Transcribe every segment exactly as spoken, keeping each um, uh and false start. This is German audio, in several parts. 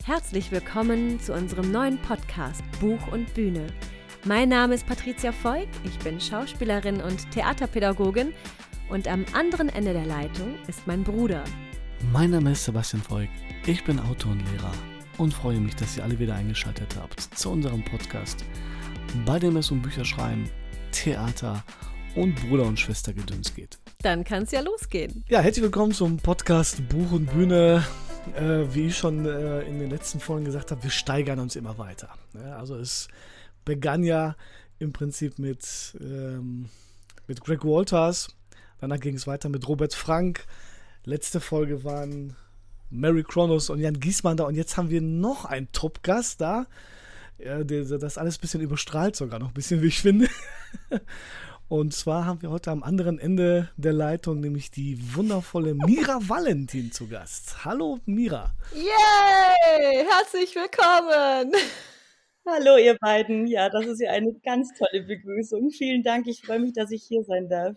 Herzlich willkommen zu unserem neuen Podcast Buch und Bühne. Mein Name ist Patricia Voig, ich bin Schauspielerin und Theaterpädagogin und am anderen Ende der Leitung ist mein Bruder. Mein Name ist Sebastian Voig, ich bin Autor und Lehrer und freue mich, dass ihr alle wieder eingeschaltet habt zu unserem Podcast, bei dem es um Bücherschreiben, Theater und Bruder- und Schwestergedöns geht. Dann kann es ja losgehen. Ja, herzlich willkommen zum Podcast Buch und Bühne. Äh, wie ich schon äh, in den letzten Folgen gesagt habe, wir steigern uns immer weiter. Ja, also es begann ja im Prinzip mit, ähm, mit Greg Walters, danach ging es weiter mit Robert Frank, letzte Folge waren Mary Kronos und Jan Giesmann da und jetzt haben wir noch einen Top-Gast da, ja, der das alles ein bisschen überstrahlt sogar noch ein bisschen, wie ich finde. Und zwar haben wir heute am anderen Ende der Leitung nämlich die wundervolle Mira Valentin zu Gast. Hallo Mira. Yay! Herzlich willkommen! Hallo ihr beiden. Ja, das ist ja eine ganz tolle Begrüßung. Vielen Dank, ich freue mich, dass ich hier sein darf.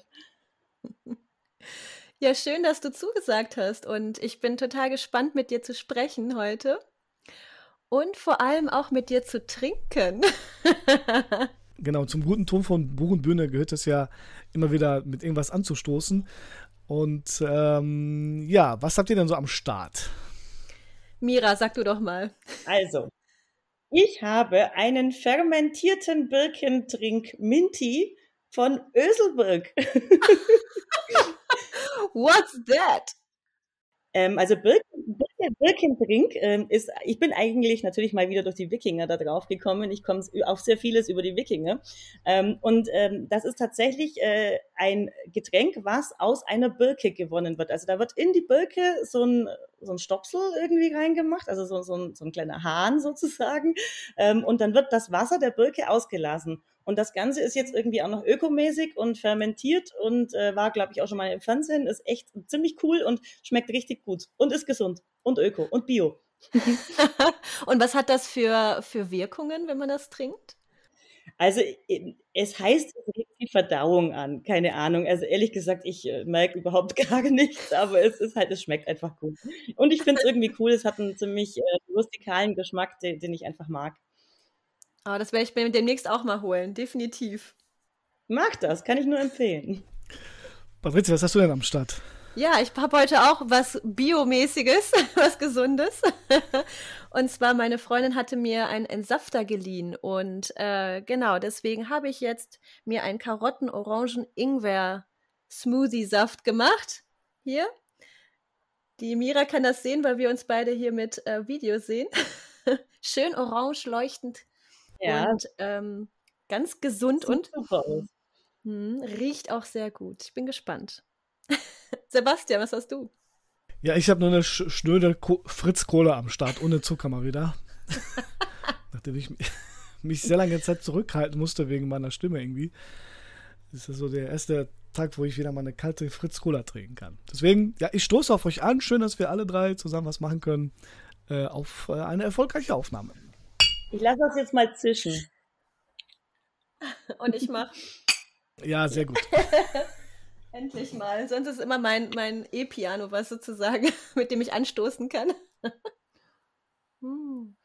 Ja, schön, dass du zugesagt hast und ich bin total gespannt, mit dir zu sprechen heute und vor allem auch mit dir zu trinken. Genau, zum guten Ton von Buch und Bühne gehört es ja immer wieder mit irgendwas anzustoßen. Und ähm, ja, was habt ihr denn so am Start? Mira, sag du doch mal. Also, ich habe einen fermentierten Birkentrink Minty von Öselberg. What's that? Ähm, also Birken, Birken, Birkendrink ähm, ist, ich bin eigentlich natürlich mal wieder durch die Wikinger da drauf gekommen. Ich komme auf sehr vieles über die Wikinger. Ähm, und ähm, das ist tatsächlich äh, ein Getränk, was aus einer Birke gewonnen wird. Also da wird in die Birke so ein, so ein Stopsel irgendwie reingemacht, also so, so, ein, so ein kleiner Hahn sozusagen. Ähm, und dann wird das Wasser der Birke ausgelassen. Und das Ganze ist jetzt irgendwie auch noch ökomäßig und fermentiert und äh, war, glaube ich, auch schon mal im Fernsehen. Ist echt ziemlich cool und schmeckt richtig gut und ist gesund und öko und bio. Und was hat das für, für Wirkungen, wenn man das trinkt? Also es heißt, es regt die Verdauung an. Keine Ahnung. Also ehrlich gesagt, ich äh, merke überhaupt gar nichts, aber es ist halt, es schmeckt einfach gut. Und ich finde es irgendwie cool. Es hat einen ziemlich äh, rustikalen Geschmack, den, den ich einfach mag. Oh, das werde ich mir demnächst auch mal holen, definitiv. Mach das, kann ich nur empfehlen. Patricia, was hast du denn am Start? Ja, ich habe heute auch was Biomäßiges, was Gesundes. Und zwar, meine Freundin hatte mir einen Entsafter geliehen. Und äh, genau, deswegen habe ich jetzt mir einen Karotten-Orangen-Ingwer-Smoothie-Saft gemacht. Hier. Die Mira kann das sehen, weil wir uns beide hier mit äh, Video sehen. Schön orange leuchtend. Ja. Und ähm, ganz gesund und super aus. Mh, riecht auch sehr gut. Ich bin gespannt. Sebastian, was hast du? Ja, ich habe nur eine sch- schnöde Ko- Fritz-Cola am Start, ohne Zucker mal wieder. Nachdem ich mich sehr lange Zeit zurückhalten musste wegen meiner Stimme irgendwie. Das ist so der erste Tag, wo ich wieder mal eine kalte Fritz-Cola trinken kann. Deswegen, ja, ich stoße auf euch an. Schön, dass wir alle drei zusammen was machen können. Äh, auf äh, eine erfolgreiche Aufnahme. Ich lasse das jetzt mal zischen. Und ich mache. Ja, sehr gut. Endlich mal. Sonst ist immer mein, mein E-Piano, was sozusagen, mit dem ich anstoßen kann. hm.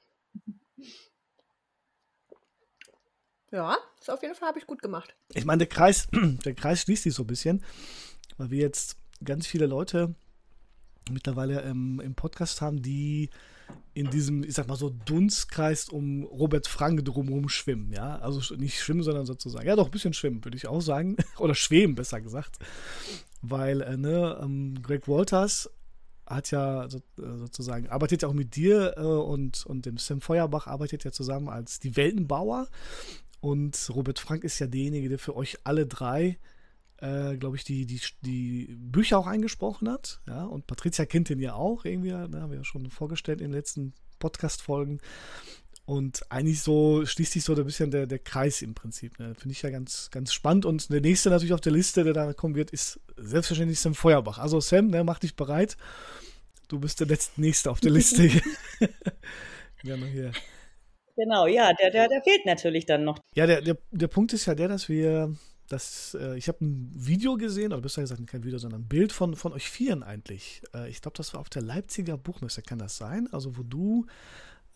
Ja, ist auf jeden Fall, habe ich gut gemacht. Ich meine, der Kreis, der Kreis schließt sich so ein bisschen, weil wir jetzt ganz viele Leute mittlerweile ähm, im Podcast haben, die in diesem, ich sag mal so, Dunstkreis um Robert Frank drumherum schwimmen, ja, also nicht schwimmen, sondern sozusagen, ja doch, ein bisschen schwimmen, würde ich auch sagen, oder schweben, besser gesagt, weil, äh, ne, ähm, Greg Walters hat ja so, äh, sozusagen, arbeitet ja auch mit dir äh, und, und dem Sam Feuerbach arbeitet ja zusammen als die Weltenbauer und Robert Frank ist ja derjenige, der für euch alle drei Äh, glaube ich, die, die, die Bücher auch eingesprochen hat. Ja? Und Patricia kennt den ja auch irgendwie, da haben wir ja schon vorgestellt in den letzten Podcast-Folgen. Und eigentlich so schließt sich so ein bisschen der, der Kreis im Prinzip. Ne? Finde ich ja ganz, ganz spannend. Und der nächste natürlich auf der Liste, der da kommen wird, ist selbstverständlich Sam Feuerbach. Also Sam, ne, mach dich bereit. Du bist der letzte Nächste auf der Liste. Ja, noch hier. Genau, ja, der, der, der fehlt natürlich dann noch. Ja, der, der, der Punkt ist ja der, dass wir Das, äh, ich habe ein Video gesehen, oder besser gesagt kein Video, sondern ein Bild von, von euch Vieren eigentlich. Äh, ich glaube, das war auf der Leipziger Buchmesse, kann das sein? Also wo du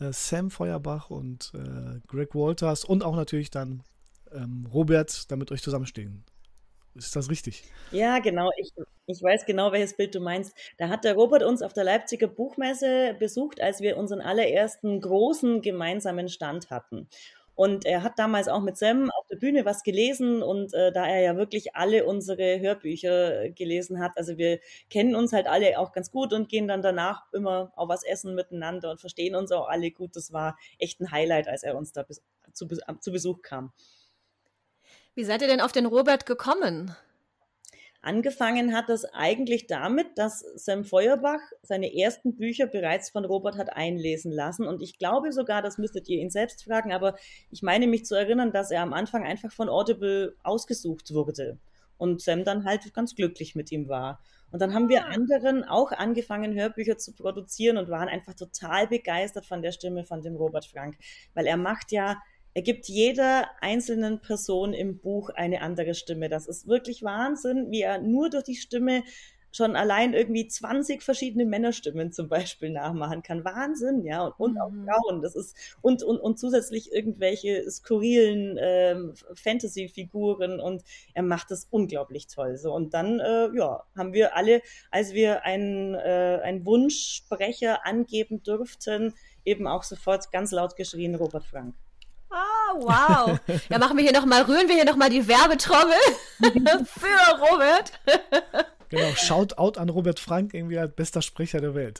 äh, Sam Feuerbach und äh, Greg Walters und auch natürlich dann ähm, Robert da mit euch zusammenstehen. Ist das richtig? Ja, genau. Ich, ich weiß genau, welches Bild du meinst. Da hat der Robert uns auf der Leipziger Buchmesse besucht, als wir unseren allerersten großen gemeinsamen Stand hatten. Und er hat damals auch mit Sam auf der Bühne was gelesen und äh, da er ja wirklich alle unsere Hörbücher gelesen hat, also wir kennen uns halt alle auch ganz gut und gehen dann danach immer auch was essen miteinander und verstehen uns auch alle gut. Das war echt ein Highlight, als er uns da bis, zu, zu Besuch kam. Wie seid ihr denn auf den Robert gekommen? Angefangen hat das eigentlich damit, dass Sam Feuerbach seine ersten Bücher bereits von Robert hat einlesen lassen. Und ich glaube sogar, das müsstet ihr ihn selbst fragen, aber ich meine mich zu erinnern, dass er am Anfang einfach von Audible ausgesucht wurde und Sam dann halt ganz glücklich mit ihm war. Und dann haben wir anderen auch angefangen, Hörbücher zu produzieren und waren einfach total begeistert von der Stimme von dem Robert Frank, weil er macht ja Er gibt jeder einzelnen Person im Buch eine andere Stimme. Das ist wirklich Wahnsinn, wie er nur durch die Stimme schon allein irgendwie zwanzig verschiedene Männerstimmen zum Beispiel nachmachen kann. Wahnsinn, ja. Und, und auch Frauen. Das ist, und, und, und zusätzlich irgendwelche skurrilen ähm, Fantasy-Figuren. Und er macht das unglaublich toll. So, und dann, äh, ja, haben wir alle, als wir einen, äh, einen Wunschsprecher angeben durften, eben auch sofort ganz laut geschrien, Robert Frank. Ah, wow. Ja, machen wir hier noch mal, rühren wir hier nochmal die Werbetrommel für Robert. Genau, Shoutout an Robert Frank, irgendwie als bester Sprecher der Welt.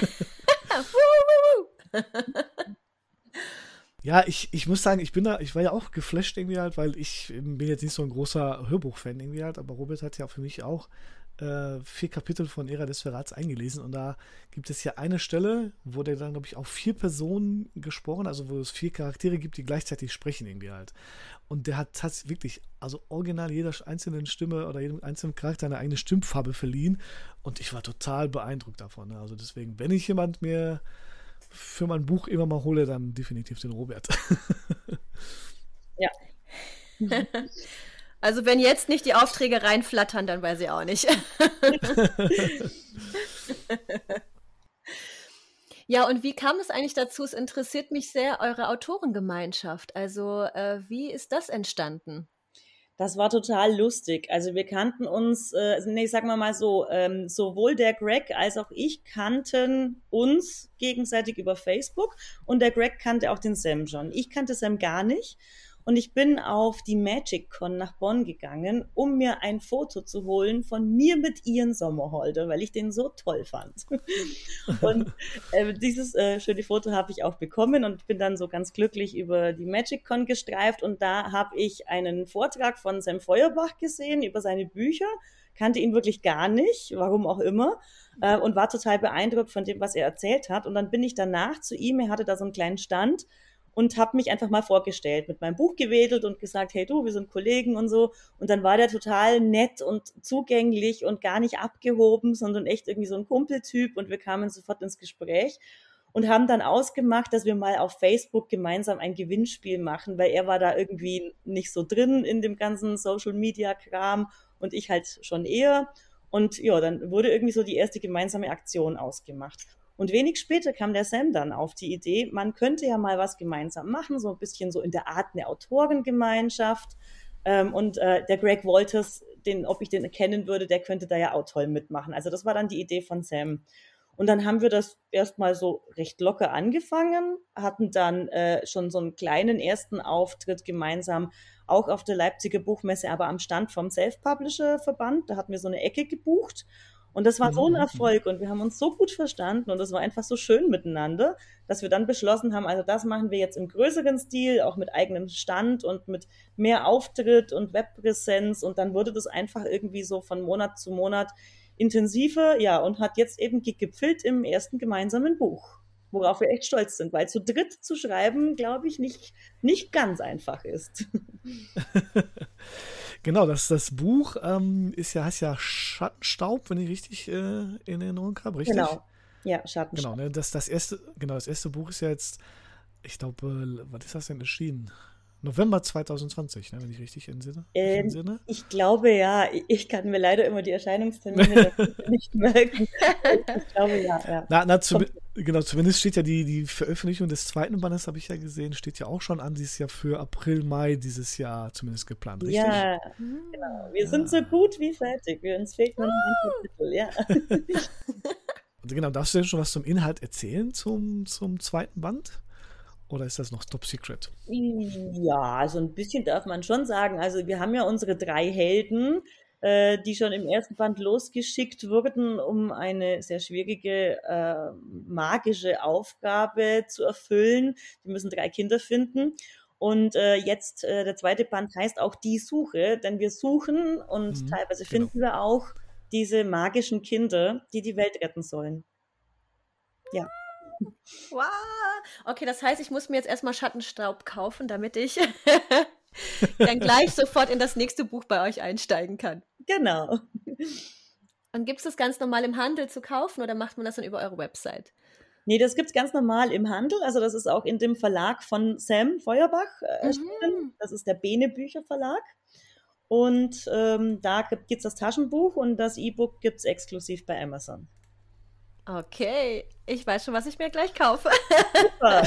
Ja, ich, ich muss sagen, ich bin da, ich war ja auch geflasht irgendwie halt, weil ich bin jetzt nicht so ein großer Hörbuchfan irgendwie halt, aber Robert hat ja für mich auch äh, vier Kapitel von Ära des Verrats eingelesen und da gibt es ja eine Stelle, wo der dann, glaube ich, auch vier Personen gesprochen, also wo es vier Charaktere gibt, die gleichzeitig sprechen irgendwie halt. Und der hat tatsächlich wirklich, also original jeder einzelnen Stimme oder jedem einzelnen Charakter eine eigene Stimmfarbe verliehen und ich war total beeindruckt davon. Ne? Also deswegen, wenn ich jemand mir für mein Buch immer mal hole, dann definitiv den Robert. Ja. Also wenn jetzt nicht die Aufträge reinflattern, dann weiß ich auch nicht. Ja, und wie kam es eigentlich dazu? Es interessiert mich sehr, eure Autorengemeinschaft. Also äh, wie ist das entstanden? Das war total lustig. Also wir kannten uns, äh, nee, sagen wir mal so, ähm, sowohl der Greg als auch ich kannten uns gegenseitig über Facebook und der Greg kannte auch den Sam schon. Ich kannte Sam gar nicht. Und ich bin auf die MagicCon nach Bonn gegangen, um mir ein Foto zu holen von mir mit Ian Sommerholder, weil ich den so toll fand. Und äh, dieses äh, schöne Foto habe ich auch bekommen und bin dann so ganz glücklich über die MagicCon gestreift. Und da habe ich einen Vortrag von Sam Feuerbach gesehen über seine Bücher, kannte ihn wirklich gar nicht, warum auch immer, äh, und war total beeindruckt von dem, was er erzählt hat. Und dann bin ich danach zu ihm, er hatte da so einen kleinen Stand, und habe mich einfach mal vorgestellt, mit meinem Buch gewedelt und gesagt, hey du, wir sind Kollegen und so. Und dann war der total nett und zugänglich und gar nicht abgehoben, sondern echt irgendwie so ein Kumpeltyp und wir kamen sofort ins Gespräch und haben dann ausgemacht, dass wir mal auf Facebook gemeinsam ein Gewinnspiel machen, weil er war da irgendwie nicht so drin in dem ganzen Social-Media-Kram und ich halt schon eher. Und ja, dann wurde irgendwie so die erste gemeinsame Aktion ausgemacht. Und wenig später kam der Sam dann auf die Idee, man könnte ja mal was gemeinsam machen, so ein bisschen so in der Art eine Autorengemeinschaft. Ähm, und äh, der Greg Walters, den, ob ich den kennen würde, der könnte da ja auch toll mitmachen. Also das war dann die Idee von Sam. Und dann haben wir das erstmal so recht locker angefangen, hatten dann äh, schon so einen kleinen ersten Auftritt gemeinsam, auch auf der Leipziger Buchmesse, aber am Stand vom Self-Publisher-Verband. Da hatten wir so eine Ecke gebucht. Und das war so ein Erfolg und wir haben uns so gut verstanden und das war einfach so schön miteinander, dass wir dann beschlossen haben, also das machen wir jetzt im größeren Stil, auch mit eigenem Stand und mit mehr Auftritt und Webpräsenz und dann wurde das einfach irgendwie so von Monat zu Monat intensiver, ja, und hat jetzt eben gegipfelt im ersten gemeinsamen Buch, worauf wir echt stolz sind, weil zu dritt zu schreiben, glaube ich, nicht, nicht ganz einfach ist. Genau, das, das Buch ähm, ist ja, heißt ja Schattenstaub, wenn ich richtig äh, in Erinnerung habe, richtig? Genau, ja, Schattenstaub. Genau, ne, das, das, erste, genau, das erste Buch ist ja jetzt, ich glaube, äh, was ist das denn erschienen? November zwanzig zwanzig, ne, wenn ich richtig entsinne. Ähm, Sinne. Ich glaube ja, ich kann mir leider immer die Erscheinungstermine nicht merken. Ich glaube ja, ja. Na, na, zum, Genau, zumindest steht ja die, die Veröffentlichung des zweiten Bandes, habe ich ja gesehen, steht ja auch schon an, dieses Jahr für April, Mai dieses Jahr zumindest geplant, richtig? Ja, genau. Wir ja. sind so gut wie fertig. Uns fehlt nur noch ein Kapitel, ja. Also genau, darfst du denn schon was zum Inhalt erzählen zum, zum zweiten Band? Oder ist das noch Top Secret? Ja, also ein bisschen darf man schon sagen. Also wir haben ja unsere drei Helden, äh, die schon im ersten Band losgeschickt wurden, um eine sehr schwierige äh, magische Aufgabe zu erfüllen. Die müssen drei Kinder finden. Und äh, jetzt, äh, der zweite Band heißt auch Die Suche, denn wir suchen und mhm, teilweise genau. finden wir auch diese magischen Kinder, die die Welt retten sollen. Ja. Wow. Okay, das heißt, ich muss mir jetzt erstmal Schattenstaub kaufen, damit ich dann gleich sofort in das nächste Buch bei euch einsteigen kann. Genau. Und gibt es das ganz normal im Handel zu kaufen oder macht man das dann über eure Website? Nee, das gibt es ganz normal im Handel. Also das ist auch in dem Verlag von Sam Feuerbach erschienen. Mhm. Das ist der Bene Bücher Verlag. Und ähm, da gibt es das Taschenbuch und das E-Book gibt es exklusiv bei Amazon. Okay, ich weiß schon, was ich mir gleich kaufe. Super.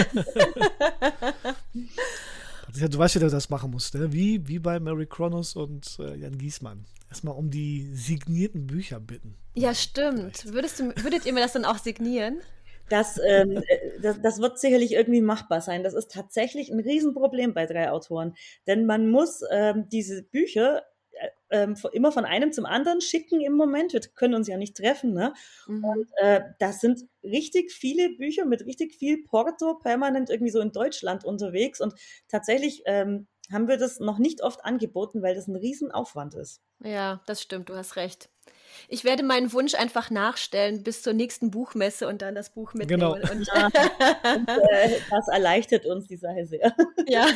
Du weißt ja, dass du das machen musst, ne? Wie, wie bei Mary Kronos und äh, Jan Giesmann. Erstmal um die signierten Bücher bitten. Ja, stimmt. Würdest du, würdet ihr mir das dann auch signieren? Das, ähm, das, das wird sicherlich irgendwie machbar sein. Das ist tatsächlich ein Riesenproblem bei drei Autoren. Denn man muss ähm, diese Bücher ähm, immer von einem zum anderen schicken im Moment. Wir können uns ja nicht treffen. Ne? Mhm. Und äh, das sind richtig viele Bücher mit richtig viel Porto permanent irgendwie so in Deutschland unterwegs. Und tatsächlich ähm, haben wir das noch nicht oft angeboten, weil das ein Riesenaufwand ist. Ja, das stimmt, du hast recht. Ich werde meinen Wunsch einfach nachstellen bis zur nächsten Buchmesse und dann das Buch mitnehmen. Genau. Und, und, und äh, das erleichtert uns die Sache sehr. Ja.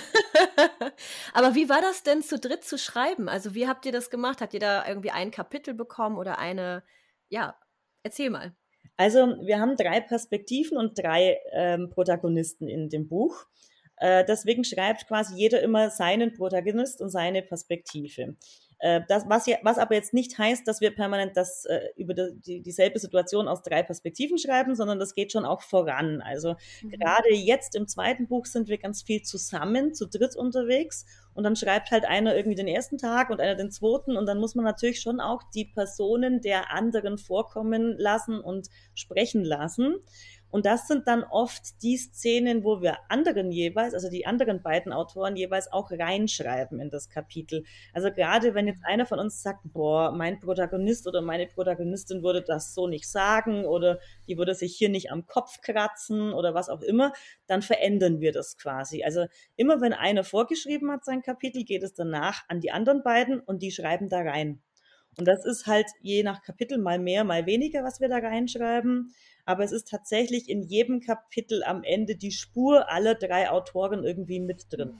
Aber wie war das denn zu dritt zu schreiben? Also wie habt ihr das gemacht? Habt ihr da irgendwie ein Kapitel bekommen oder eine, ja, erzähl mal. Also wir haben drei Perspektiven und drei ähm, Protagonisten in dem Buch. Äh, deswegen schreibt quasi jeder immer seinen Protagonist und seine Perspektive. Das, was, ja, was aber jetzt nicht heißt, dass wir permanent das äh, über die, dieselbe Situation aus drei Perspektiven schreiben, sondern das geht schon auch voran. Also mhm. gerade jetzt im zweiten Buch sind wir ganz viel zusammen, zu dritt unterwegs und dann schreibt halt einer irgendwie den ersten Tag und einer den zweiten und dann muss man natürlich schon auch die Personen der anderen vorkommen lassen und sprechen lassen. Und das sind dann oft die Szenen, wo wir anderen jeweils, also die anderen beiden Autoren jeweils auch reinschreiben in das Kapitel. Also gerade wenn jetzt einer von uns sagt, boah, mein Protagonist oder meine Protagonistin würde das so nicht sagen oder die würde sich hier nicht am Kopf kratzen oder was auch immer, dann verändern wir das quasi. Also immer wenn einer vorgeschrieben hat sein Kapitel, geht es danach an die anderen beiden und die schreiben da rein. Und das ist halt je nach Kapitel mal mehr, mal weniger, was wir da reinschreiben. Aber es ist tatsächlich in jedem Kapitel am Ende die Spur aller drei Autoren irgendwie mit drin.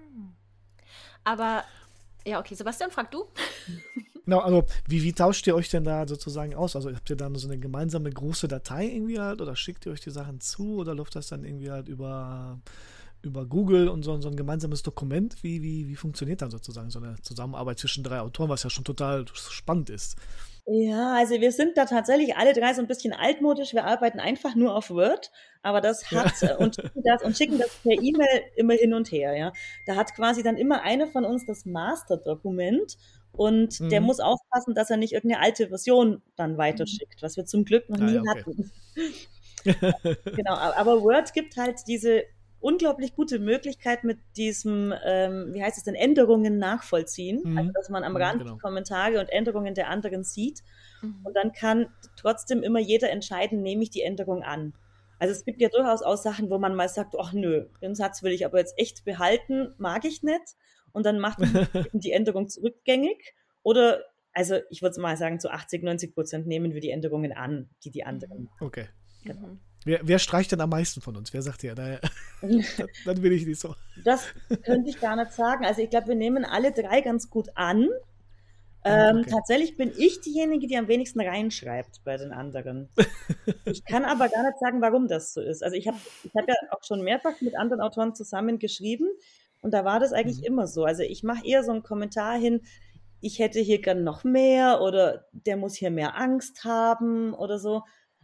Aber, ja, okay, Sebastian, frag du. Genau, also wie, wie tauscht ihr euch denn da sozusagen aus? Also habt ihr dann so eine gemeinsame große Datei irgendwie halt oder schickt ihr euch die Sachen zu oder läuft das dann irgendwie halt über, über Google und so, so ein gemeinsames Dokument? Wie, wie, wie funktioniert dann sozusagen so eine Zusammenarbeit zwischen drei Autoren, was ja schon total spannend ist? Ja, also wir sind da tatsächlich alle drei so ein bisschen altmodisch. Wir arbeiten einfach nur auf Word, aber das hat ja. und schicken das und schicken das per E-Mail immer hin und her. Ja, da hat quasi dann immer einer von uns das Masterdokument und mhm. der muss aufpassen, dass er nicht irgendeine alte Version dann weiterschickt, was wir zum Glück noch ah, nie ja, okay. hatten. Genau, aber Word gibt halt diese unglaublich gute Möglichkeit mit diesem, ähm, wie heißt es denn, Änderungen nachvollziehen, mhm. also dass man am Rand genau. Kommentare und Änderungen der anderen sieht mhm. und dann kann trotzdem immer jeder entscheiden, nehme ich die Änderung an. Also es gibt ja durchaus auch Sachen, wo man mal sagt, ach nö, den Satz will ich aber jetzt echt behalten, mag ich nicht und dann macht man die Änderung zurückgängig oder, also ich würde mal sagen, zu achtzig, neunzig Prozent nehmen wir die Änderungen an, die die anderen machen. Okay. Genau. Mhm. Wer, wer streicht denn am meisten von uns? Wer sagt ja, naja, dann will ich nicht so. Das könnte ich gar nicht sagen. Also ich glaube, wir nehmen alle drei ganz gut an. Ähm, okay. Tatsächlich bin ich diejenige, die am wenigsten reinschreibt bei den anderen. Ich kann aber gar nicht sagen, warum das so ist. Also ich habe ich hab ja auch schon mehrfach mit anderen Autoren zusammen geschrieben und da war das eigentlich mhm. immer so. Also ich mache eher so einen Kommentar hin, ich hätte hier gern noch mehr oder der muss hier mehr Angst haben oder so.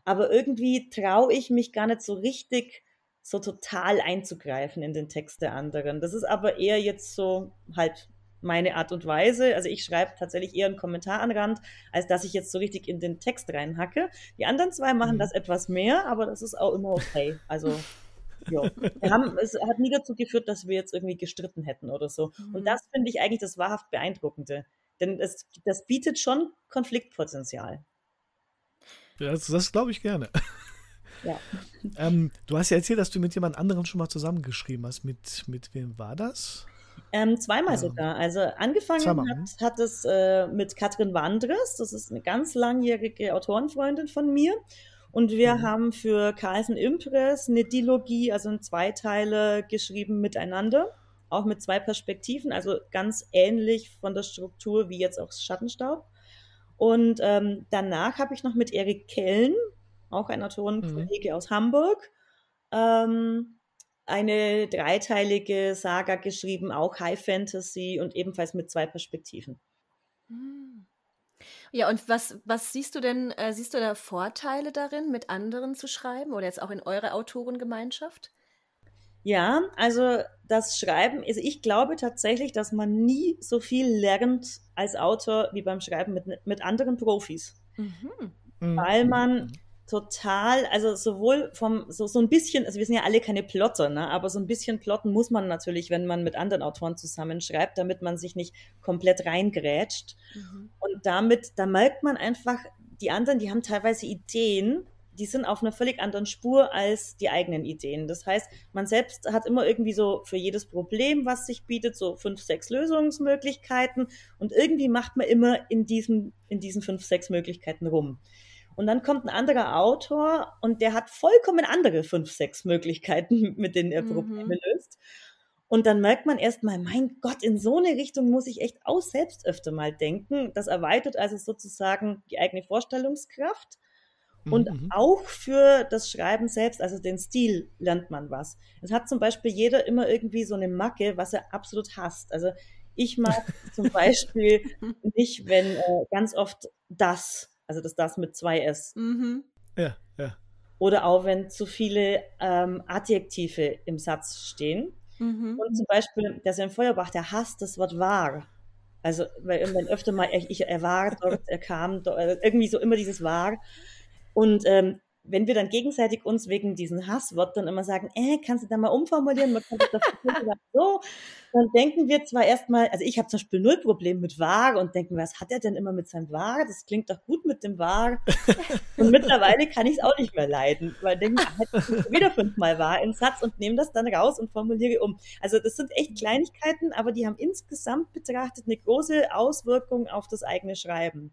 aber irgendwie traue ich mich gar nicht so richtig, so total einzugreifen in den Text der anderen. Das ist aber eher jetzt so halt meine Art und Weise. Also ich schreibe tatsächlich eher einen Kommentar an Rand, als dass ich jetzt so richtig in den Text reinhacke. Die anderen zwei machen Mhm. das etwas mehr, aber das ist auch immer okay. Also ja, wir haben, es hat nie dazu geführt, dass wir jetzt irgendwie gestritten hätten oder so. Und Mhm. das finde ich eigentlich das wahrhaft Beeindruckende. Denn es, das bietet schon Konfliktpotenzial. Ja, das, das glaube ich gerne. Ja. Ähm, du hast ja erzählt, dass du mit jemand anderem schon mal zusammengeschrieben hast. Mit, mit wem war das? Ähm, zweimal Ja. sogar. Also angefangen Zweimal, hat, hm? hat es äh, mit Katrin Wandres. Das ist eine ganz langjährige Autorenfreundin von mir. Und wir Mhm. haben für Carlsen Impress eine Dilogie, also ein Zweiteiler geschrieben miteinander. Auch mit zwei Perspektiven, also ganz ähnlich von der Struktur wie jetzt auch Schattenstaub. Und ähm, danach habe ich noch mit Erik Kellen, auch ein Autorenkollege Mhm. aus Hamburg, ähm, eine dreiteilige Saga geschrieben, auch High Fantasy und ebenfalls mit zwei Perspektiven. Hm. Ja, und was, was siehst du denn, äh, siehst du da Vorteile darin, mit anderen zu schreiben oder jetzt auch in eurer Autorengemeinschaft? Ja, also das Schreiben, also ich glaube tatsächlich, dass man nie so viel lernt als Autor wie beim Schreiben mit, mit anderen Profis. Mhm. Mhm. Weil Mhm. man total, also sowohl vom, so, so ein bisschen, also wir sind ja alle keine Plotter, ne, aber so ein bisschen plotten muss man natürlich, wenn man mit anderen Autoren zusammenschreibt, damit man sich nicht komplett reingrätscht. Mhm. Und damit, da merkt man einfach, die anderen, die haben teilweise Ideen, die sind auf einer völlig anderen Spur als die eigenen Ideen. Das heißt, man selbst hat immer irgendwie so für jedes Problem, was sich bietet, so fünf, sechs Lösungsmöglichkeiten und irgendwie macht man immer in diesen, in diesen fünf, sechs Möglichkeiten rum. Und dann kommt ein anderer Autor und der hat vollkommen andere fünf, sechs Möglichkeiten, mit denen er Probleme Mhm. löst. Und dann merkt man erstmal, mein Gott, in so eine Richtung muss ich echt auch selbst öfter mal denken. Das erweitert also sozusagen die eigene Vorstellungskraft. Und Mhm. auch für das Schreiben selbst, also den Stil, lernt man was. Es hat zum Beispiel jeder immer irgendwie so eine Macke, was er absolut hasst. Also ich mag zum Beispiel nicht, wenn äh, ganz oft das, also das das mit zwei S. Mhm. Ja, ja. Oder auch wenn zu viele ähm, Adjektive im Satz stehen. Mhm. Und zum Beispiel der Sven Feuerbach, der hasst das Wort wahr. Also, weil wenn öfter mal, ich, er war dort, er kam dort, irgendwie so immer dieses wahr. Und ähm, wenn wir dann gegenseitig uns wegen diesen Hasswörtern immer sagen, äh, kannst du da mal umformulieren, man kann das doch so, dann denken wir zwar erstmal, also ich habe zum Beispiel null Problem mit wahr und denken, was hat er denn immer mit seinem wahr? Das klingt doch gut mit dem wahr. Und mittlerweile kann ich es auch nicht mehr leiden, weil ich denke, ah, jetzt ist wieder fünfmal wahr im Satz und nehme das dann raus und formuliere um. Also das sind echt Kleinigkeiten, aber die haben insgesamt betrachtet eine große Auswirkung auf das eigene Schreiben.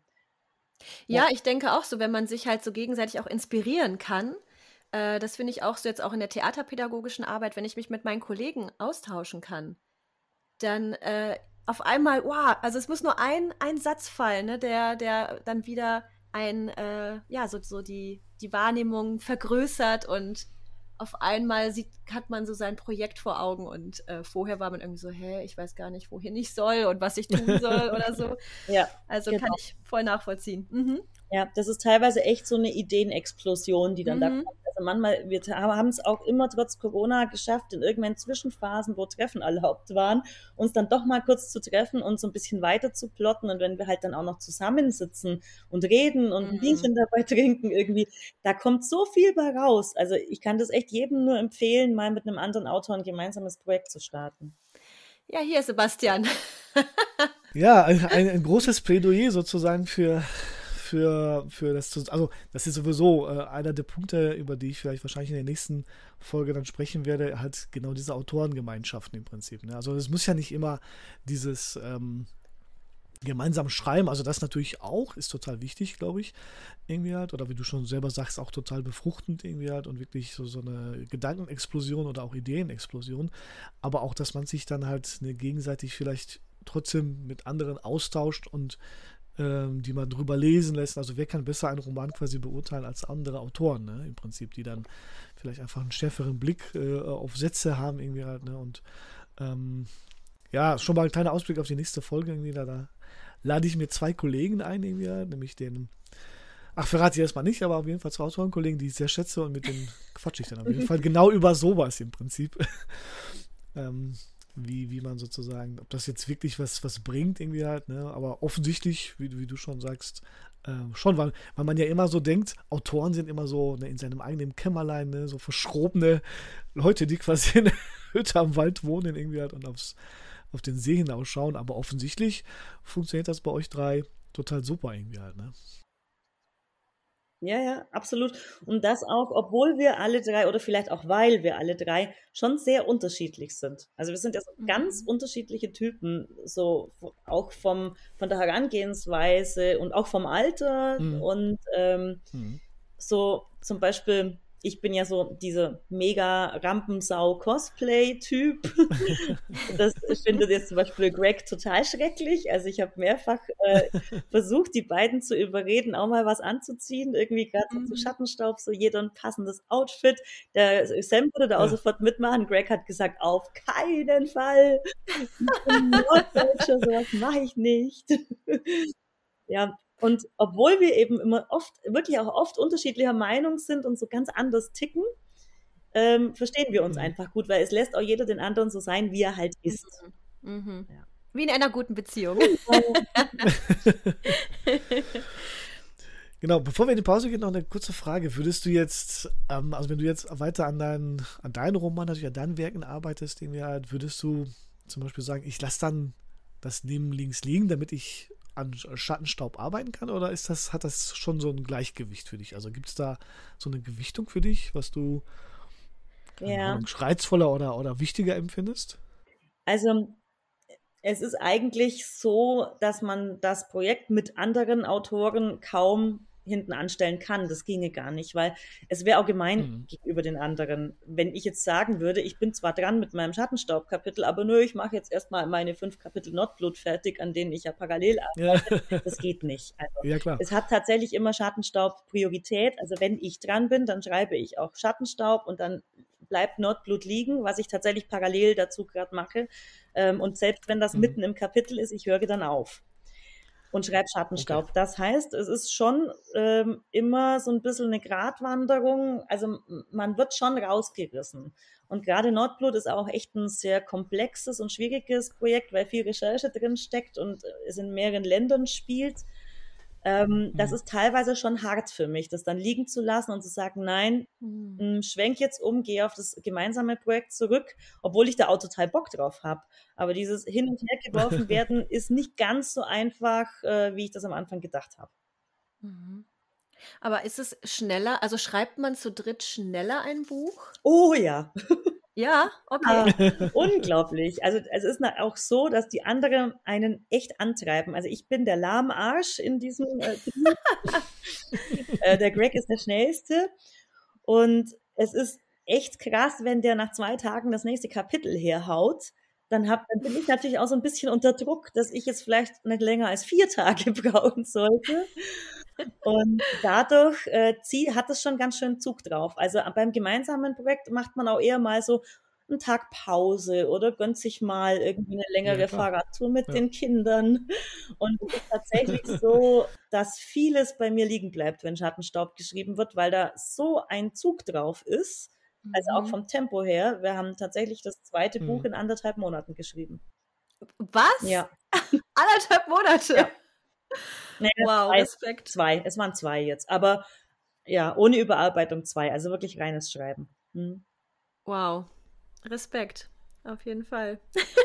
Ja, ich denke auch so, wenn man sich halt so gegenseitig auch inspirieren kann. Äh, das finde ich auch so jetzt auch in der theaterpädagogischen Arbeit, wenn ich mich mit meinen Kollegen austauschen kann, dann äh, auf einmal, wow, also es muss nur ein, ein Satz fallen, ne, der, der dann wieder ein, äh, ja, so, so die, die Wahrnehmung vergrößert und auf einmal sieht, hat man so sein Projekt vor Augen und äh, vorher war man irgendwie so, hä, ich weiß gar nicht, wohin ich soll und was ich tun soll oder so. Ja, Also genau. kann ich voll nachvollziehen. Mhm. Ja, das ist teilweise echt so eine Ideenexplosion, die dann da Mhm. kommt. Also manchmal, wir haben es auch immer trotz Corona geschafft, in irgendwelchen Zwischenphasen, wo Treffen erlaubt waren, uns dann doch mal kurz zu treffen und so ein bisschen weiter zu plotten. Und wenn wir halt dann auch noch zusammensitzen und reden und ein Mhm. Bierchen dabei trinken irgendwie, da kommt so viel bei raus. Also ich kann das echt jedem nur empfehlen, mal mit einem anderen Autor ein gemeinsames Projekt zu starten. Ja, hier, Sebastian. Ja, ein, ein, ein großes Plädoyer sozusagen für, für, für das, Zus- also das ist sowieso äh, einer der Punkte, über die ich vielleicht wahrscheinlich in der nächsten Folge dann sprechen werde, halt genau diese Autorengemeinschaften im Prinzip. Ne? Also es muss ja nicht immer dieses ähm, gemeinsam schreiben, also das natürlich auch, ist total wichtig, glaube ich, irgendwie halt, oder wie du schon selber sagst, auch total befruchtend irgendwie halt und wirklich so, so eine Gedankenexplosion oder auch Ideenexplosion, aber auch, dass man sich dann halt ne, gegenseitig vielleicht trotzdem mit anderen austauscht und ähm, die man drüber lesen lässt, also wer kann besser einen Roman quasi beurteilen als andere Autoren, ne, im Prinzip, die dann vielleicht einfach einen schärferen Blick äh, auf Sätze haben irgendwie halt, ne, und ähm, ja, schon mal ein kleiner Ausblick auf die nächste Folge irgendwie, da, da lade ich mir zwei Kollegen ein, irgendwie, nämlich den Ach, verrate ich erstmal nicht, aber auf jeden Fall zwei Autorenkollegen, die ich sehr schätze und mit denen quatsche ich dann auf jeden Fall genau über sowas im Prinzip. ähm, wie, wie man sozusagen, ob das jetzt wirklich was, was bringt irgendwie halt, ne? Aber offensichtlich, wie, wie du schon sagst, äh, schon, weil, weil man ja immer so denkt, Autoren sind immer so ne, in seinem eigenen Kämmerlein, ne, so verschrobene Leute, die quasi in der Hütte am Wald wohnen irgendwie halt und aufs, auf den See hinausschauen, aber offensichtlich funktioniert das bei euch drei total super irgendwie halt, ne? Ja, ja, absolut. Und das auch, obwohl wir alle drei oder vielleicht auch weil wir alle drei schon sehr unterschiedlich sind. Also wir sind ja so Mhm. ganz unterschiedliche Typen, so f- auch vom, von der Herangehensweise und auch vom Alter Mhm. und ähm, Mhm. so zum Beispiel, ich bin ja so dieser mega Rampensau-Cosplay-Typ. Das findet jetzt zum Beispiel Greg total schrecklich. Also ich habe mehrfach äh, versucht, die beiden zu überreden, auch mal was anzuziehen. Irgendwie gerade so zu Mhm. Schattenstaub, so jeder ein passendes Outfit. Der Sam würde da auch Ja. sofort mitmachen. Greg hat gesagt, auf keinen Fall. Ich bin Norddeutscher, sowas mache ich nicht. Ja, und obwohl wir eben immer oft, wirklich auch oft unterschiedlicher Meinung sind und so ganz anders ticken, ähm, verstehen wir uns Mhm. einfach gut, weil es lässt auch jeder den anderen so sein, wie er halt ist. Mhm. Ja. Wie in einer guten Beziehung. Genau, bevor wir in die Pause gehen, noch eine kurze Frage. Würdest du jetzt, ähm, also wenn du jetzt weiter an, dein, an deinen Roman, natürlich an deinen Werken arbeitest, den wir halt, würdest du zum Beispiel sagen, ich lasse dann das neben links liegen, damit ich an Schattenstaub arbeiten kann? Oder ist das, hat das schon so ein Gleichgewicht für dich? Also gibt es da so eine Gewichtung für dich, was du, keine Ja, Ahnung, reizvoller oder, oder wichtiger empfindest? also es ist eigentlich so, dass man das Projekt mit anderen Autoren kaum hinten anstellen kann. Das ginge gar nicht, weil es wäre auch gemein Mhm. gegenüber den anderen. Wenn ich jetzt sagen würde, ich bin zwar dran mit meinem Schattenstaub-Kapitel, aber nö, ich mache jetzt erstmal meine fünf Kapitel Nordblut fertig, an denen ich ja parallel Ja. arbeite. Das geht nicht. Also Ja, klar. es hat tatsächlich immer Schattenstaub Priorität. Also wenn ich dran bin, dann schreibe ich auch Schattenstaub und dann bleibt Nordblut liegen, was ich tatsächlich parallel dazu gerade mache. Ähm, und selbst wenn das Mhm. mitten im Kapitel ist, ich höre dann auf und schreibe Okay. Schattenstaub. Das heißt, es ist schon ähm, immer so ein bisschen eine Gratwanderung. Also m- man wird schon rausgerissen. Und gerade Nordblut ist auch echt ein sehr komplexes und schwieriges Projekt, weil viel Recherche drin steckt und es in mehreren Ländern spielt. Ähm, das Mhm. ist teilweise schon hart für mich, das dann liegen zu lassen und zu sagen, nein, Mhm. m, schwenk jetzt um, gehe auf das gemeinsame Projekt zurück, obwohl ich da auch total Bock drauf habe. Aber dieses Hin- und Hergeworfen werden ist nicht ganz so einfach, äh, wie ich das am Anfang gedacht habe. Mhm. Aber ist es schneller, also schreibt man zu dritt schneller ein Buch? Oh ja. Ja, okay. Ah, unglaublich. Also es ist na- auch so, dass die anderen einen echt antreiben. Also ich bin der Lahmarsch in diesem äh, Team. äh, der Greg ist der Schnellste. Und es ist echt krass, wenn der nach zwei Tagen das nächste Kapitel herhaut. Dann, hab, dann bin ich natürlich auch so ein bisschen unter Druck, dass ich jetzt vielleicht nicht länger als vier Tage brauchen sollte. Und dadurch äh, zieh, hat es schon ganz schön Zug drauf. Also äh, beim gemeinsamen Projekt macht man auch eher mal so einen Tag Pause oder gönnt sich mal irgendwie eine Ja, längere klar. Fahrradtour mit Ja. den Kindern. Und es ist tatsächlich so, dass vieles bei mir liegen bleibt, wenn Schattenstaub geschrieben wird, weil da so ein Zug drauf ist. Also auch Mhm. vom Tempo her. Wir haben tatsächlich das zweite Buch Mhm. in anderthalb Monaten geschrieben. Was? Ja, Anderthalb Monate? ja. Nee, Wow, zwei, Respekt. zwei. Es waren zwei jetzt. Aber ja, ohne Überarbeitung zwei. Also wirklich reines Schreiben. Hm. Wow, Respekt. Auf jeden Fall.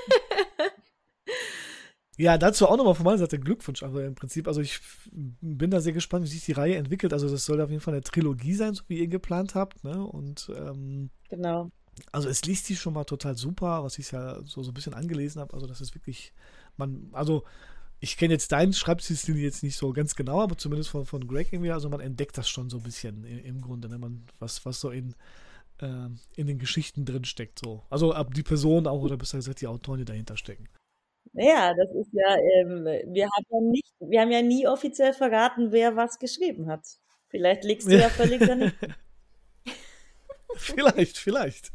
Ja, dazu auch nochmal von meiner Seite Glückwunsch. Also im Prinzip, also ich bin da sehr gespannt, wie sich die Reihe entwickelt. Also das soll auf jeden Fall eine Trilogie sein, so wie ihr geplant habt. Ne? Und ähm, Genau. also es liest sich schon mal total super, was ich ja so, so ein bisschen angelesen habe. Also das ist wirklich, man, also ich kenne jetzt deinen Schreibstil jetzt nicht so ganz genau, aber zumindest von, von Greg irgendwie, also man entdeckt das schon so ein bisschen im, im Grunde, ne? Man, was, was so in, äh, in den Geschichten drin steckt. So. Also ab die Personen auch oder besser gesagt die Autoren, die dahinter stecken. Naja, das ist ja, ähm, wir haben ja nicht, wir haben ja nie offiziell verraten, wer was geschrieben hat. Vielleicht liegst du ja völlig daneben. Vielleicht, vielleicht.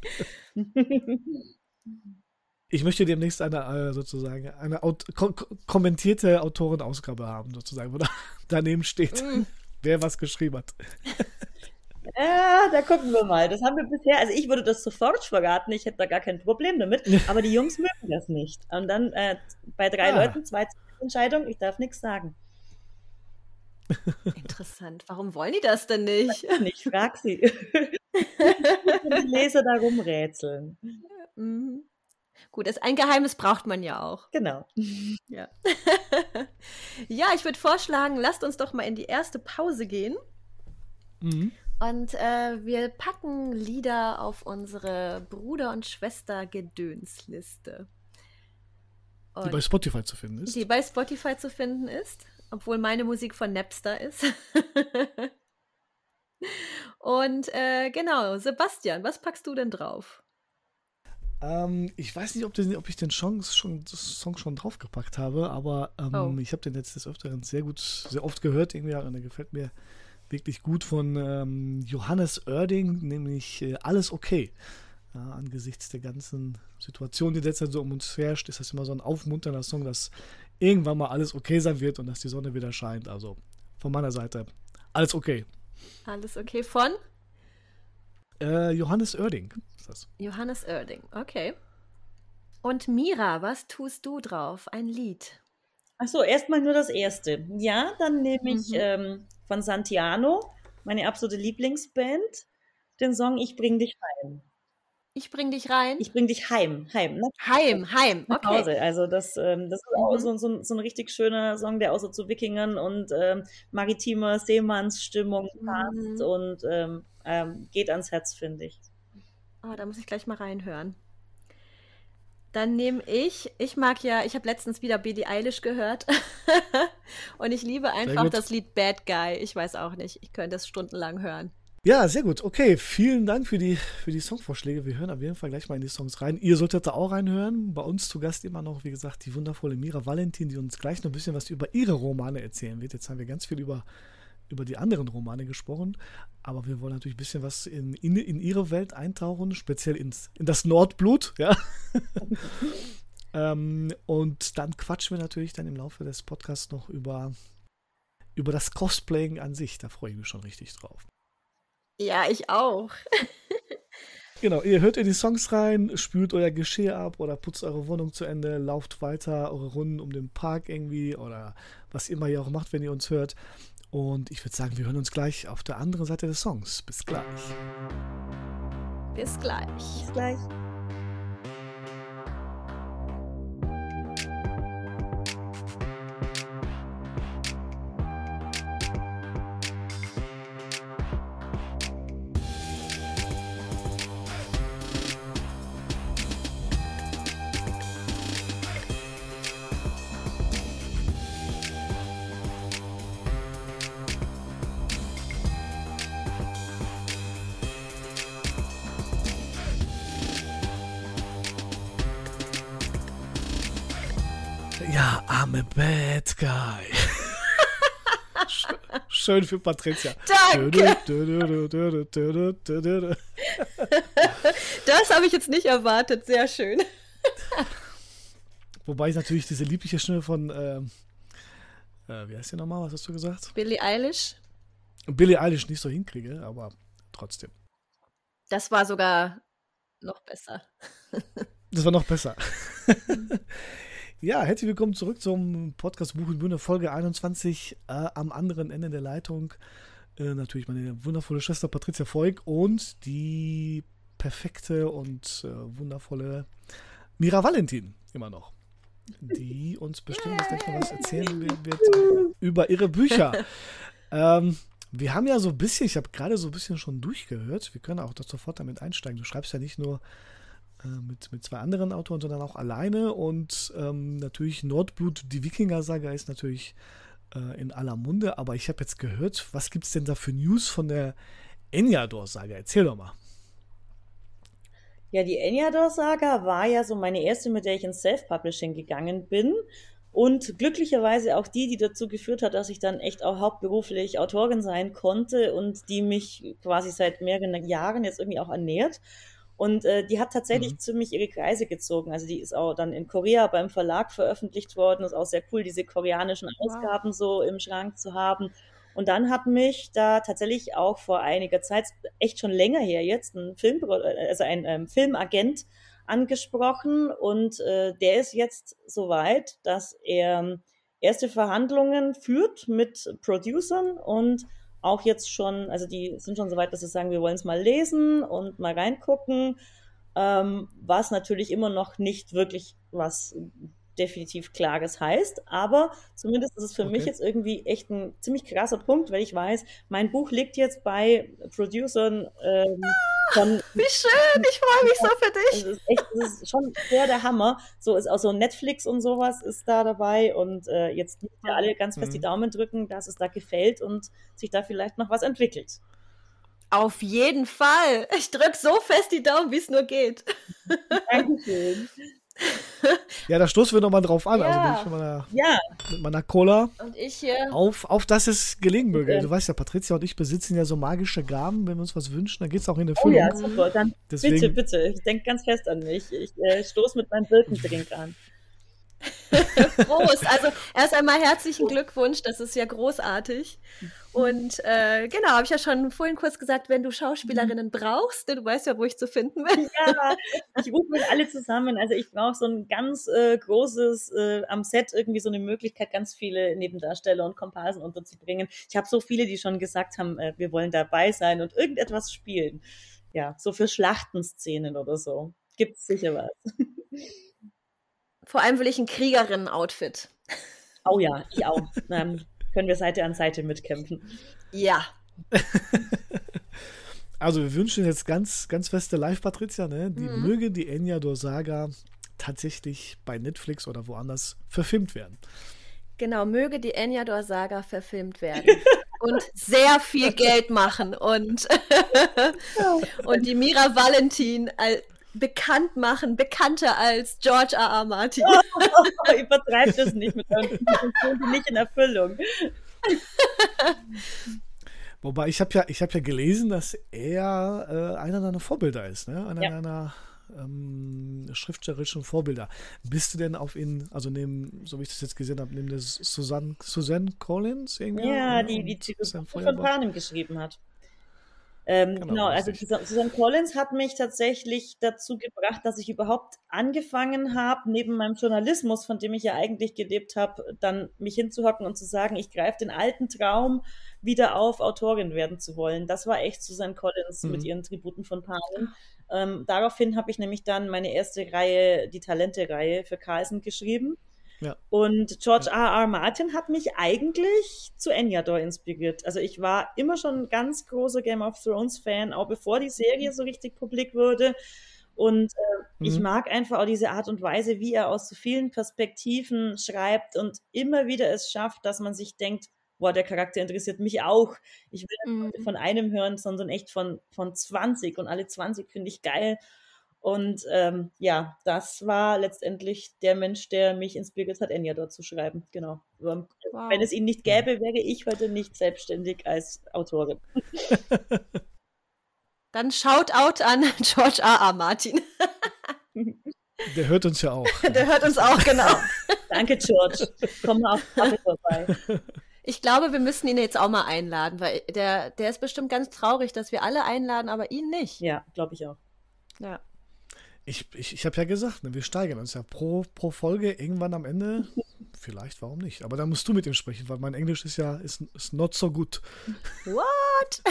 Ich möchte demnächst eine äh, sozusagen eine Aut ko kommentierte Autorenausgabe haben, sozusagen, wo da daneben steht. Mm. wer was geschrieben hat. Ja, da gucken wir mal. Das haben wir bisher, also ich würde das sofort verraten, ich hätte da gar kein Problem damit, aber die Jungs mögen das nicht. Und dann äh, bei drei ah. Leuten, zwei Entscheidungen, ich darf nichts sagen. Interessant. Warum wollen die das denn nicht? Ich frag sie. Die Leser da rumrätseln. Mhm. Gut, das ein Geheimnis braucht man ja auch. Genau. Ja, ja, ich würde vorschlagen, lasst uns doch mal in die erste Pause gehen. Mhm. Und äh, wir packen Lieder auf unsere Bruder- und Schwester-Gedönsliste. Die bei Spotify zu finden ist. Die bei Spotify zu finden ist, obwohl meine Musik von Napster ist. Und äh, genau, Sebastian, was packst du denn drauf? Ähm, ich weiß nicht, ob, den, ob ich den Song schon, Song schon draufgepackt habe, aber ähm, oh. ich habe den jetzt des Öfteren sehr gut, sehr oft gehört irgendwie und der gefällt mir wirklich gut von ähm, Johannes Oerding, nämlich äh, Alles okay. Ja, angesichts der ganzen Situation, die derzeit so um uns herrscht, ist das immer so ein aufmunternder Song, dass irgendwann mal alles okay sein wird und dass die Sonne wieder scheint. Also von meiner Seite alles okay. Alles okay von? Äh, Johannes Oerding ist das. Johannes Oerding, okay. Und Mira, was tust du drauf? Ein Lied. Achso, erstmal nur das erste. Ja, dann nehme ich mhm. ähm, von Santiano, meine absolute Lieblingsband, den Song Ich bring dich heim. Ich bring dich rein? Ich bring dich heim. Heim, ne? Heim, heim, okay. Nach Hause. Also das, ähm, das ist mhm. auch so, so, so ein richtig schöner Song, der auch so zu Wikingern und ähm, maritimer Seemannsstimmung passt mhm. und ähm, ähm, geht ans Herz, finde ich. Oh, da muss ich gleich mal reinhören. Dann nehme ich, ich mag ja, ich habe letztens wieder Billie Eilish gehört und ich liebe einfach das Lied Bad Guy. Ich weiß auch nicht, ich könnte es stundenlang hören. Ja, sehr gut. Okay, vielen Dank für die, für die Songvorschläge. Wir hören auf jeden Fall gleich mal in die Songs rein. Ihr solltet da auch reinhören. Bei uns zu Gast immer noch, wie gesagt, die wundervolle Mira Valentin, die uns gleich noch ein bisschen was über ihre Romane erzählen wird. Jetzt haben wir ganz viel über, über die anderen Romane gesprochen, aber wir wollen natürlich ein bisschen was in, in, in ihre Welt eintauchen, speziell ins, in das Nordblut, ja. ähm, und dann quatschen wir natürlich dann im Laufe des Podcasts noch über, über das Cosplaying an sich. Da freue ich mich schon richtig drauf. Ja, ich auch. Genau, ihr hört in die Songs rein, spült euer Geschirr ab oder putzt eure Wohnung zu Ende, lauft weiter eure Runden um den Park irgendwie oder was immer ihr auch macht, wenn ihr uns hört. Und ich würde sagen, wir hören uns gleich auf der anderen Seite des Songs. Bis gleich. Bis gleich. Bis gleich. Ja, I'm a bad guy. Schön für Patricia. Danke. Das habe ich jetzt nicht erwartet. Sehr schön. Wobei ich natürlich diese liebliche Stimme von, ähm, äh, wie heißt die nochmal? Was hast du gesagt? Billie Eilish. Billie Eilish nicht so hinkriege, aber trotzdem. Das war sogar noch besser. Das war noch besser. Ja, herzlich willkommen zurück zum Podcast Buch und Bühne, Folge einundzwanzig, äh, am anderen Ende der Leitung. Äh, natürlich meine wundervolle Schwester Patricia Voig und die perfekte und äh, wundervolle Mira Valentin, immer noch, die uns bestimmt jetzt gleich mal was erzählen wird über ihre Bücher. ähm, wir haben ja so ein bisschen, ich habe gerade so ein bisschen schon durchgehört, wir können auch das sofort damit einsteigen. Du schreibst ja nicht nur Mit, mit zwei anderen Autoren, sondern auch alleine und ähm, natürlich Nordblut, die Wikinger-Saga ist natürlich äh, in aller Munde, aber ich habe jetzt gehört, was gibt es denn da für News von der Enyador-Saga? Erzähl doch mal. Ja, die Enyador-Saga war ja so meine erste, mit der ich ins Self-Publishing gegangen bin und glücklicherweise auch die, die dazu geführt hat, dass ich dann echt auch hauptberuflich Autorin sein konnte und die mich quasi seit mehreren Jahren jetzt irgendwie auch ernährt. Und äh, die hat tatsächlich mhm. ziemlich ihre Kreise gezogen. Also die ist auch dann in Korea beim Verlag veröffentlicht worden. Ist auch sehr cool, diese koreanischen wow. Ausgaben so im Schrank zu haben. Und dann hat mich da tatsächlich auch vor einiger Zeit, echt schon länger her jetzt, ein Film, also ein ähm, Filmagent angesprochen und äh, der ist jetzt so weit, dass er erste Verhandlungen führt mit Producern und auch jetzt schon, also die sind schon so weit, dass sie sagen, wir wollen es mal lesen und mal reingucken, ähm, was natürlich immer noch nicht wirklich was definitiv Klares heißt, aber zumindest ist es für okay. mich jetzt irgendwie echt ein ziemlich krasser Punkt, weil ich weiß, mein Buch liegt jetzt bei Producern ähm, von... Wie schön, ich freue mich so für dich. Es ist echt, es ist schon sehr der Hammer. So ist auch so Netflix und sowas ist da dabei und äh, jetzt müssen wir alle ganz fest mhm. die Daumen drücken, dass es da gefällt und sich da vielleicht noch was entwickelt. Auf jeden Fall. Ich drücke so fest die Daumen, wie es nur geht. Dankeschön. Ja, da stoßen wir nochmal drauf an. Ja. Also bin ich mit meiner, ja. mit meiner Cola. Und ich hier. Auf, auf dass es gelingen möge. Ja. Du weißt ja, Patricia und ich besitzen ja so magische Gaben. Wenn wir uns was wünschen, dann geht es auch in Erfüllung. Oh ja, super. Dann Deswegen, bitte, bitte. Ich denke ganz fest an mich. Ich äh, stoße mit meinem Birkendrink an. Prost. Also erst einmal herzlichen Glückwunsch, das ist ja großartig. Und äh, genau, habe ich ja schon vorhin kurz gesagt, wenn du Schauspielerinnen brauchst, du weißt ja, wo ich zu finden bin. Ja, ich rufe mit alle zusammen. Also ich brauche so ein ganz äh, großes, äh, am Set irgendwie so eine Möglichkeit, ganz viele Nebendarsteller und Komparsen unterzubringen. Ich habe so viele, die schon gesagt haben, äh, wir wollen dabei sein und irgendetwas spielen. Ja, so für Schlachtenszenen oder so. Gibt es sicher was. Vor allem will ich ein Kriegerinnen-Outfit. Oh ja, ich auch. Ähm, können wir Seite an Seite mitkämpfen. Ja. Also wir wünschen jetzt ganz, ganz feste Live, Patricia, ne? Die mhm. möge die Enyador-Saga tatsächlich bei Netflix oder woanders verfilmt werden. Genau, möge die Enyador-Saga verfilmt werden. Und sehr viel Geld machen. Und, und die Mira Valentin als bekannt machen, bekannter als George R. R. Martin. Oh, übertreibt das nicht mit deinen Intentionen nicht in Erfüllung. Wobei, ich habe ja, ich hab ja gelesen, dass er äh, einer deiner Vorbilder ist, ne? Einer ja. deiner ähm, schriftstellerischen Vorbilder. Bist du denn auf ihn, also neben, so wie ich das jetzt gesehen habe, neben der Susanne, Susanne Collins irgendwie? Ja, die, die, die von Panem geschrieben hat. Ähm, genau, genau, also Susanne Collins hat mich tatsächlich dazu gebracht, dass ich überhaupt angefangen habe, neben meinem Journalismus, von dem ich ja eigentlich gelebt habe, dann mich hinzuhocken und zu sagen, ich greife den alten Traum wieder auf, Autorin werden zu wollen. Das war echt Susanne Collins mhm. mit ihren Tributen von Panem. Ähm, daraufhin habe ich nämlich dann meine erste Reihe, die Talente-Reihe für Carlsen geschrieben. Ja. Und George R. R. Martin hat mich eigentlich zu Enyador inspiriert. Also ich war immer schon ein ganz großer Game of Thrones Fan, auch bevor die Serie so richtig publik wurde. Und äh, mhm. ich mag einfach auch diese Art und Weise, wie er aus so vielen Perspektiven schreibt und immer wieder es schafft, dass man sich denkt, boah, der Charakter interessiert mich auch. Ich will mhm. nicht von einem hören, sondern echt von, von zwanzig. Und alle zwanzig finde ich geil. Und ähm, ja, das war letztendlich der Mensch, der mich inspiriert hat, Enyador zu schreiben. Genau. Wow. Wenn es ihn nicht gäbe, wäre ich heute nicht selbstständig als Autorin. Dann Shoutout an George R. R. Martin. Der hört uns ja auch. Der hört uns auch, genau. Danke, George. Komm mal auf Kaffee vorbei. Ich glaube, wir müssen ihn jetzt auch mal einladen, weil der, der ist bestimmt ganz traurig, dass wir alle einladen, aber ihn nicht. Ja, glaube ich auch. Ja. Ich, ich, ich habe ja gesagt, ne, wir steigern uns ja pro, pro Folge irgendwann am Ende. Vielleicht, warum nicht? Aber da musst du mit ihm sprechen, weil mein Englisch ist ja ist, ist not so gut. What?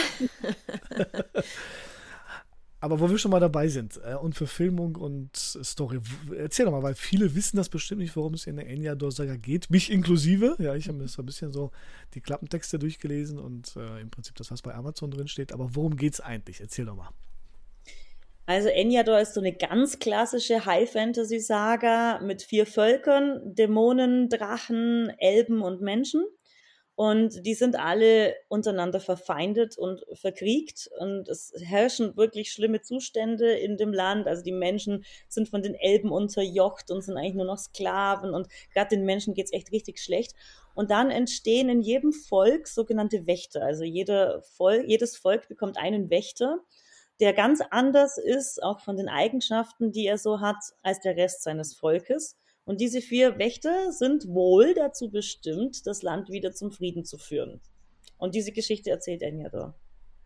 Aber wo wir schon mal dabei sind äh, und Verfilmung und Story, erzähl doch mal, weil viele wissen das bestimmt nicht, worum es in der Enyador-Saga geht, mich inklusive. Ja, ich habe mir so ein bisschen so die Klappentexte durchgelesen und äh, im Prinzip das, was bei Amazon drin steht. Aber worum geht's eigentlich? Erzähl doch mal. Also Enyador ist so eine ganz klassische High-Fantasy-Saga mit vier Völkern, Dämonen, Drachen, Elben und Menschen. Und die sind alle untereinander verfeindet und verkriegt. Und es herrschen wirklich schlimme Zustände in dem Land. Also die Menschen sind von den Elben unterjocht und sind eigentlich nur noch Sklaven. Und gerade den Menschen geht's echt richtig schlecht. Und dann entstehen in jedem Volk sogenannte Wächter. Also jeder Volk, jedes Volk bekommt einen Wächter, der ganz anders ist, auch von den Eigenschaften, die er so hat, als der Rest seines Volkes. Und diese vier Wächter sind wohl dazu bestimmt, das Land wieder zum Frieden zu führen. Und diese Geschichte erzählt Enyador.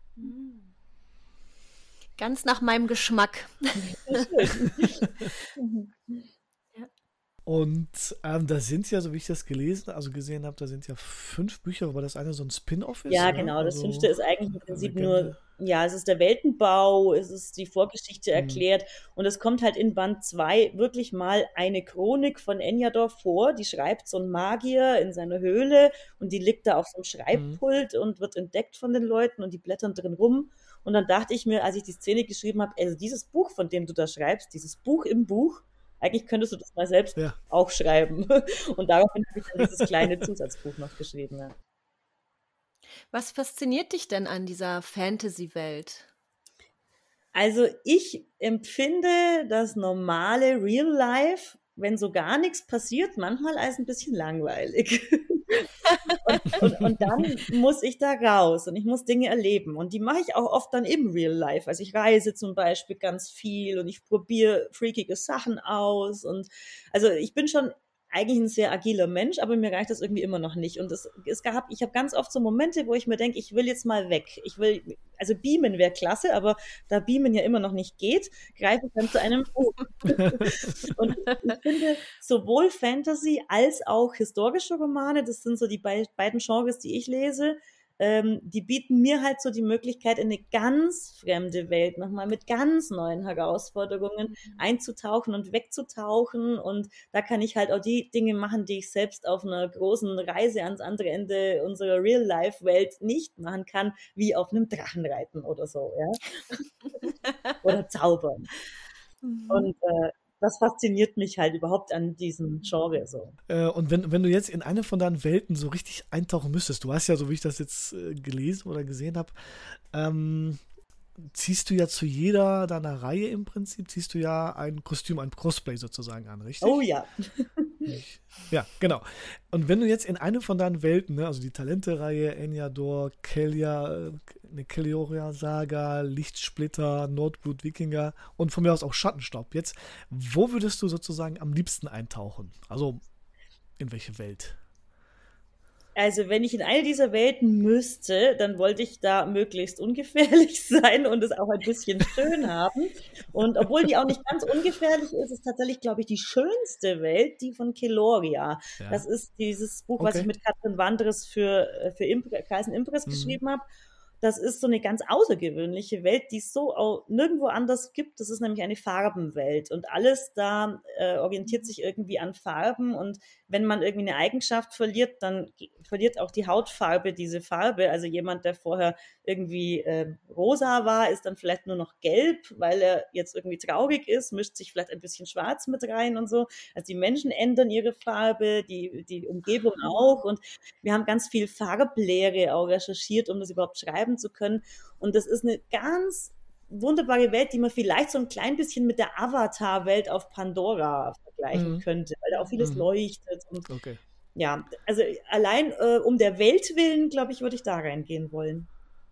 Ganz nach meinem Geschmack. Und ähm, da sind ja, so wie ich das gelesen, also gesehen habe, da sind ja fünf Bücher, wobei das eine so ein Spin-off ist. Ja, ne? genau. Das Also, fünfte ist eigentlich im Prinzip Legende. nur, ja, es ist der Weltenbau, es ist die Vorgeschichte erklärt und es kommt halt in Band zwei wirklich mal eine Chronik von Enyador vor, die schreibt so ein Magier in seiner Höhle und die liegt da auf so einem Schreibpult und wird entdeckt von den Leuten und die blättern drin rum. Und dann dachte ich mir, als ich die Szene geschrieben habe, also dieses Buch, von dem du da schreibst, dieses Buch im Buch, eigentlich könntest du das mal selbst Ja. auch schreiben. Und daraufhin habe ich dann dieses kleine Zusatzbuch noch geschrieben. Ja. Was fasziniert dich denn an dieser Fantasy-Welt? Also ich empfinde das normale Real Life, wenn so gar nichts passiert, manchmal als ein bisschen langweilig. und, und, und dann muss ich da raus und ich muss Dinge erleben. Und die mache ich auch oft dann im Real Life. Also ich reise zum Beispiel ganz viel und ich probiere freakige Sachen aus. Und also ich bin schon eigentlich ein sehr agiler Mensch, aber mir reicht das irgendwie immer noch nicht. Und es, es gab, ich habe ganz oft so Momente, wo ich mir denke, ich will jetzt mal weg. Ich will, also beamen wäre klasse, aber da beamen ja immer noch nicht geht, greife ich dann zu einem Buch. Und ich finde, sowohl Fantasy als auch historische Romane, das sind so die be- beiden Genres, die ich lese, ähm, die bieten mir halt so die Möglichkeit, in eine ganz fremde Welt nochmal mit ganz neuen Herausforderungen einzutauchen und wegzutauchen. Und da kann ich halt auch die Dinge machen, die ich selbst auf einer großen Reise ans andere Ende unserer Real-Life-Welt nicht machen kann, wie auf einem Drachenreiten oder so, ja. Oder zaubern. Und äh, das fasziniert mich halt überhaupt an diesem Genre so. Äh, und wenn, wenn du jetzt in eine von deinen Welten so richtig eintauchen müsstest, du hast ja, so wie ich das jetzt äh, gelesen oder gesehen habe, ähm, ziehst du ja zu jeder deiner Reihe im Prinzip, ziehst du ja ein Kostüm, ein Cosplay sozusagen an, richtig? Oh ja. Ich, ja, genau. Und wenn du jetzt in eine von deinen Welten, ne, also die Talente-Reihe, Enyador, Kelia, eine Kelioria-Saga, Lichtsplitter, Nordblut-Wikinger und von mir aus auch Schattenstaub jetzt, wo würdest du sozusagen am liebsten eintauchen? Also in welche Welt? Also wenn ich in eine dieser Welten müsste, dann wollte ich da möglichst ungefährlich sein und es auch ein bisschen schön haben. Und obwohl die auch nicht ganz ungefährlich ist, ist tatsächlich, glaube ich, die schönste Welt, die von Keloria. Ja. Das ist dieses Buch, okay. was ich mit Katrin Wandres für, für Imp- Kreisen Impress mhm. geschrieben habe. Das ist so eine ganz außergewöhnliche Welt, die es so auch nirgendwo anders gibt. Das ist nämlich eine Farbenwelt und alles da äh, orientiert sich irgendwie an Farben und wenn man irgendwie eine Eigenschaft verliert, dann verliert auch die Hautfarbe diese Farbe. Also jemand, der vorher irgendwie äh, rosa war, ist dann vielleicht nur noch gelb, weil er jetzt irgendwie traurig ist, mischt sich vielleicht ein bisschen schwarz mit rein und so. Also die Menschen ändern ihre Farbe, die, die Umgebung auch und wir haben ganz viel Farblehre auch recherchiert, um das überhaupt schreiben zu können. Und das ist eine ganz wunderbare Welt, die man vielleicht so ein klein bisschen mit der Avatar-Welt auf Pandora vergleichen mhm. könnte, weil da auch vieles mhm. leuchtet. Und okay. Ja, also allein äh, um der Welt willen, glaube ich, würde ich da reingehen wollen.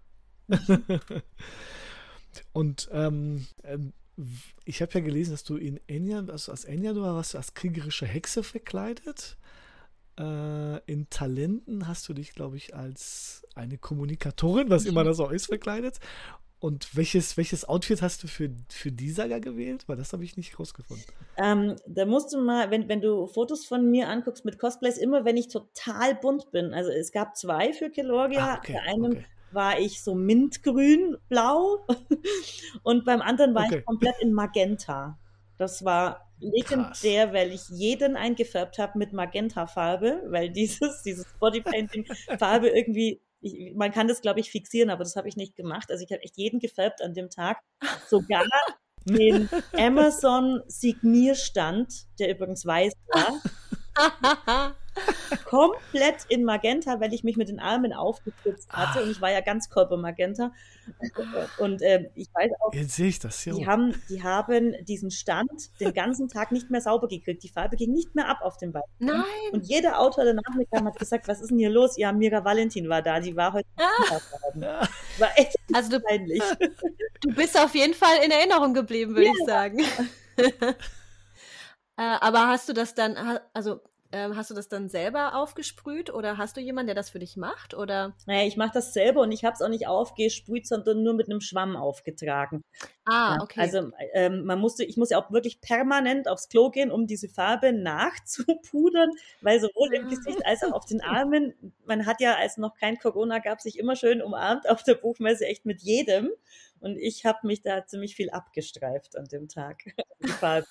Und ähm, ähm, ich habe ja gelesen, dass du in Enya, also als Enyador warst du als kriegerische Hexe verkleidet. Äh, in Talenten hast du dich, glaube ich, als eine Kommunikatorin, was immer das auch ist, verkleidet. Und welches, welches Outfit hast du für, für die Saga gewählt? Weil das habe ich nicht rausgefunden. Ähm, da musst du mal, wenn, wenn du Fotos von mir anguckst mit Cosplays, immer wenn ich total bunt bin. Also es gab zwei für Keloria. Ah, okay, Bei einem okay. war ich so mintgrün, blau und beim anderen war okay. ich komplett in Magenta. Das war legendär, weil ich jeden eingefärbt habe mit Magenta-Farbe, weil dieses, dieses Bodypainting-Farbe irgendwie, ich, man kann das, glaube ich, fixieren, aber das habe ich nicht gemacht. Also ich habe echt jeden gefärbt an dem Tag. Sogar den Amazon-Signierstand, der übrigens weiß war, komplett in Magenta, weil ich mich mit den Armen aufgespitzt hatte und ich war ja ganz Körpermagenta. Und äh, ich weiß auch, jetzt sehe ich das hier die, haben, die haben diesen Stand den ganzen Tag nicht mehr sauber gekriegt. Die Farbe ging nicht mehr ab auf dem Balkon. Nein. Und jeder Autor, der nach mir kam, hat gesagt, was ist denn hier los? Ja, Mira Valentin war da, die war heute ah. War echt also du, peinlich. Du bist auf jeden Fall in Erinnerung geblieben, würde ja. ich sagen. äh, aber hast du das dann, also ähm, hast du das dann selber aufgesprüht oder hast du jemanden, der das für dich macht? Oder? Naja, ich mache das selber und ich habe es auch nicht aufgesprüht, sondern nur mit einem Schwamm aufgetragen. Ah, Ja, okay. also ähm, man musste, ich muss ja auch wirklich permanent aufs Klo gehen, um diese Farbe nachzupudern, weil sowohl im Gesicht als auch auf den Armen, man hat ja, als noch kein Corona gab, sich immer schön umarmt auf der Buchmesse, echt mit jedem. Und ich habe mich da ziemlich viel abgestreift an dem Tag. Die Farbe.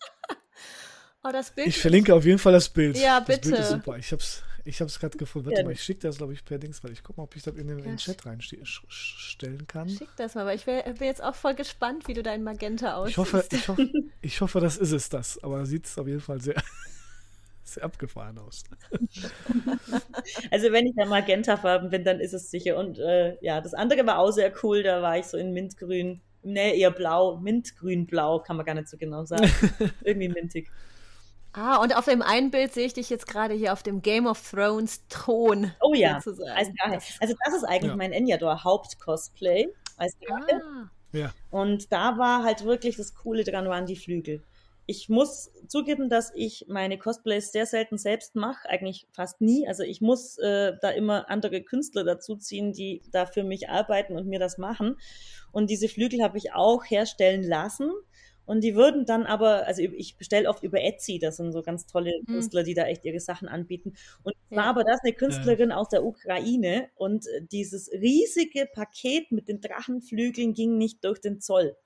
Oh, das Bild. Ich verlinke auf jeden Fall das Bild. Ja, Das bitte. Bild ist super. Ich hab's, ich hab's gerade gefunden. Warte Ja. mal, ich schicke das, glaube ich, per Dings, weil ich gucke mal, ob ich das in den, in den Ja, Chat reinstellen kann. Schick das mal, weil ich wär- bin jetzt auch voll gespannt, wie du dein Magenta aussiehst. Ich hoffe, ich hoffe, ich hoffe, das ist es das. Aber sieht es auf jeden Fall sehr, sehr abgefahren aus. Also wenn ich da Magentafarben bin, dann ist es sicher. Und äh, ja, das andere war auch sehr cool. Da war ich so in Mintgrün, ne, eher blau, Mintgrün-blau, kann man gar nicht so genau sagen. Irgendwie mintig. Ah, und auf dem einen Bild sehe ich dich jetzt gerade hier auf dem Game of Thrones Thron. Oh ja, sozusagen. als Drache. Das- Also das ist eigentlich Ja. mein Enyador-Haupt-Cosplay als Drache. Ah, Ja. Und da war halt wirklich das Coole dran, waren die Flügel. Ich muss zugeben, dass ich meine Cosplays sehr selten selbst mache, eigentlich fast nie. Also ich muss äh, da immer andere Künstler dazu ziehen, die da für mich arbeiten und mir das machen. Und diese Flügel habe ich auch herstellen lassen. Und die würden dann aber, also ich bestelle oft über Etsy, das sind so ganz tolle Künstler, die da echt ihre Sachen anbieten. Und es war Ja. aber das eine Künstlerin aus der Ukraine und äh, dieses riesige Paket mit den Drachenflügeln ging nicht durch den Zoll.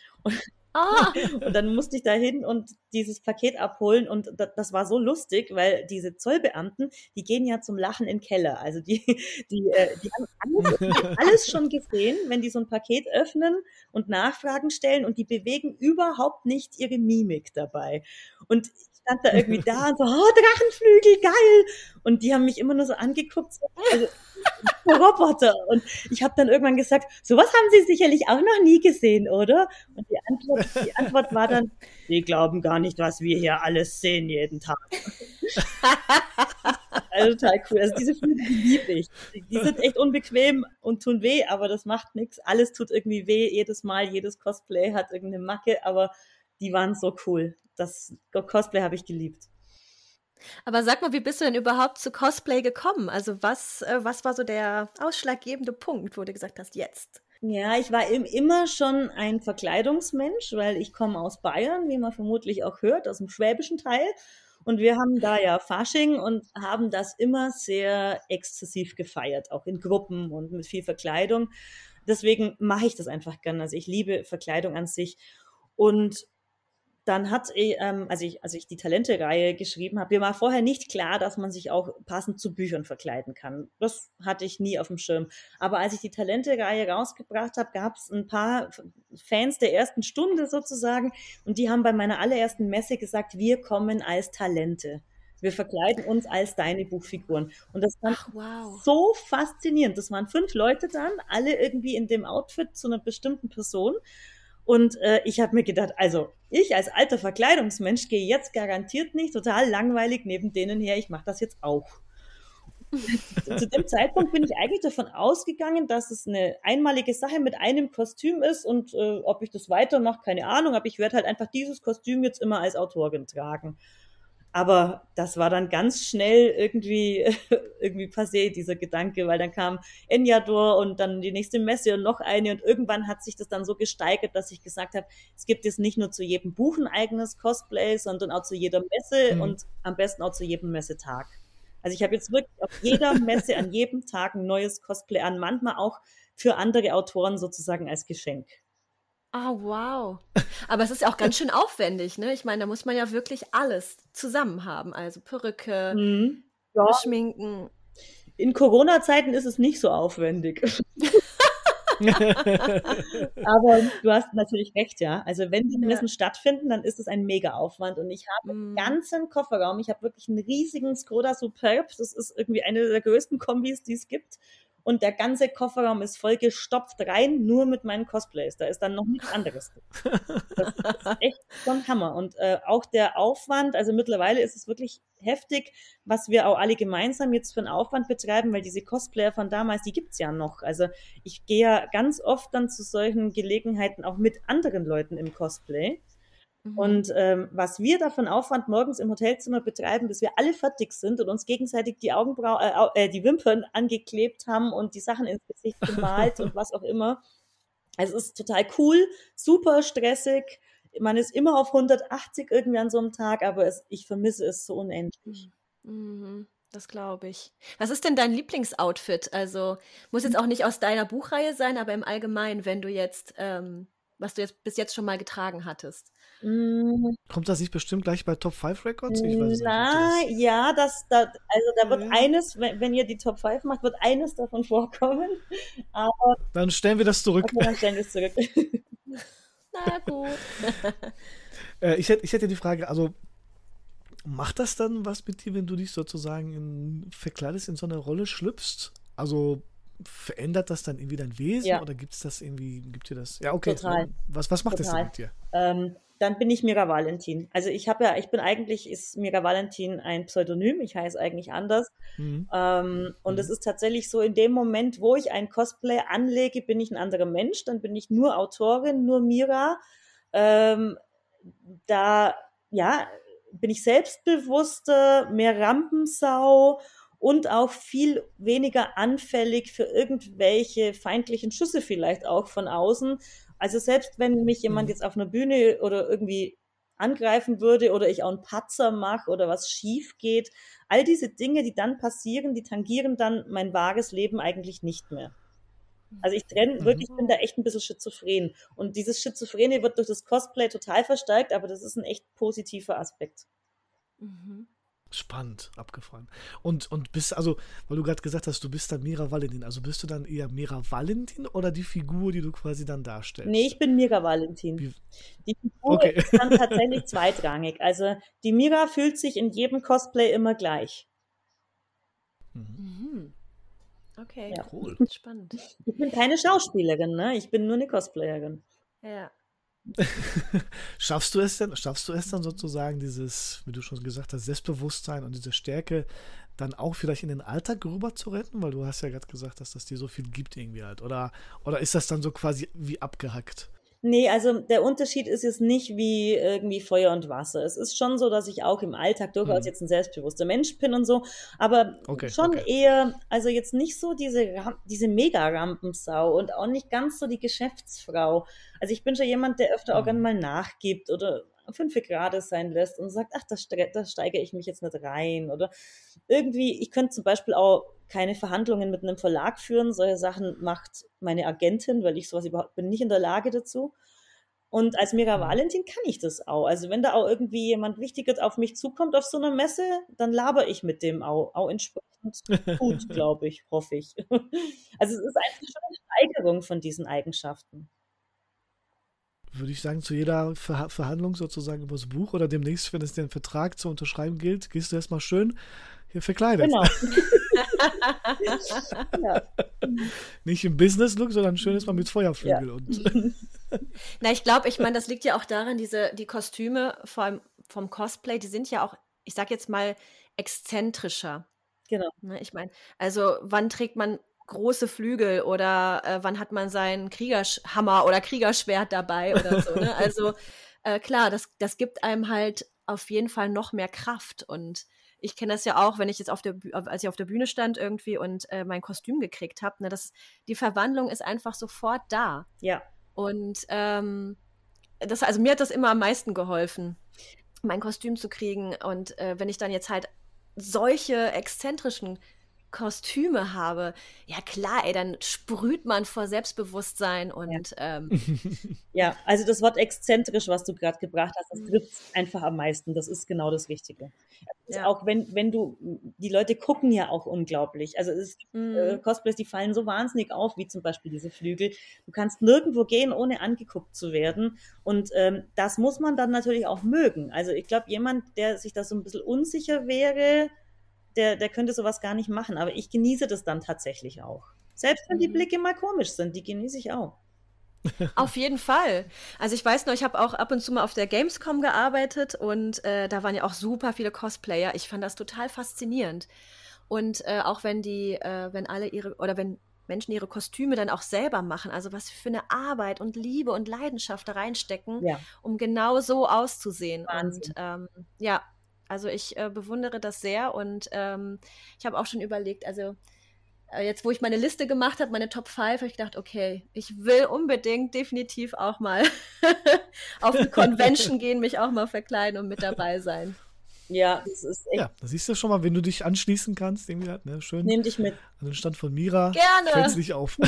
ah, Und dann musste ich da hin und dieses Paket abholen und das, das war so lustig, weil diese Zollbeamten, die gehen ja zum Lachen in den Keller. Also die, die, äh, die haben alles, alles schon gesehen, wenn die so ein Paket öffnen und Nachfragen stellen und die bewegen überhaupt nicht ihre Mimik dabei. Und ich stand da irgendwie da und so, oh, Drachenflügel, geil! Und die haben mich immer nur so angeguckt, so, also, Roboter. Und ich habe dann irgendwann gesagt, sowas haben Sie sicherlich auch noch nie gesehen, oder? Und die Antwort, die Antwort war dann, Sie glauben gar nicht, was wir hier alles sehen jeden Tag. Also total cool. Also diese Flügel, die liebe ich. Die, die sind echt unbequem und tun weh, aber das macht nichts. Alles tut irgendwie weh, jedes Mal, jedes Cosplay hat irgendeine Macke, aber die waren so cool. Das Cosplay habe ich geliebt. aber sag mal, wie bist du denn überhaupt zu Cosplay gekommen? Also was, äh, was war so der ausschlaggebende Punkt, wo du gesagt hast, jetzt? Ja, ich war im, immer schon ein Verkleidungsmensch, weil ich komme aus Bayern, wie man vermutlich auch hört, aus dem schwäbischen Teil. Und wir haben da ja Fasching und haben das immer sehr exzessiv gefeiert, auch in Gruppen und mit viel Verkleidung. Deswegen mache ich das einfach gern. Also ich liebe Verkleidung an sich. Und dann hat, ähm, als ich, als ich die Talente-Reihe geschrieben habe, mir war vorher nicht klar, dass man sich auch passend zu Büchern verkleiden kann. Das hatte ich nie auf dem Schirm. Aber als ich die Talente-Reihe rausgebracht habe, gab es ein paar Fans der ersten Stunde sozusagen und die haben bei meiner allerersten Messe gesagt, wir kommen als Talente. Wir verkleiden uns als deine Buchfiguren. Und das fand Ach, wow. so faszinierend. Das waren fünf Leute dann, alle irgendwie in dem Outfit zu einer bestimmten Person. Und äh, ich habe mir gedacht, also ich als alter Verkleidungsmensch gehe jetzt garantiert nicht total langweilig neben denen her, ich mache das jetzt auch. Zu dem Zeitpunkt bin ich eigentlich davon ausgegangen, dass es eine einmalige Sache mit einem Kostüm ist und äh, ob ich das weitermache, keine Ahnung, aber ich werde halt einfach dieses Kostüm jetzt immer als Autorin tragen. Aber das war dann ganz schnell irgendwie, irgendwie passé, dieser Gedanke, weil dann kam Enyador und dann die nächste Messe und noch eine und irgendwann hat sich das dann so gesteigert, dass ich gesagt habe, es gibt jetzt nicht nur zu jedem Buch ein eigenes Cosplay, sondern auch zu jeder Messe Mhm. und am besten auch zu jedem Messetag. Also ich habe jetzt wirklich auf jeder Messe an jedem Tag ein neues Cosplay an, manchmal auch für andere Autoren sozusagen als Geschenk. Ah, wow. Aber es ist ja auch ganz schön aufwendig, ne? Ich meine, da muss man ja wirklich alles zusammen haben. Also Perücke, Mhm. Ja, Schminken. in Corona-Zeiten ist es nicht so aufwendig. Aber du hast natürlich recht, ja. Also wenn die Ja. Messen stattfinden, dann ist es ein Mega-Aufwand. Und ich habe einen Mm. ganzen Kofferraum. Ich habe wirklich einen riesigen Skoda Superb. Das ist irgendwie eine der größten Kombis, die es gibt. Und der ganze Kofferraum ist voll gestopft rein, nur mit meinen Cosplays. Da ist dann noch nichts anderes drin. Das ist echt schon Hammer. Und äh, auch der Aufwand, also mittlerweile ist es wirklich heftig, was wir auch alle gemeinsam jetzt für einen Aufwand betreiben, weil diese Cosplayer von damals, die gibt's ja noch. Also ich gehe ja ganz oft dann zu solchen Gelegenheiten auch mit anderen Leuten im Cosplay. Und ähm, was wir da von Aufwand morgens im Hotelzimmer betreiben, bis wir alle fertig sind und uns gegenseitig die Augenbrauen, äh, äh, die Wimpern angeklebt haben und die Sachen ins Gesicht gemalt und was auch immer. Also es ist total cool, super stressig. Man ist immer auf hundertachtzig irgendwie an so einem Tag, aber es, ich vermisse es so unendlich. Mhm. Das glaube ich. Was ist denn dein Lieblingsoutfit? Also muss jetzt auch nicht aus deiner Buchreihe sein, aber im Allgemeinen, wenn du jetzt, ähm, was du jetzt bis jetzt schon mal getragen hattest. Mm, Kommt das nicht bestimmt gleich bei Top fünf Records? Ich weiß es Na, nicht. ja, das, das, also da wird Ja. eines, wenn, wenn ihr die Top fünf macht, wird eines davon vorkommen. Aber Dann stellen wir das zurück. okay, dann stellen wir es zurück. Na gut. Äh, ich hätte ich hätte die Frage, also macht das dann was mit dir, wenn du dich sozusagen in, verkleidest, in so eine Rolle schlüpfst? Also verändert das dann irgendwie dein Wesen Ja. oder gibt es das irgendwie, gibt dir das? Ja, okay. Total. Was, was macht das Total. denn mit dir? Ähm, dann bin ich Mira Valentin. Also ich habe ja, ich bin eigentlich, ist Mira Valentin ein Pseudonym, ich heiße eigentlich anders. Mhm. Ähm, und Mhm. es ist tatsächlich so, in dem Moment, wo ich ein Cosplay anlege, bin ich ein anderer Mensch, dann bin ich nur Autorin, nur Mira. Ähm, da, ja, bin ich selbstbewusster, mehr Rampensau und auch viel weniger anfällig für irgendwelche feindlichen Schüsse vielleicht auch von außen. Also selbst wenn mich jemand Mhm. jetzt auf einer Bühne oder irgendwie angreifen würde oder ich auch einen Patzer mache oder was schief geht, all diese Dinge, die dann passieren, die tangieren dann mein wahres Leben eigentlich nicht mehr. Also ich trenne Mhm. wirklich, bin da echt ein bisschen schizophren. Und dieses Schizophrene wird durch das Cosplay total verstärkt, aber das ist ein echt positiver Aspekt. Mhm. Spannend, abgefahren. Und, und bist, also, weil du gerade gesagt hast, du bist dann Mira Valentin, also bist du dann eher Mira Valentin oder die Figur, die du quasi dann darstellst? Nee, ich bin Mira Valentin. Wie- Die Figur Okay. ist dann tatsächlich zweitrangig. Also die Mira fühlt sich in jedem Cosplay immer gleich. Mhm. Mhm. Okay, Ja. Cool. spannend. Ich bin keine Schauspielerin, ne? Ich bin nur eine Cosplayerin. Ja. Schaffst du es denn, schaffst du es dann sozusagen, dieses, wie du schon gesagt hast, Selbstbewusstsein und diese Stärke dann auch vielleicht in den Alltag rüber zu retten? Weil du hast ja gerade gesagt, dass das dir so viel gibt irgendwie halt. Oder, oder ist das dann so quasi wie abgehackt? Nee, also der Unterschied ist jetzt nicht wie irgendwie Feuer und Wasser. Es ist schon so, dass ich auch im Alltag durchaus Hm. jetzt ein selbstbewusster Mensch bin und so, aber Okay, schon okay. eher, also jetzt nicht so diese, Ram- diese Mega-Rampensau und auch nicht ganz so die Geschäftsfrau. Also ich bin schon jemand, der öfter auch Hm. gerne mal nachgibt oder fünf Grad sein lässt und sagt, ach, da, ste da steigere ich mich jetzt nicht rein. Oder irgendwie, ich könnte zum Beispiel auch keine Verhandlungen mit einem Verlag führen. Solche Sachen macht meine Agentin, weil ich sowas überhaupt bin nicht in der Lage dazu. Und als Mira Hm. Valentin kann ich das auch. Also wenn da auch irgendwie jemand Wichtiges auf mich zukommt auf so einer Messe, dann laber ich mit dem auch, auch entsprechend gut, glaube ich, hoffe ich. Also es ist einfach schon eine Steigerung von diesen Eigenschaften. Würde ich sagen, zu jeder Ver Verhandlung sozusagen über das Buch oder demnächst, wenn es den Vertrag zu unterschreiben gilt, gehst du erstmal schön hier verkleidet. Genau. Ja. Nicht im Business-Look, sondern schön erstmal mit Feuerflügel. Ja. Und Na, ich glaube, ich meine, das liegt ja auch daran, diese, die Kostüme vom, vom Cosplay, die sind ja auch, ich sag jetzt mal, exzentrischer. Genau. Ne? Ich meine, also wann trägt man große Flügel oder äh, wann hat man seinen Kriegerhammer oder Kriegerschwert dabei oder so. Ne? Also äh, klar, das, das gibt einem halt auf jeden Fall noch mehr Kraft. Und ich kenne das ja auch, wenn ich jetzt auf der Büh als ich auf der Bühne stand irgendwie und äh, mein Kostüm gekriegt habe, ne, das, die Verwandlung ist einfach sofort da. Ja. Und ähm, das, also mir hat das immer am meisten geholfen, mein Kostüm zu kriegen. Und äh, wenn ich dann jetzt halt solche exzentrischen Kostüme habe, ja klar, ey, dann sprüht man vor Selbstbewusstsein und Ja, ähm, ja, also das Wort exzentrisch, was du gerade gebracht hast, das Mhm. trifft einfach am meisten. Das ist genau das Richtige. Es ist Ja. auch wenn, wenn du, die Leute gucken ja auch unglaublich. Also es gibt äh, Mhm. Cosplays, die fallen so wahnsinnig auf, wie zum Beispiel diese Flügel. Du kannst nirgendwo gehen, ohne angeguckt zu werden. Und ähm, das muss man dann natürlich auch mögen. Also ich glaube, jemand, der sich da so ein bisschen unsicher wäre, der, der könnte sowas gar nicht machen. Aber ich genieße das dann tatsächlich auch. Selbst wenn die Mhm. Blicke mal komisch sind, die genieße ich auch. Auf jeden Fall. Also ich weiß noch, ich habe auch ab und zu mal auf der Gamescom gearbeitet und äh, da waren ja auch super viele Cosplayer. Ich fand das total faszinierend. Und äh, auch wenn die, äh, wenn alle ihre, oder wenn Menschen ihre Kostüme dann auch selber machen, also was für eine Arbeit und Liebe und Leidenschaft da reinstecken, Ja, um genau so auszusehen. Wahnsinn. Und ähm, ja, also ich äh, bewundere das sehr und ähm, ich habe auch schon überlegt, also äh, jetzt, wo ich meine Liste gemacht habe, meine Top fünf, habe ich gedacht, okay, ich will unbedingt definitiv auch mal auf eine Convention gehen, mich auch mal verkleiden und mit dabei sein. Ja, das ist echt. Ja, da siehst du schon mal, wenn du dich anschließen kannst, irgendwie halt, ne, schön Nehm dich mit. an den Stand von Mira. Gerne. Fällt's nicht auf.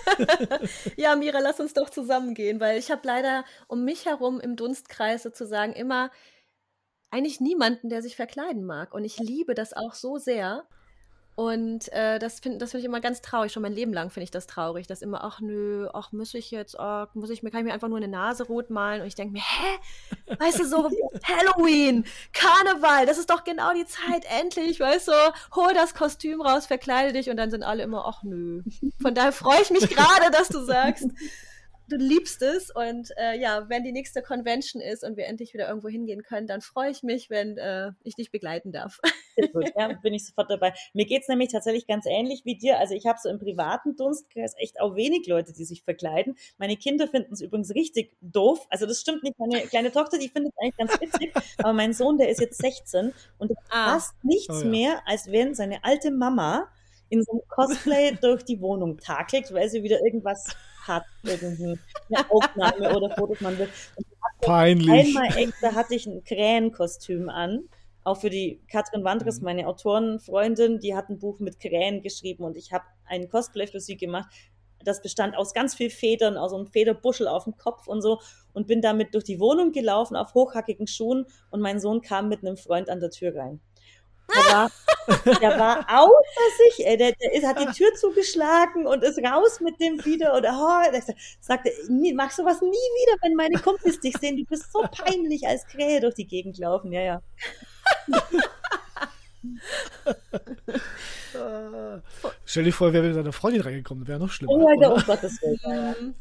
Ja, Mira, lass uns doch zusammen gehen, weil ich habe leider um mich herum im Dunstkreis sozusagen immer eigentlich niemanden, der sich verkleiden mag. Und ich liebe das auch so sehr. Und äh, das finde das find ich immer ganz traurig. Schon mein Leben lang finde ich das traurig, dass immer, ach nö, ach muss ich jetzt, ach, muss ich mir, kann ich mir einfach nur eine Nase rot malen? Und ich denke mir, hä? Weißt du, so Halloween, Karneval, das ist doch genau die Zeit, endlich, weißt du, hol das Kostüm raus, verkleide dich und dann sind alle immer, ach nö. Von daher freue ich mich gerade, dass du sagst, du liebst es und äh, ja, wenn die nächste Convention ist und wir endlich wieder irgendwo hingehen können, dann freue ich mich, wenn äh, ich dich begleiten darf. Sehr gut, ja, bin ich sofort dabei. Mir geht's nämlich tatsächlich ganz ähnlich wie dir. Also ich habe so im privaten Dunstkreis echt auch wenig Leute, die sich verkleiden. Meine Kinder finden es übrigens richtig doof. Also das stimmt nicht. Meine kleine Tochter, die findet es eigentlich ganz witzig. Aber mein Sohn, der ist jetzt sechzehn und Ah. fast nichts Oh ja. mehr, als wenn seine alte Mama in so einem Cosplay durch die Wohnung takelt, weil sie wieder irgendwas hat, irgendwie eine Aufnahme oder Fotos machen will. Und Peinlich. einmal echt, da hatte ich ein Krähenkostüm an. Auch für die Katrin Wandres, meine Autorenfreundin, die hat ein Buch mit Krähen geschrieben und ich habe ein Cosplay für sie gemacht. Das bestand aus ganz viel Federn, aus so einem Federbuschel auf dem Kopf und so und bin damit durch die Wohnung gelaufen auf hochhackigen Schuhen und mein Sohn kam mit einem Freund an der Tür rein. Der war, der war außer sich, ey. Der, der ist, hat die Tür zugeschlagen und ist raus mit dem wieder. Und oh, der sagte, nie, mach sowas nie wieder, wenn meine Kumpels dich sehen. Du bist so peinlich als Krähe durch die Gegend laufen. Ja, ja. Stell dir vor, wer mit deiner Freundin reingekommen, wäre noch schlimmer. Oh, Alter, oder? oh Gottes Willen.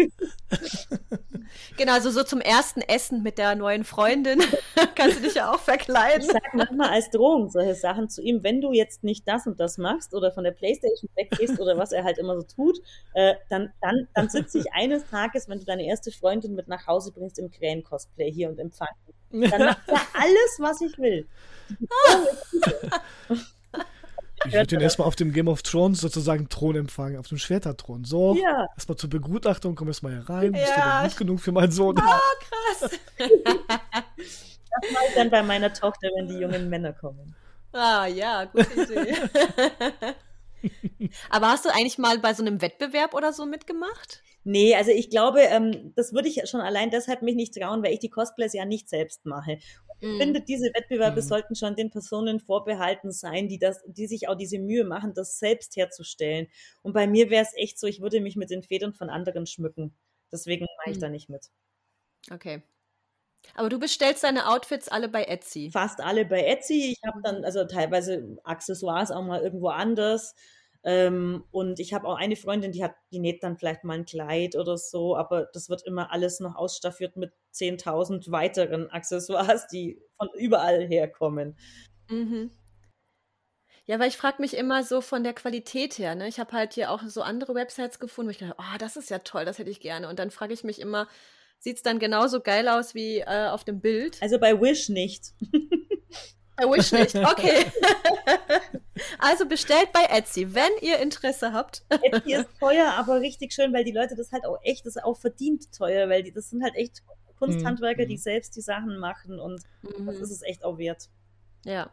Genau, also so zum ersten Essen mit der neuen Freundin kannst du dich ja auch verkleiden. Ich sag manchmal als Drohung solche Sachen zu ihm, wenn du jetzt nicht das und das machst oder von der Playstation weggehst oder was er halt immer so tut, äh, dann, dann, dann sitze ich eines Tages, wenn du deine erste Freundin mit nach Hause bringst, im Krähen-Cosplay hier und empfangen. Dann macht er alles, was ich will. Ich würde ihn erstmal auf dem Game of Thrones sozusagen Thron empfangen, auf dem Schwerterthron. So, Ja. erstmal zur Begutachtung, komm erstmal hier rein. Bist du Ja. denn gut genug für meinen Sohn? Oh, krass. Das mache ich dann bei meiner Tochter, wenn die jungen Männer kommen. Ah, ja, gute Idee. Aber hast du eigentlich mal bei so einem Wettbewerb oder so mitgemacht? Nee, also ich glaube, ähm, das würde ich schon allein deshalb mich nicht trauen, weil ich die Cosplays ja nicht selbst mache. Ich Mm. finde, diese Wettbewerbe Mhm. sollten schon den Personen vorbehalten sein, die das, die sich auch diese Mühe machen, das selbst herzustellen. Und bei mir wäre es echt so, ich würde mich mit den Federn von anderen schmücken. Deswegen mache ich Mhm. da nicht mit. Okay. Aber du bestellst deine Outfits alle bei Etsy. Fast alle bei Etsy. Ich habe dann also teilweise Accessoires auch mal irgendwo anders. Ähm, und ich habe auch eine Freundin, die hat, die näht dann vielleicht mal ein Kleid oder so, aber das wird immer alles noch ausstaffiert mit zehntausend weiteren Accessoires, die von überall herkommen. Mhm. Ja, weil ich frage mich immer so von der Qualität her, ne? Ich habe halt hier auch so andere Websites gefunden, wo ich dachte, oh, das ist ja toll, das hätte ich gerne. Und dann frage ich mich immer, sieht es dann genauso geil aus wie äh, auf dem Bild? Also bei Wish nicht. I wish nicht. Okay. Also bestellt bei Etsy, wenn ihr Interesse habt. Etsy ist teuer, aber richtig schön, weil die Leute das halt auch echt, das ist auch verdient teuer, weil die, das sind halt echt Kunsthandwerker, Mhm. die selbst die Sachen machen und das Mhm. ist es echt auch wert. Ja.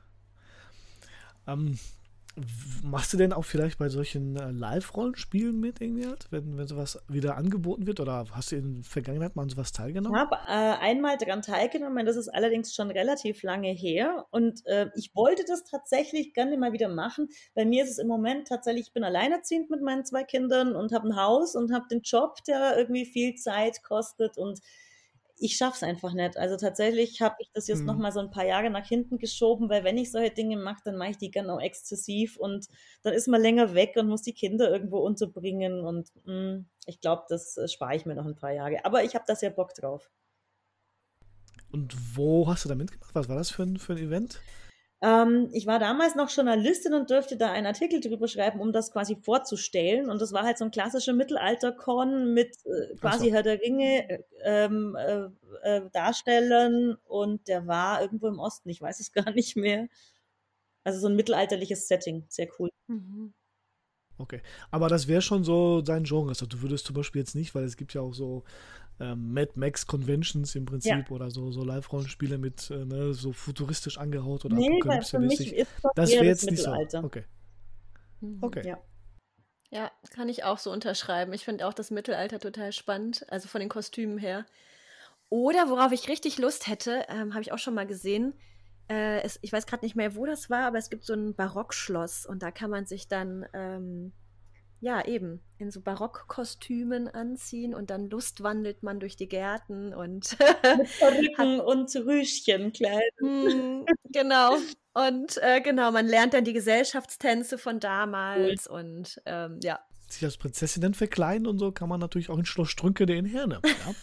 Ähm, w- machst du denn auch vielleicht bei solchen äh, Live-Rollenspielen mit irgendwie halt, wenn, wenn sowas wieder angeboten wird? Oder hast du in der Vergangenheit mal an sowas Ich teilgenommen? habe äh, einmal daran teilgenommen, das ist allerdings schon relativ lange her und äh, ich wollte das tatsächlich gerne mal wieder machen. Bei mir ist es im Moment tatsächlich, ich bin alleinerziehend mit meinen zwei Kindern und habe ein Haus und habe den Job, der irgendwie viel Zeit kostet und ich schaffe es einfach nicht. Also tatsächlich habe ich das jetzt Hm. noch mal so ein paar Jahre nach hinten geschoben, weil wenn ich solche Dinge mache, dann mache ich die gerne auch exzessiv und dann ist man länger weg und muss die Kinder irgendwo unterbringen und mh, ich glaube, das äh, spare ich mir noch ein paar Jahre. Aber ich habe da sehr Bock drauf. Und wo hast du da mitgemacht? Was war das für ein, für ein Event? Ähm, ich war damals noch Journalistin und durfte da einen Artikel drüber schreiben, um das quasi vorzustellen. Und das war halt so ein klassischer Mittelalter-Con mit äh, quasi so. Herr der Ringe äh, ähm, äh, äh, Darstellern. Und der war irgendwo im Osten, ich weiß es gar nicht mehr. Also so ein mittelalterliches Setting, sehr cool. Mhm. Okay, aber das wäre schon so dein Genre. Also du würdest zum Beispiel jetzt nicht, weil es gibt ja auch so ähm, Mad Max Conventions im Prinzip Ja. oder so, so Live-Rollenspiele mit äh, ne, so futuristisch angehaut oder Nee, weil für apokalypse-mäßig. mich ist das, Das eher wäre das jetzt nicht so. Mittelalter. Okay. Mhm. Okay. Ja. Ja, kann ich auch so unterschreiben. Ich finde auch das Mittelalter total spannend, also von den Kostümen her. Oder worauf ich richtig Lust hätte, ähm, habe ich auch schon mal gesehen. Äh, es, ich weiß gerade nicht mehr, wo das war, aber es gibt so ein Barockschloss und da kann man sich dann, ähm, ja, eben in so Barockkostümen anziehen und dann lustwandelt man durch die Gärten und Mit Perücken und Rüschchen kleiden. Hm, genau. Und äh, genau, man lernt dann die Gesellschaftstänze von damals und ähm, ja. Sich als Prinzessinnen verkleiden und so kann man natürlich auch in Schloss Strünke den Herne. Ja,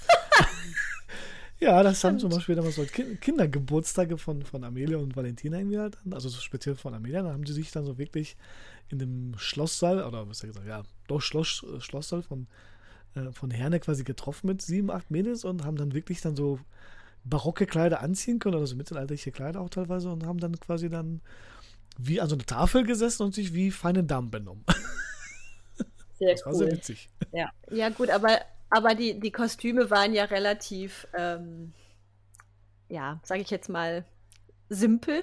ja das haben zum Beispiel damals so Ki- Kindergeburtstage von, von Amelia und Valentina irgendwie halt, also so speziell von Amelia, da haben sie sich dann so wirklich in dem Schlosssaal, oder was gesagt, ja, doch Schloss, äh, Schlosssaal von, äh, von Herne quasi getroffen mit sieben, acht Mädels und haben dann wirklich dann so barocke Kleider anziehen können, oder so mittelalterliche Kleider auch teilweise und haben dann quasi dann wie an so einer Tafel gesessen und sich wie feine Damen benommen. Sehr Das war cool. sehr witzig. Ja. Ja, gut, aber, aber die, die Kostüme waren ja relativ, ähm, ja, sage ich jetzt mal, simpel.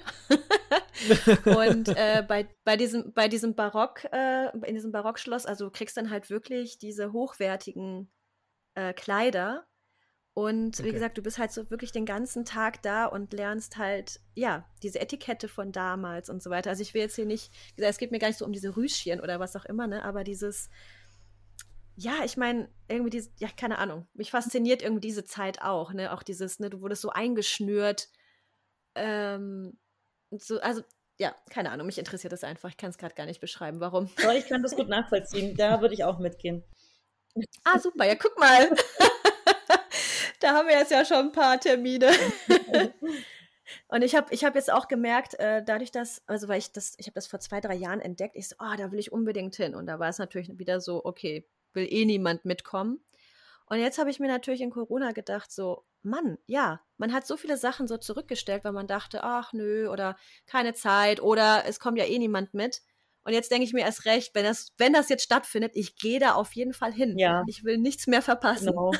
Und äh, bei, bei, diesem, bei diesem Barock, äh, in diesem Barockschloss, also du kriegst dann halt wirklich diese hochwertigen äh, Kleider. Und wie Okay. gesagt, du bist halt so wirklich den ganzen Tag da und lernst halt, ja, diese Etikette von damals und so weiter. Also ich will jetzt hier nicht, wie gesagt, es geht mir gar nicht so um diese Rüschchen oder was auch immer, ne, aber dieses, ja, ich meine, irgendwie diese, ja, keine Ahnung, mich fasziniert irgendwie diese Zeit auch, ne, auch dieses, ne, du wurdest so eingeschnürt, ähm, so, also, ja, keine Ahnung, mich interessiert das einfach, ich kann es gerade gar nicht beschreiben, warum. Aber ich kann das gut nachvollziehen, da würde ich auch mitgehen. Ah, super, ja, guck mal. Da haben wir jetzt ja schon ein paar Termine. Und ich habe ich hab jetzt auch gemerkt, äh, dadurch, dass, also weil ich das, ich habe das vor zwei, drei Jahren entdeckt, ich so, oh, da will ich unbedingt hin. Und da war es natürlich wieder so, okay, will eh niemand mitkommen. Und jetzt habe ich mir natürlich in Corona gedacht, so, Mann, ja, man hat so viele Sachen so zurückgestellt, weil man dachte, ach nö, oder keine Zeit, oder es kommt ja eh niemand mit. Und jetzt denke ich mir erst recht, wenn das, wenn das jetzt stattfindet, ich gehe da auf jeden Fall hin. Ja. Ich will nichts mehr verpassen. Genau.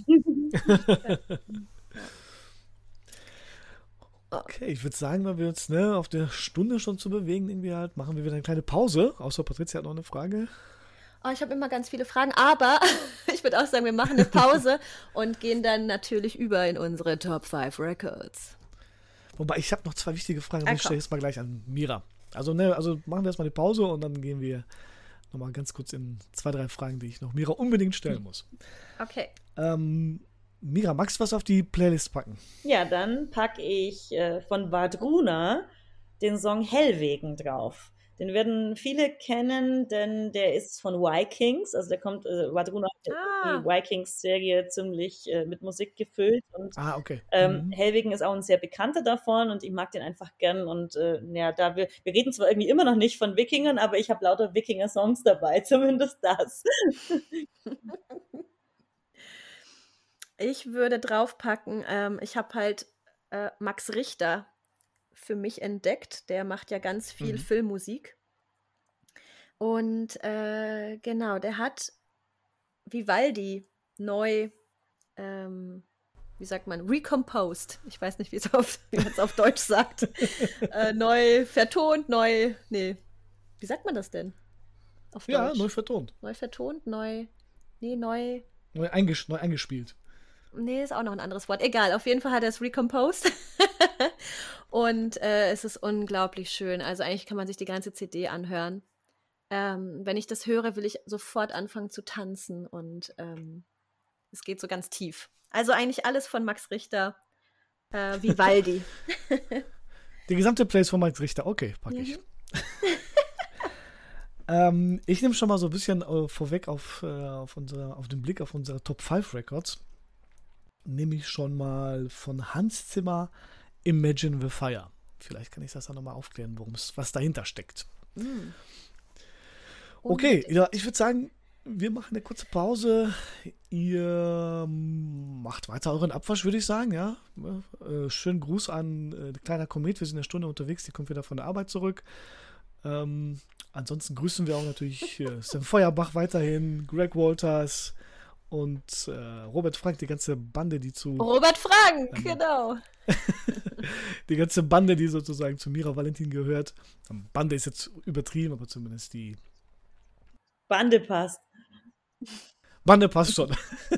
Okay, ich würde sagen, weil wir uns ne, auf der Stunde schon zu bewegen, irgendwie halt, machen wir wieder eine kleine Pause. Außer Patricia hat noch eine Frage. Oh, ich habe immer ganz viele Fragen, aber ich würde auch sagen, wir machen eine Pause und gehen dann natürlich über in unsere Top fünf Records. Wobei, ich habe noch zwei wichtige Fragen, aber Ah, ich stelle komm. jetzt mal gleich an Mira. Also, ne, also machen wir erstmal eine Pause und dann gehen wir nochmal ganz kurz in zwei, drei Fragen, die ich noch Mira unbedingt stellen muss. Okay. Ähm, Mira, magst du was auf die Playlist packen? Ja, dann packe ich äh, von Vadruna den Song Hellwegen drauf. Den werden viele kennen, denn der ist von Vikings. Also der kommt, äh, Vadruna hat Ah. die Vikings-Serie ziemlich äh, mit Musik gefüllt. Und Ah, okay. ähm, Mhm. Hellwegen ist auch ein sehr bekannter davon und ich mag den einfach gern. Und äh, ja, da wir, wir reden zwar irgendwie immer noch nicht von Wikingern, aber ich habe lauter Wikinger-Songs dabei, zumindest das. Ich würde draufpacken, ähm, ich habe halt äh, Max Richter für mich entdeckt. Der macht ja ganz viel Mhm. Filmmusik. Und äh, genau, der hat Vivaldi neu, ähm, wie sagt man, recomposed. Ich weiß nicht, wie es auf, wie man es auf Deutsch sagt. äh, neu vertont, neu, nee, wie sagt man das denn? Auf Ja, Deutsch? neu vertont. Neu vertont, neu, nee, neu, Neu, einges neu eingespielt. nee, ist auch noch ein anderes Wort. Egal, auf jeden Fall hat er es recomposed. Und äh, es ist unglaublich schön. Also eigentlich kann man sich die ganze C D anhören. Ähm, wenn ich das höre, will ich sofort anfangen zu tanzen und ähm, es geht so ganz tief. Also eigentlich alles von Max Richter, äh, Vivaldi. Die gesamte Playlist von Max Richter, okay, packe ich. Mhm. ähm, ich nehme schon mal so ein bisschen äh, vorweg auf, äh, auf, unsere, auf den Blick auf unsere Top fünf Records. Nehme ich schon mal von Hans Zimmer Imagine the Fire. vielleicht kann ich das dann nochmal aufklären, worum es, was dahinter steckt. Mhm. Okay, ja, ich würde sagen, wir machen eine kurze Pause. Ihr macht weiter euren Abwasch, würde ich sagen, ja. Äh, schönen Gruß an äh, kleiner Komet, wir sind eine Stunde unterwegs, die kommt wieder von der Arbeit zurück. Ähm, ansonsten grüßen wir auch natürlich äh, Sam Feuerbach weiterhin, Greg Walters und äh, Robert Frank, die ganze Bande, die zu... Robert Frank, ähm, genau. Die ganze Bande, die sozusagen zu Mira Valentin gehört. Bande ist jetzt übertrieben, aber zumindest die... Bande passt. Bande passt schon.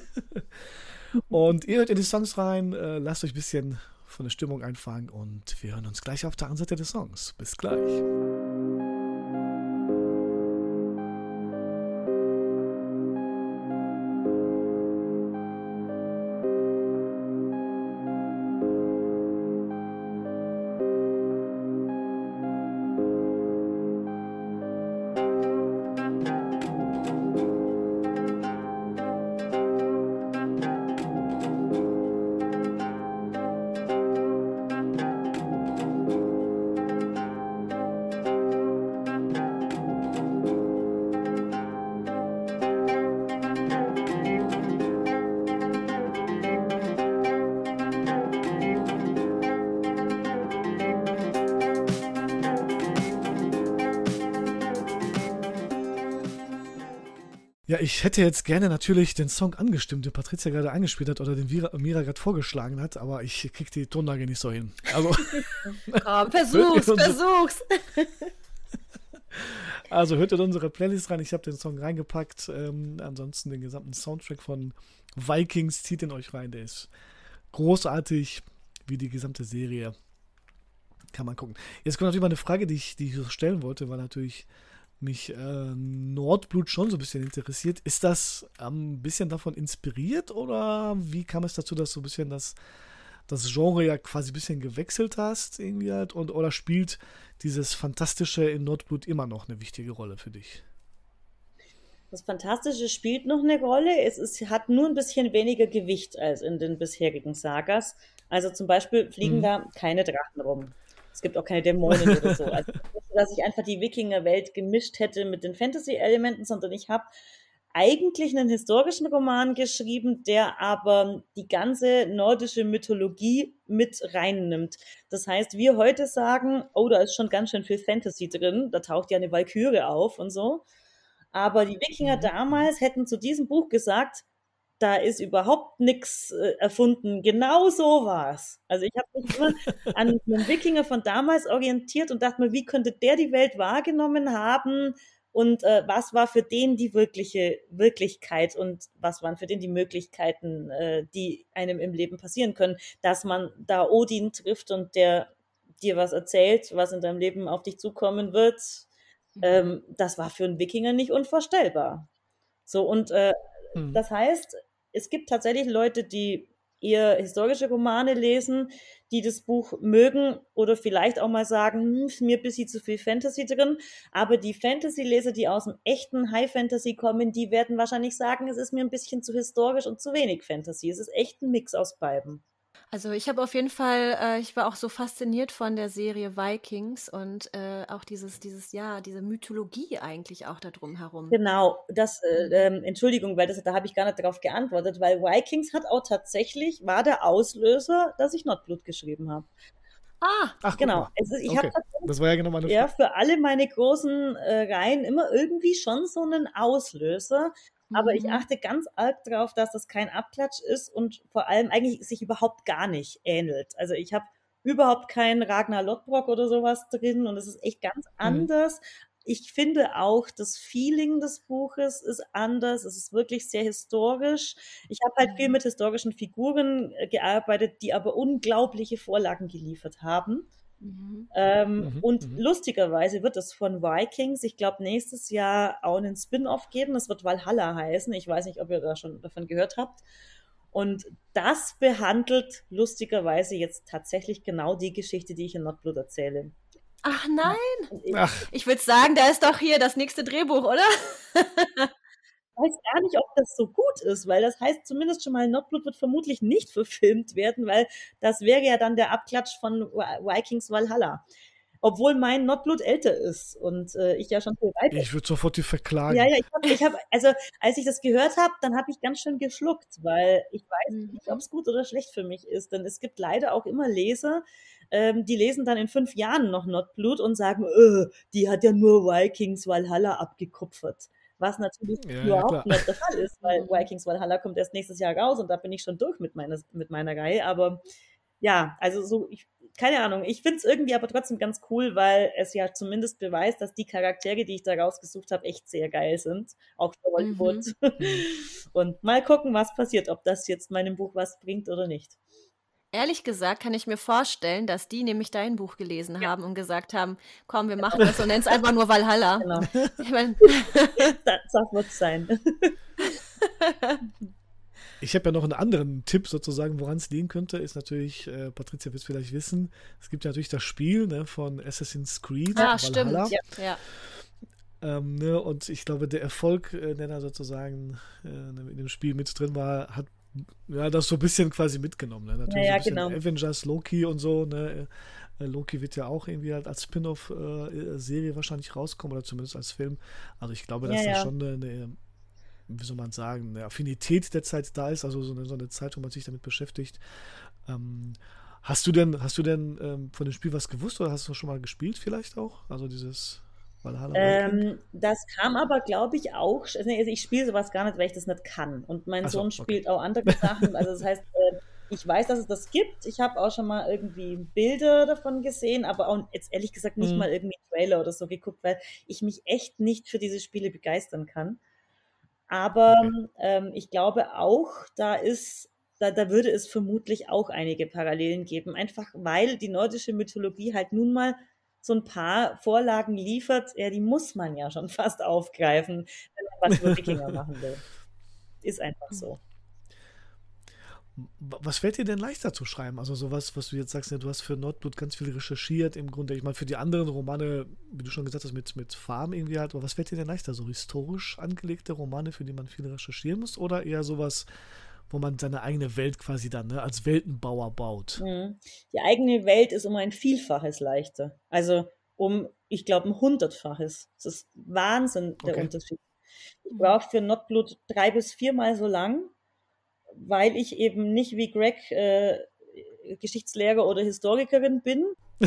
Und ihr hört in die Songs rein, äh, lasst euch ein bisschen von der Stimmung einfangen und wir hören uns gleich auf der anderen Seite des Songs. Bis gleich. Ja, ich hätte jetzt gerne natürlich den Song angestimmt, den Patricia gerade eingespielt hat oder den Mira, Mira gerade vorgeschlagen hat, aber ich krieg die Tonlage nicht so hin. Also, komm, versuch's, versuch's. Also hört in unsere Playlist rein, ich habe den Song reingepackt. Ähm, ansonsten den gesamten Soundtrack von Vikings, zieht in euch rein, der ist großartig, wie die gesamte Serie. Kann man gucken. Jetzt kommt natürlich mal eine Frage, die ich, die ich so stellen wollte, weil natürlich mich äh, Nordblut schon so ein bisschen interessiert. Ist das ähm, ein bisschen davon inspiriert oder wie kam es dazu, dass du ein bisschen das, das Genre ja quasi ein bisschen gewechselt hast irgendwie halt und oder spielt dieses Fantastische in Nordblut immer noch eine wichtige Rolle für dich? Das Fantastische spielt noch eine Rolle. Es ist, hat nur ein bisschen weniger Gewicht als in den bisherigen Sagas. Also zum Beispiel fliegen mhm. da keine Drachen rum. Es gibt auch keine Dämonen oder so. Also nicht, dass ich einfach die Wikinger-Welt gemischt hätte mit den Fantasy-Elementen, sondern ich habe eigentlich einen historischen Roman geschrieben, der aber die ganze nordische Mythologie mit reinnimmt. Das heißt, wir heute sagen, oh, da ist schon ganz schön viel Fantasy drin, da taucht ja eine Walküre auf und so. Aber die Wikinger damals hätten zu diesem Buch gesagt, da ist überhaupt nichts äh, erfunden. Genau so war's. Also ich habe mich immer an einen Wikinger von damals orientiert und dachte mir, wie könnte der die Welt wahrgenommen haben und äh, was war für den die wirkliche Wirklichkeit und was waren für den die Möglichkeiten, äh, die einem im Leben passieren können, dass man da Odin trifft und der dir was erzählt, was in deinem Leben auf dich zukommen wird. Ähm, das war für einen Wikinger nicht unvorstellbar. So und äh, mhm. das heißt, es gibt tatsächlich Leute, die eher historische Romane lesen, die das Buch mögen oder vielleicht auch mal sagen, hm, ist mir ein bisschen zu viel Fantasy drin, aber die Fantasy-Leser, die aus dem echten High-Fantasy kommen, die werden wahrscheinlich sagen, es ist mir ein bisschen zu historisch und zu wenig Fantasy. Es ist echt ein Mix aus beiden. Also ich habe auf jeden Fall, äh, ich war auch so fasziniert von der Serie Vikings und äh, auch dieses, dieses, ja, diese Mythologie eigentlich auch da drum herum. Genau, das, äh, ähm, Entschuldigung, weil das, da habe ich gar nicht darauf geantwortet, weil Vikings hat auch tatsächlich, war der Auslöser, dass ich Nordblut geschrieben habe. Ah, Ach, genau. Es ist, ich okay. habe das war ja genau meine Frage. Ja, für alle meine großen äh, Reihen immer irgendwie schon so einen Auslöser. Aber ich achte ganz arg darauf, dass das kein Abklatsch ist und vor allem eigentlich sich überhaupt gar nicht ähnelt. Also ich habe überhaupt keinen Ragnar Lodbrok oder sowas drin und es ist echt ganz anders. Mhm. Ich finde auch, das Feeling des Buches ist anders. Es ist wirklich sehr historisch. Ich habe halt viel mit historischen Figuren gearbeitet, die aber unglaubliche Vorlagen geliefert haben. Mhm. Ähm, mhm, und mhm. lustigerweise wird es von Vikings, ich glaube, nächstes Jahr auch einen Spin-off geben. Das wird Valhalla heißen. Ich weiß nicht, ob ihr da schon davon gehört habt. Und das behandelt lustigerweise jetzt tatsächlich genau die Geschichte, die ich in Nordblut erzähle. Ach nein! Ich, Ach. ich würde sagen, da ist doch hier das nächste Drehbuch, oder? weiß gar nicht, ob das so gut ist, weil das heißt zumindest schon mal, Notblood wird vermutlich nicht verfilmt werden, weil das wäre ja dann der Abklatsch von Vikings Valhalla. Obwohl mein Notblood älter ist und äh, ich ja schon viel weiter. Ich würde sofort die verklagen. Ja, ja, ich habe, ich hab, also als ich das gehört habe, dann habe ich ganz schön geschluckt, weil ich weiß Mhm. nicht, ob es gut oder schlecht für mich ist. Denn es gibt leider auch immer Leser, ähm, die lesen dann in fünf Jahren noch Notblood und sagen, äh, die hat ja nur Vikings Valhalla abgekupfert. Was natürlich Ja, ja, überhaupt klar. nicht der Fall ist, weil Mhm. Vikings Valhalla kommt erst nächstes Jahr raus und da bin ich schon durch mit meiner, mit meiner Reihe. Aber ja, also so, ich, keine Ahnung, ich finde es irgendwie aber trotzdem ganz cool, weil es ja zumindest beweist, dass die Charaktere, die ich da rausgesucht habe, echt sehr geil sind. Auch für Hollywood. Mhm. Und mal gucken, was passiert, ob das jetzt meinem Buch was bringt oder nicht. Ehrlich gesagt kann ich mir vorstellen, dass die nämlich dein Buch gelesen Ja. haben und gesagt haben, komm, wir machen das und nennen es einfach nur Valhalla. Genau. Ich mein, Das, das wird sein. Ich habe ja noch einen anderen Tipp sozusagen, woran es liegen könnte, ist natürlich, äh, Patricia wird es vielleicht wissen, es gibt ja natürlich das Spiel, ne, von Assassin's Creed, ah, Valhalla. stimmt. Ja. Ja. Ähm, ne, und ich glaube, der Erfolg, äh, der da sozusagen äh, in dem Spiel mit drin war, hat ja das so ein bisschen quasi mitgenommen. Ne? Natürlich Ja, ja, so ein bisschen genau. Avengers, Loki und so. Ne? Äh, Loki wird ja auch irgendwie halt als Spin-off-Serie wahrscheinlich rauskommen oder zumindest als Film. Also ich glaube, dass Ja, da ja. schon eine, eine, wie soll man sagen, eine Affinität der Zeit da ist, also so eine, so eine Zeit, wo man sich damit beschäftigt. Ähm, hast du denn, hast du denn ähm, von dem Spiel was gewusst oder hast du schon mal gespielt vielleicht auch? Also dieses Valhalla Viking? Ähm, das kam aber, glaube ich, auch. Also ich spiele sowas gar nicht, weil ich das nicht kann. Und mein Ach so, Sohn okay. spielt auch andere Sachen. Also das heißt, äh, ich weiß, dass es das gibt. Ich habe auch schon mal irgendwie Bilder davon gesehen, aber auch jetzt ehrlich gesagt nicht Mhm. mal irgendwie einen Trailer oder so geguckt, weil ich mich echt nicht für diese Spiele begeistern kann. Aber Okay. ähm, ich glaube auch, da ist, da, da würde es vermutlich auch einige Parallelen geben, einfach weil die nordische Mythologie halt nun mal so ein paar Vorlagen liefert, ja, die muss man ja schon fast aufgreifen, wenn man was über Wikinger machen will. Ist einfach so. Was fällt dir denn leichter zu schreiben? Also sowas, was du jetzt sagst, ja, du hast für Nordblut ganz viel recherchiert im Grunde. Ich meine, für die anderen Romane, wie du schon gesagt hast, mit, mit Farm irgendwie halt, aber was fällt dir denn leichter? So historisch angelegte Romane, für die man viel recherchieren muss, oder eher sowas, wo man seine eigene Welt quasi dann, ne, als Weltenbauer baut? Mhm. Die eigene Welt ist um ein Vielfaches leichter. Also um, ich glaube, ein Hundertfaches. Das ist Wahnsinn, der Okay. Unterschied. Ich brauche für Notblood drei bis viermal so lang, weil ich eben nicht wie Greg äh, Geschichtslehrer oder Historikerin bin.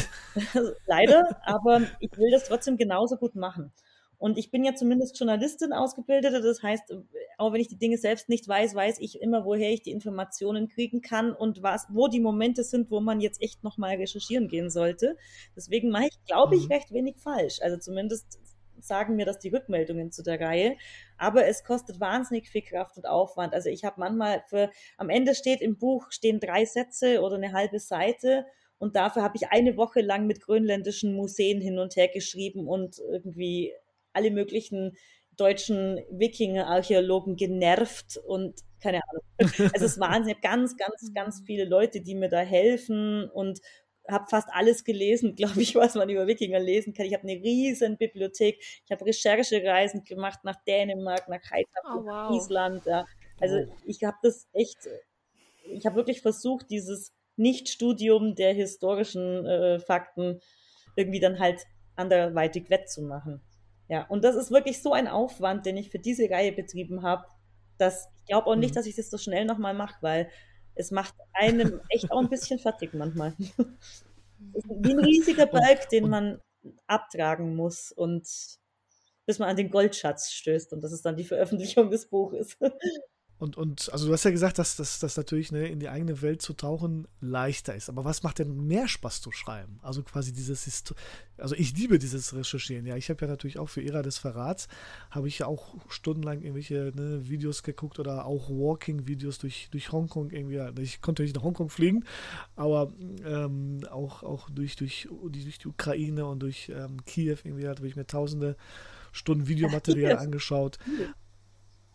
Leider, aber ich will das trotzdem genauso gut machen. Und ich bin ja zumindest Journalistin ausgebildete, das heißt, auch wenn ich die Dinge selbst nicht weiß, weiß ich immer, woher ich die Informationen kriegen kann und was, wo die Momente sind, wo man jetzt echt nochmal recherchieren gehen sollte. Deswegen mache ich, glaube ich, Mhm. recht wenig falsch. Also zumindest sagen mir das die Rückmeldungen zu der Reihe. Aber es kostet wahnsinnig viel Kraft und Aufwand. Also ich habe manchmal für, am Ende steht im Buch, stehen drei Sätze oder eine halbe Seite. Und dafür habe ich eine Woche lang mit grönländischen Museen hin und her geschrieben und irgendwie alle möglichen deutschen Wikinger-Archäologen genervt und keine Ahnung. Also es waren ganz, ganz, ganz viele Leute, die mir da helfen und habe fast alles gelesen, glaube ich, was man über Wikinger lesen kann. Ich habe eine riesen Bibliothek. Ich habe Recherchereisen gemacht nach Dänemark, nach Haithafen, Oh, nach wow. Island. Ja. Also Oh. ich habe das echt, ich habe wirklich versucht, dieses Nicht-Studium der historischen äh, Fakten irgendwie dann halt anderweitig wettzumachen. Ja, und das ist wirklich so ein Aufwand, den ich für diese Reihe betrieben habe, dass ich glaube auch nicht, Mhm. dass ich das so schnell nochmal mache, weil es macht einem echt auch ein bisschen fertig manchmal. Es ist wie ein riesiger Und, Berg, den und man abtragen muss und bis man an den Goldschatz stößt und das ist dann die Veröffentlichung des Buches. Und, und also du hast ja gesagt, dass das dass natürlich, ne, in die eigene Welt zu tauchen leichter ist. Aber was macht denn mehr Spaß zu schreiben? Also quasi dieses, Histo also ich liebe dieses Recherchieren. Ja, ich habe ja natürlich auch für Ära des Verrats, habe ich ja auch stundenlang irgendwelche, ne, Videos geguckt oder auch Walking-Videos durch, durch Hongkong irgendwie. Ich konnte nicht nach Hongkong fliegen, aber ähm, auch, auch durch, durch, durch die Ukraine und durch ähm, Kiew irgendwie, da habe ich mir tausende Stunden Videomaterial Ach, angeschaut.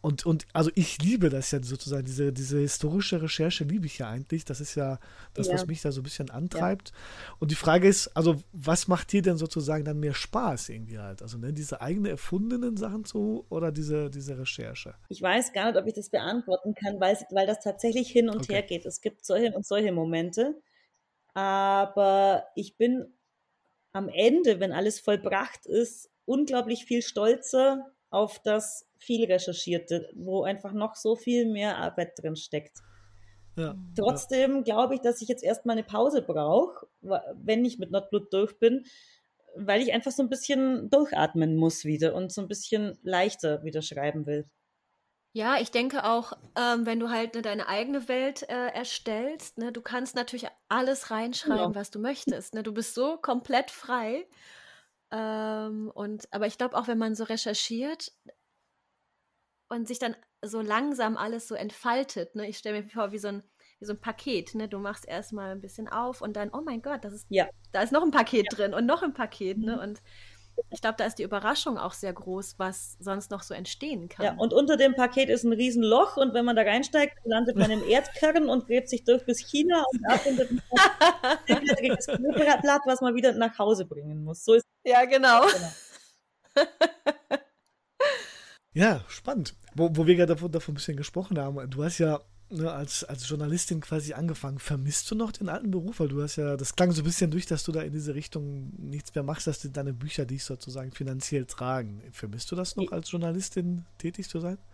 Und, und also ich liebe das ja sozusagen, diese, diese historische Recherche liebe ich ja eigentlich. Das ist ja das, Ja. was mich da so ein bisschen antreibt. Ja. Und die Frage ist, also was macht dir denn sozusagen dann mehr Spaß irgendwie halt? Also ne, diese eigene erfundenen Sachen zu oder diese, diese Recherche? Ich weiß gar nicht, ob ich das beantworten kann, weil, weil das tatsächlich hin und Okay. her geht. Es gibt solche und solche Momente. Aber ich bin am Ende, wenn alles vollbracht ist, unglaublich viel stolzer auf das viel Recherchierte, wo einfach noch so viel mehr Arbeit drin steckt. Ja, Trotzdem ja. glaube ich, dass ich jetzt erstmal eine Pause brauche, wenn ich mit Notblut durch bin, weil ich einfach so ein bisschen durchatmen muss wieder und so ein bisschen leichter wieder schreiben will. Ja, ich denke auch, ähm, wenn du halt ne, deine eigene Welt äh, erstellst, ne, du kannst natürlich alles reinschreiben, Genau. was du möchtest. Ne? Du bist so komplett frei. Ähm, und, aber ich glaube auch, wenn man so recherchiert und sich dann so langsam alles so entfaltet, ne? Ich stelle mir vor, wie so ein, wie so ein Paket, ne? Du machst erstmal ein bisschen auf und dann, oh mein Gott, das ist, ja. da ist noch ein Paket ja. drin und noch ein Paket, mhm. ne? Und ich glaube, da ist die Überraschung auch sehr groß, was sonst noch so entstehen kann. Ja, und unter dem Paket ist ein Riesenloch und wenn man da reinsteigt, landet man im Erdkern und gräbt sich durch bis China und da findet man das Blatt, was man wieder nach Hause bringen muss. So ist ja, genau. genau. Ja, spannend. Wo, wo wir gerade davon, davon ein bisschen gesprochen haben, du hast ja ne, als, als Journalistin quasi angefangen. Vermisst du noch den alten Beruf? Weil du hast ja, das klang so ein bisschen durch, dass du da in diese Richtung nichts mehr machst, dass deine Bücher dich sozusagen finanziell tragen. Vermisst du das noch, als Journalistin tätig zu sein?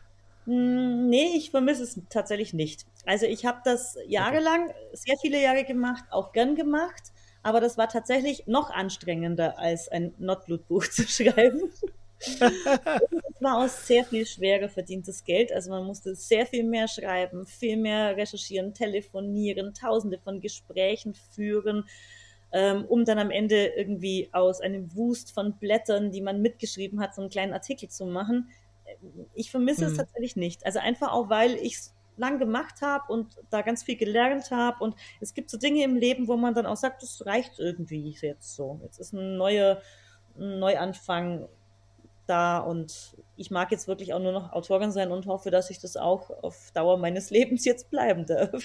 Nee, ich vermisse es tatsächlich nicht. Also ich habe das jahrelang, sehr viele Jahre gemacht, auch gern gemacht, aber das war tatsächlich noch anstrengender, als ein Notblut-Buch zu schreiben. Es war auch sehr viel schwerer verdientes Geld, also man musste sehr viel mehr schreiben, viel mehr recherchieren, telefonieren, tausende von Gesprächen führen, ähm, um dann am Ende irgendwie aus einem Wust von Blättern, die man mitgeschrieben hat, so einen kleinen Artikel zu machen. Ich vermisse mhm. es tatsächlich nicht, also einfach auch, weil ich es lang gemacht habe und da ganz viel gelernt habe und es gibt so Dinge im Leben, wo man dann auch sagt, das reicht irgendwie jetzt so, jetzt ist ein neuer ein Neuanfang da und ich mag jetzt wirklich auch nur noch Autorin sein und hoffe, dass ich das auch auf Dauer meines Lebens jetzt bleiben darf.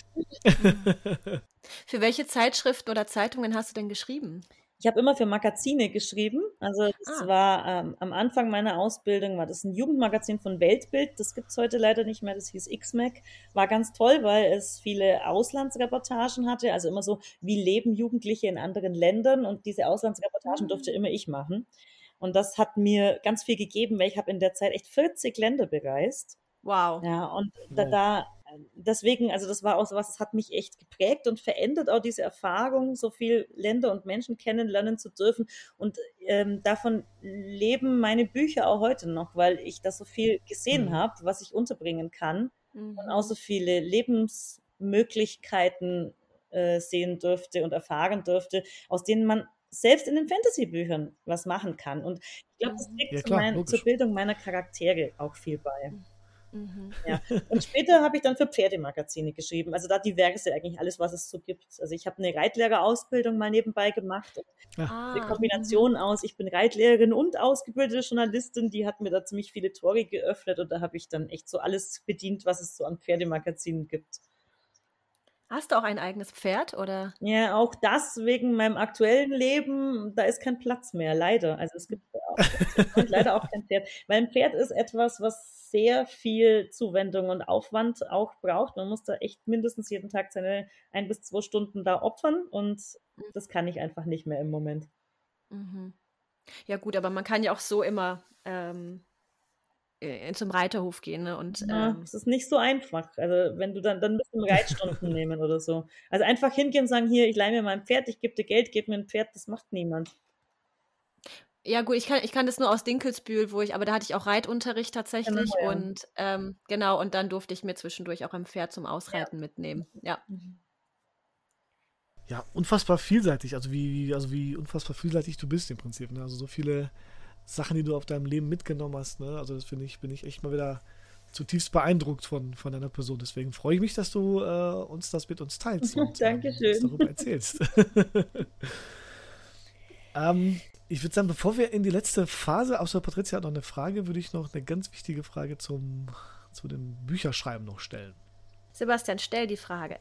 Für welche Zeitschriften oder Zeitungen hast du denn geschrieben? Ich habe immer für Magazine geschrieben, also das ah. war ähm, am Anfang meiner Ausbildung war das ein Jugendmagazin von Weltbild, das gibt es heute leider nicht mehr, das hieß X-Mac, war ganz toll, weil es viele Auslandsreportagen hatte, also immer so, wie leben Jugendliche in anderen Ländern und diese Auslandsreportagen mhm. durfte immer ich machen. Und das hat mir ganz viel gegeben, weil ich habe in der Zeit echt vierzig Länder bereist. Wow. Ja, und da, da deswegen, also das war auch so was, das hat mich echt geprägt und verändert, auch diese Erfahrung, so viel Länder und Menschen kennenlernen zu dürfen. Und ähm, davon leben meine Bücher auch heute noch, weil ich da so viel gesehen mhm. habe, was ich unterbringen kann mhm. und auch so viele Lebensmöglichkeiten äh, sehen durfte und erfahren durfte, aus denen man selbst in den Fantasy-Büchern was machen kann. Und ich glaube, das trägt ja, zu mein, zur Bildung meiner Charaktere auch viel bei. Mhm. Ja. Und später habe ich dann für Pferdemagazine geschrieben. Also da diverse eigentlich alles, was es so gibt. Also ich habe eine Reitlehrerausbildung mal nebenbei gemacht. Ah. Eine Kombination aus, ich bin Reitlehrerin und ausgebildete Journalistin, die hat mir da ziemlich viele Tore geöffnet und da habe ich dann echt so alles bedient, was es so an Pferdemagazinen gibt. Hast du auch ein eigenes Pferd, oder? Ja, auch das wegen meinem aktuellen Leben, da ist kein Platz mehr, leider. Also es gibt auch, leider auch kein Pferd. Weil ein Pferd ist etwas, was sehr viel Zuwendung und Aufwand auch braucht. Man muss da echt mindestens jeden Tag seine ein bis zwei Stunden da opfern und das kann ich einfach nicht mehr im Moment. Mhm. Ja gut, aber man kann ja auch so immer ähm zum Reiterhof gehen, ne? Und ja, ähm, es ist nicht so einfach. Also wenn du dann, dann musst du Reitstunden nehmen oder so. Also einfach hingehen und sagen, hier, ich leihe mir mein Pferd, ich gebe dir Geld, gib mir ein Pferd, das macht niemand. Ja gut, ich kann, ich kann das nur aus Dinkelsbühl, wo ich, aber da hatte ich auch Reitunterricht tatsächlich genau, ja. und ähm, genau, und dann durfte ich mir zwischendurch auch ein Pferd zum Ausreiten ja. mitnehmen. Ja. Ja, unfassbar vielseitig, also wie, also wie unfassbar vielseitig du bist im Prinzip, ne? Also so viele Sachen, die du auf deinem Leben mitgenommen hast, ne? Also das finde ich, bin ich echt mal wieder zutiefst beeindruckt von, von deiner Person. Deswegen freue ich mich, dass du äh, uns das mit uns teilst und Dankeschön. Äh, uns darüber erzählst. ähm, ich würde sagen, bevor wir in die letzte Phase, außer Patricia hat noch eine Frage, würde ich noch eine ganz wichtige Frage zum, zu dem Bücherschreiben noch stellen. Sebastian, stell die Frage.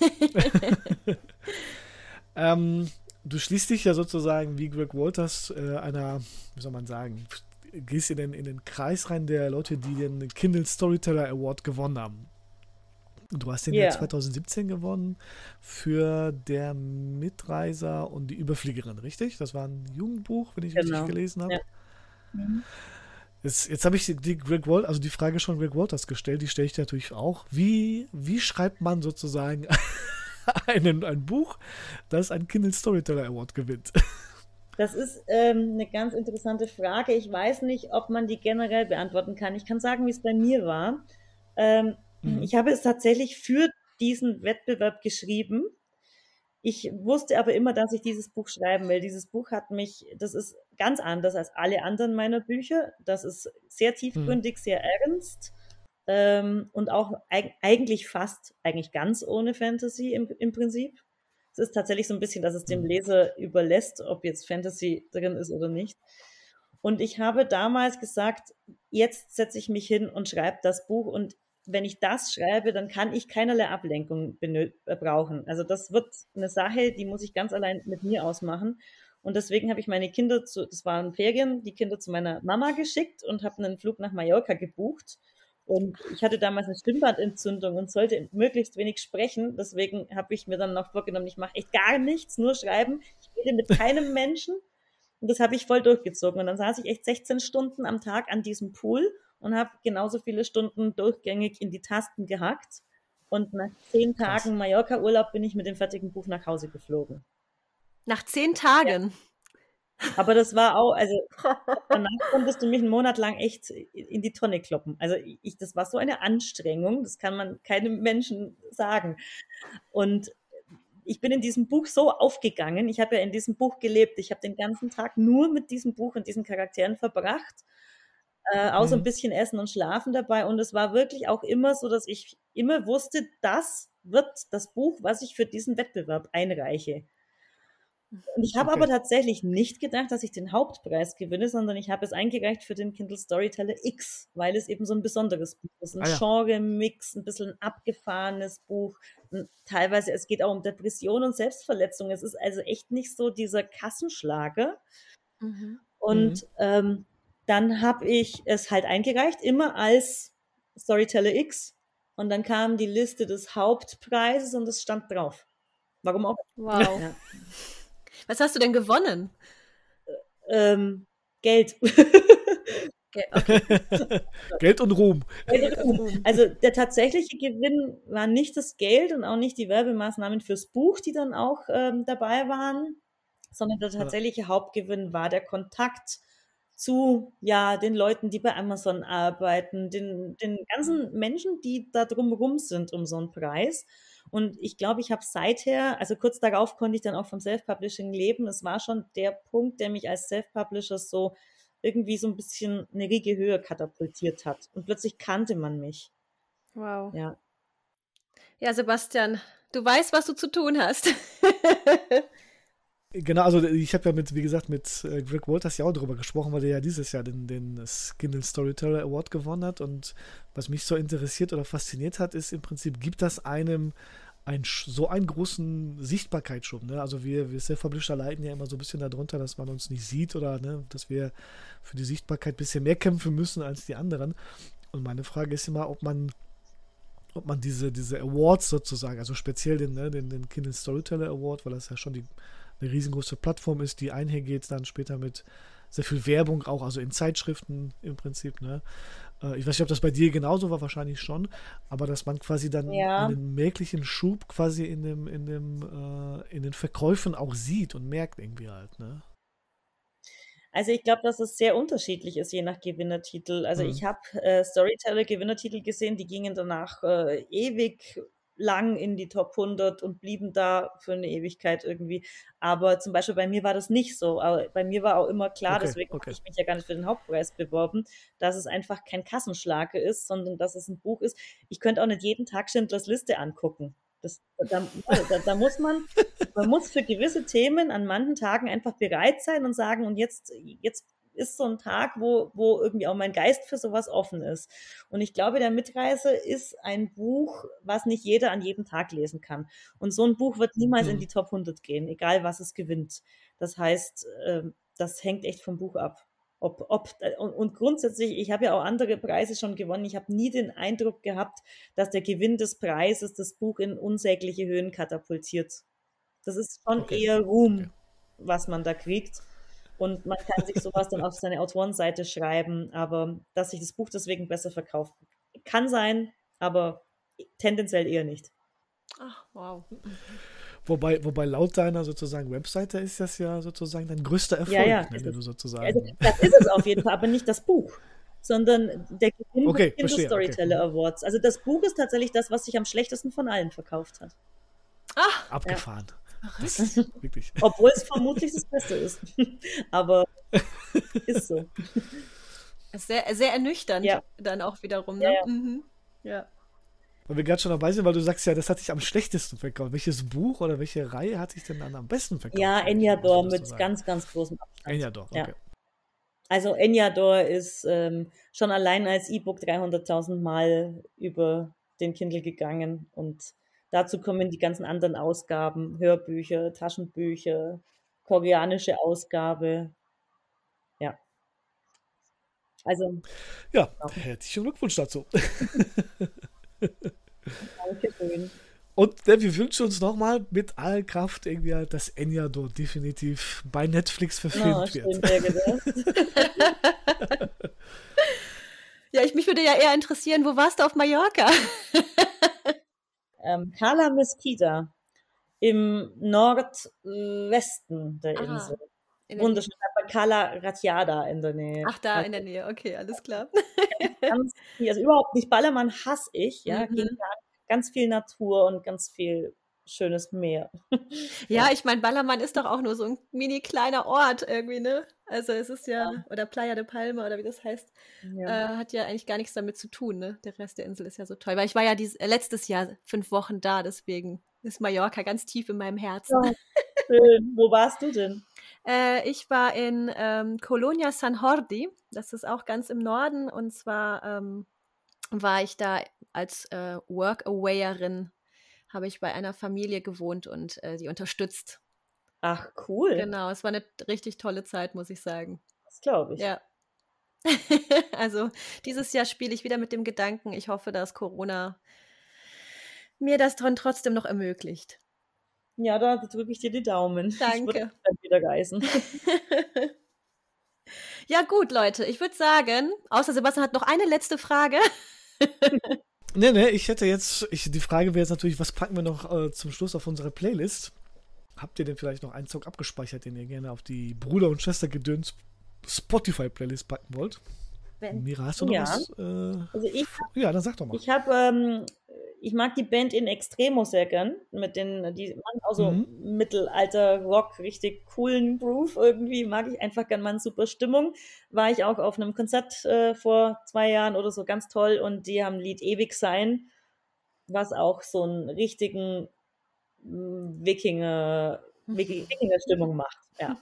ähm, du schließt dich ja sozusagen wie Greg Walters äh, einer, wie soll man sagen, gehst in den, in den Kreis rein der Leute, die den Kindle Storyteller Award gewonnen haben. Du hast den yeah. ja zwanzig siebzehn gewonnen für Der Mitreiser und die Überfliegerin, richtig? Das war ein Jugendbuch, wenn ich genau. richtig gelesen habe. Ja. Mhm. Jetzt, jetzt habe ich die Greg Walters, also die Frage schon Greg Walters gestellt, die stelle ich dir natürlich auch. Wie, wie schreibt man sozusagen einen, ein Buch, das einen Kindle Storyteller Award gewinnt? Das ist ähm, eine ganz interessante Frage. Ich weiß nicht, ob man die generell beantworten kann. Ich kann sagen, wie es bei mir war. Ähm, mhm. Ich habe es tatsächlich für diesen Wettbewerb geschrieben. Ich wusste aber immer, dass ich dieses Buch schreiben will. Dieses Buch hat mich, das ist ganz anders als alle anderen meiner Bücher. Das ist sehr tiefgründig, mhm. sehr ernst ähm, und auch eig- eigentlich fast, eigentlich ganz ohne Fantasy im, im Prinzip. Es ist tatsächlich so ein bisschen, dass es dem Leser überlässt, ob jetzt Fantasy drin ist oder nicht. Und ich habe damals gesagt, jetzt setze ich mich hin und schreibe das Buch. Und wenn ich das schreibe, dann kann ich keinerlei Ablenkung benö- brauchen. Also das wird eine Sache, die muss ich ganz allein mit mir ausmachen. Und deswegen habe ich meine Kinder, zu, das waren Ferien, die Kinder zu meiner Mama geschickt und habe einen Flug nach Mallorca gebucht. Und ich hatte damals eine Stimmbandentzündung und sollte möglichst wenig sprechen. Deswegen habe ich mir dann noch vorgenommen, ich mache echt gar nichts, nur schreiben. Ich rede mit keinem Menschen. Und das habe ich voll durchgezogen. Und dann saß ich echt sechzehn Stunden am Tag an diesem Pool und habe genauso viele Stunden durchgängig in die Tasten gehackt. Und nach zehn Krass. Tagen Mallorca-Urlaub bin ich mit dem fertigen Buch nach Hause geflogen. Nach zehn Tagen? Ja. Aber das war auch, also danach konntest du mich einen Monat lang echt in die Tonne kloppen. Also ich, das war so eine Anstrengung, das kann man keinem Menschen sagen. Und ich bin in diesem Buch so aufgegangen, ich habe ja in diesem Buch gelebt, ich habe den ganzen Tag nur mit diesem Buch und diesen Charakteren verbracht, äh, außer mhm. ein bisschen Essen und Schlafen dabei. Und es war wirklich auch immer so, dass ich immer wusste, das wird das Buch, was ich für diesen Wettbewerb einreiche. Und ich habe okay. aber tatsächlich nicht gedacht, dass ich den Hauptpreis gewinne, sondern ich habe es eingereicht für den Kindle Storyteller X, weil es eben so ein besonderes Buch ist. Ein ah, ja. Genre-Mix, ein bisschen ein abgefahrenes Buch. Und teilweise, es geht auch um Depression und Selbstverletzung. Es ist also echt nicht so dieser Kassenschlager. Mhm. Und mhm. ähm, dann habe ich es halt eingereicht, immer als Storyteller X. Und dann kam die Liste des Hauptpreises und es stand drauf. Warum auch? Wow. Ja. Was hast du denn gewonnen? Ähm, Geld. Okay. Geld und Ruhm. Geld und Ruhm. Also der tatsächliche Gewinn war nicht das Geld und auch nicht die Werbemaßnahmen fürs Buch, die dann auch ähm, dabei waren, sondern der tatsächliche ja. Hauptgewinn war der Kontakt zu ja, den Leuten, die bei Amazon arbeiten, den, den ganzen Menschen, die da drumherum sind um so einen Preis. Und ich glaube, ich habe seither, also kurz darauf konnte ich dann auch vom Self-Publishing leben. Es war schon der Punkt, der mich als Self-Publisher so irgendwie so ein bisschen eine Riege höher katapultiert hat. Und plötzlich kannte man mich. Wow. Ja, ja Sebastian, du weißt, was du zu tun hast. Genau, also ich habe ja mit, wie gesagt, mit äh, Greg Walters ja auch darüber gesprochen, weil der ja dieses Jahr den, den Kindle Storyteller Award gewonnen hat. Und was mich so interessiert oder fasziniert hat, ist im Prinzip, gibt das einem ein, so einen großen Sichtbarkeitsschub. Ne? Also wir, wir Self-Publisher leiden ja immer so ein bisschen darunter, dass man uns nicht sieht oder ne, dass wir für die Sichtbarkeit ein bisschen mehr kämpfen müssen als die anderen. Und meine Frage ist immer, ob man ob man diese, diese Awards sozusagen, also speziell den, ne, den, den Kindle Storyteller Award, weil das ja schon die eine riesengroße Plattform ist, die einhergeht dann später mit sehr viel Werbung auch, also in Zeitschriften im Prinzip, ne? Ich weiß nicht, ob das bei dir genauso war, wahrscheinlich schon, aber dass man quasi dann ja. einen merklichen Schub quasi in dem, in dem, äh, in den Verkäufen auch sieht und merkt irgendwie halt, ne? Also ich glaube, dass es sehr unterschiedlich ist, je nach Gewinnertitel. Also mhm. ich habe äh, Storyteller-Gewinnertitel gesehen, die gingen danach äh, ewig lang in die Top hundert und blieben da für eine Ewigkeit irgendwie. Aber zum Beispiel bei mir war das nicht so. Aber bei mir war auch immer klar, okay, deswegen okay. habe ich mich ja gar nicht für den Hauptpreis beworben, dass es einfach kein Kassenschlager ist, sondern dass es ein Buch ist. Ich könnte auch nicht jeden Tag Schindlers Liste angucken. Das, da, da, da muss man, man muss für gewisse Themen an manchen Tagen einfach bereit sein und sagen, und jetzt, jetzt ist so ein Tag, wo, wo irgendwie auch mein Geist für sowas offen ist. Und ich glaube, der Mitreise ist ein Buch, was nicht jeder an jedem Tag lesen kann. Und so ein Buch wird niemals mhm. in die Top hundert gehen, egal was es gewinnt. Das heißt, das hängt echt vom Buch ab. Ob, ob, und, und grundsätzlich, ich habe ja auch andere Preise schon gewonnen. Ich habe nie den Eindruck gehabt, dass der Gewinn des Preises das Buch in unsägliche Höhen katapultiert. Das ist schon okay. eher Ruhm, okay. was man da kriegt. Und man kann sich sowas dann auf seine Autorenseite schreiben, aber dass sich das Buch deswegen besser verkauft, kann sein, aber tendenziell eher nicht. Ach, wow. Wobei, wobei laut deiner sozusagen Webseite ist das ja sozusagen dein größter Erfolg, ja, ja, ne, du sozusagen. Also, das ist es auf jeden Fall, aber nicht das Buch, sondern der Gewinn okay, des Storyteller okay. Awards. Also das Buch ist tatsächlich das, was sich am schlechtesten von allen verkauft hat. Ach, abgefahren. Ja. Das ist wirklich. Obwohl es vermutlich das Beste ist. Aber ist so. Sehr, sehr ernüchternd ja. dann auch wiederum. Ne? Ja, ja. Mhm. ja. Weil wir gerade schon dabei sind, weil du sagst ja, das hat dich am schlechtesten verkauft. Welches Buch oder welche Reihe hat sich denn dann am besten verkauft? Ja, Enyador mit ganz, ganz großem Abstand. Enyador, okay. Ja. Also Enyador ist ähm, schon allein als E-Book dreihunderttausend Mal über den Kindle gegangen und dazu kommen die ganzen anderen Ausgaben, Hörbücher, Taschenbücher, koreanische Ausgabe. Ja. Also. Ja, herzlichen Glückwunsch dazu. Dankeschön. Und ne, wir wünschen uns nochmal mit aller Kraft irgendwie halt, dass Enyador definitiv bei Netflix verfilmt oh, wird. Ja, ich, mich würde ja eher interessieren, wo warst du auf Mallorca? ähm, Cala Mesquita im Nordwesten der ah, Insel. in Wunderschön, bei Cala Ratjada in der Nähe. Ach, da also, in der Nähe, okay, alles klar. Ganz, also überhaupt nicht. Ballermann hasse ich, ja, mhm. gegen ganz viel Natur und ganz viel schönes Meer. Ja, ja. Ich meine, Ballermann ist doch auch nur so ein mini kleiner Ort irgendwie, ne? Also es ist ja, ja. oder Playa de Palma oder wie das heißt, ja. Äh, hat ja eigentlich gar nichts damit zu tun, ne? Der Rest der Insel ist ja so toll. Weil ich war ja dies, äh, letztes Jahr fünf Wochen da, deswegen ist Mallorca ganz tief in meinem Herzen. Ja, schön. Wo warst du denn? Äh, ich war in ähm, Colonia San Jordi, das ist auch ganz im Norden, und zwar ähm, war ich da als äh, Workawayerin, habe ich bei einer Familie gewohnt und äh, die unterstützt. Ach, cool. Genau, es war eine richtig tolle Zeit, muss ich sagen. Das glaube ich. Ja. Also dieses Jahr spiele ich wieder mit dem Gedanken, ich hoffe, dass Corona mir das dann trotzdem noch ermöglicht. Ja, da drücke ich dir die Daumen. Danke. Ich würde wieder reißen. Ja gut, Leute, ich würde sagen, außer Sebastian hat noch eine letzte Frage. Nee, nee, ich hätte jetzt, ich, die Frage wäre jetzt natürlich, was packen wir noch äh, zum Schluss auf unsere Playlist? Habt ihr denn vielleicht noch einen Song abgespeichert, den ihr gerne auf die Bruder- und Schwestergedöns Spotify-Playlist packen wollt? Wenn, Mira, hast du noch ja. was? Äh, also ich, ja, dann sag doch mal. Ich habe, ähm, ich mag die Band In Extremo sehr gern, mit den, die machen auch so mhm. Mittelalter-Rock, richtig coolen Groove irgendwie, mag ich einfach gern, mal eine super Stimmung. War ich auch auf einem Konzert äh, vor zwei Jahren oder so, ganz toll, und die haben ein Lied Ewig sein, was auch so einen richtigen Wikinger, Wikinger-Stimmung macht, ja.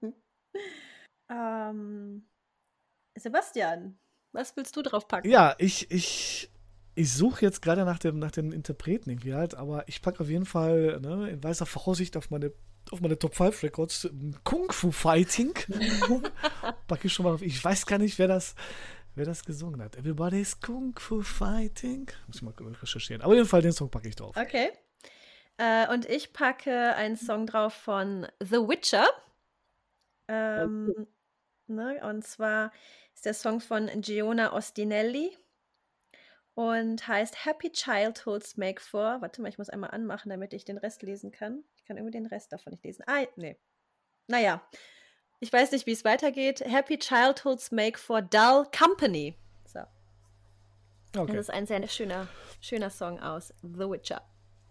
ähm, Sebastian, was willst du drauf packen? Ja, ich, ich, ich suche jetzt gerade nach, dem, nach den Interpreten irgendwie halt, aber ich packe auf jeden Fall ne, in weißer Voraussicht auf meine, auf meine Top fünf Records Kung Fu Fighting. Packe ich schon mal auf. Ich weiß gar nicht, wer das, wer das gesungen hat. Everybody's Kung Fu Fighting. Muss ich mal recherchieren. Aber auf jeden Fall den Song packe ich drauf. Okay. Äh, und ich packe einen Song drauf von The Witcher. Ähm, okay. ne, und zwar ist der Song von Giona Ostinelli und heißt Happy Childhoods Make For. Warte mal, ich muss einmal anmachen, damit ich den Rest lesen kann. Ich kann irgendwie den Rest davon nicht lesen. Ah, nee. Naja, ich weiß nicht, wie es weitergeht. Happy Childhoods Make For Dull Company. So. Okay. Das ist ein sehr schöner, schöner Song aus The Witcher.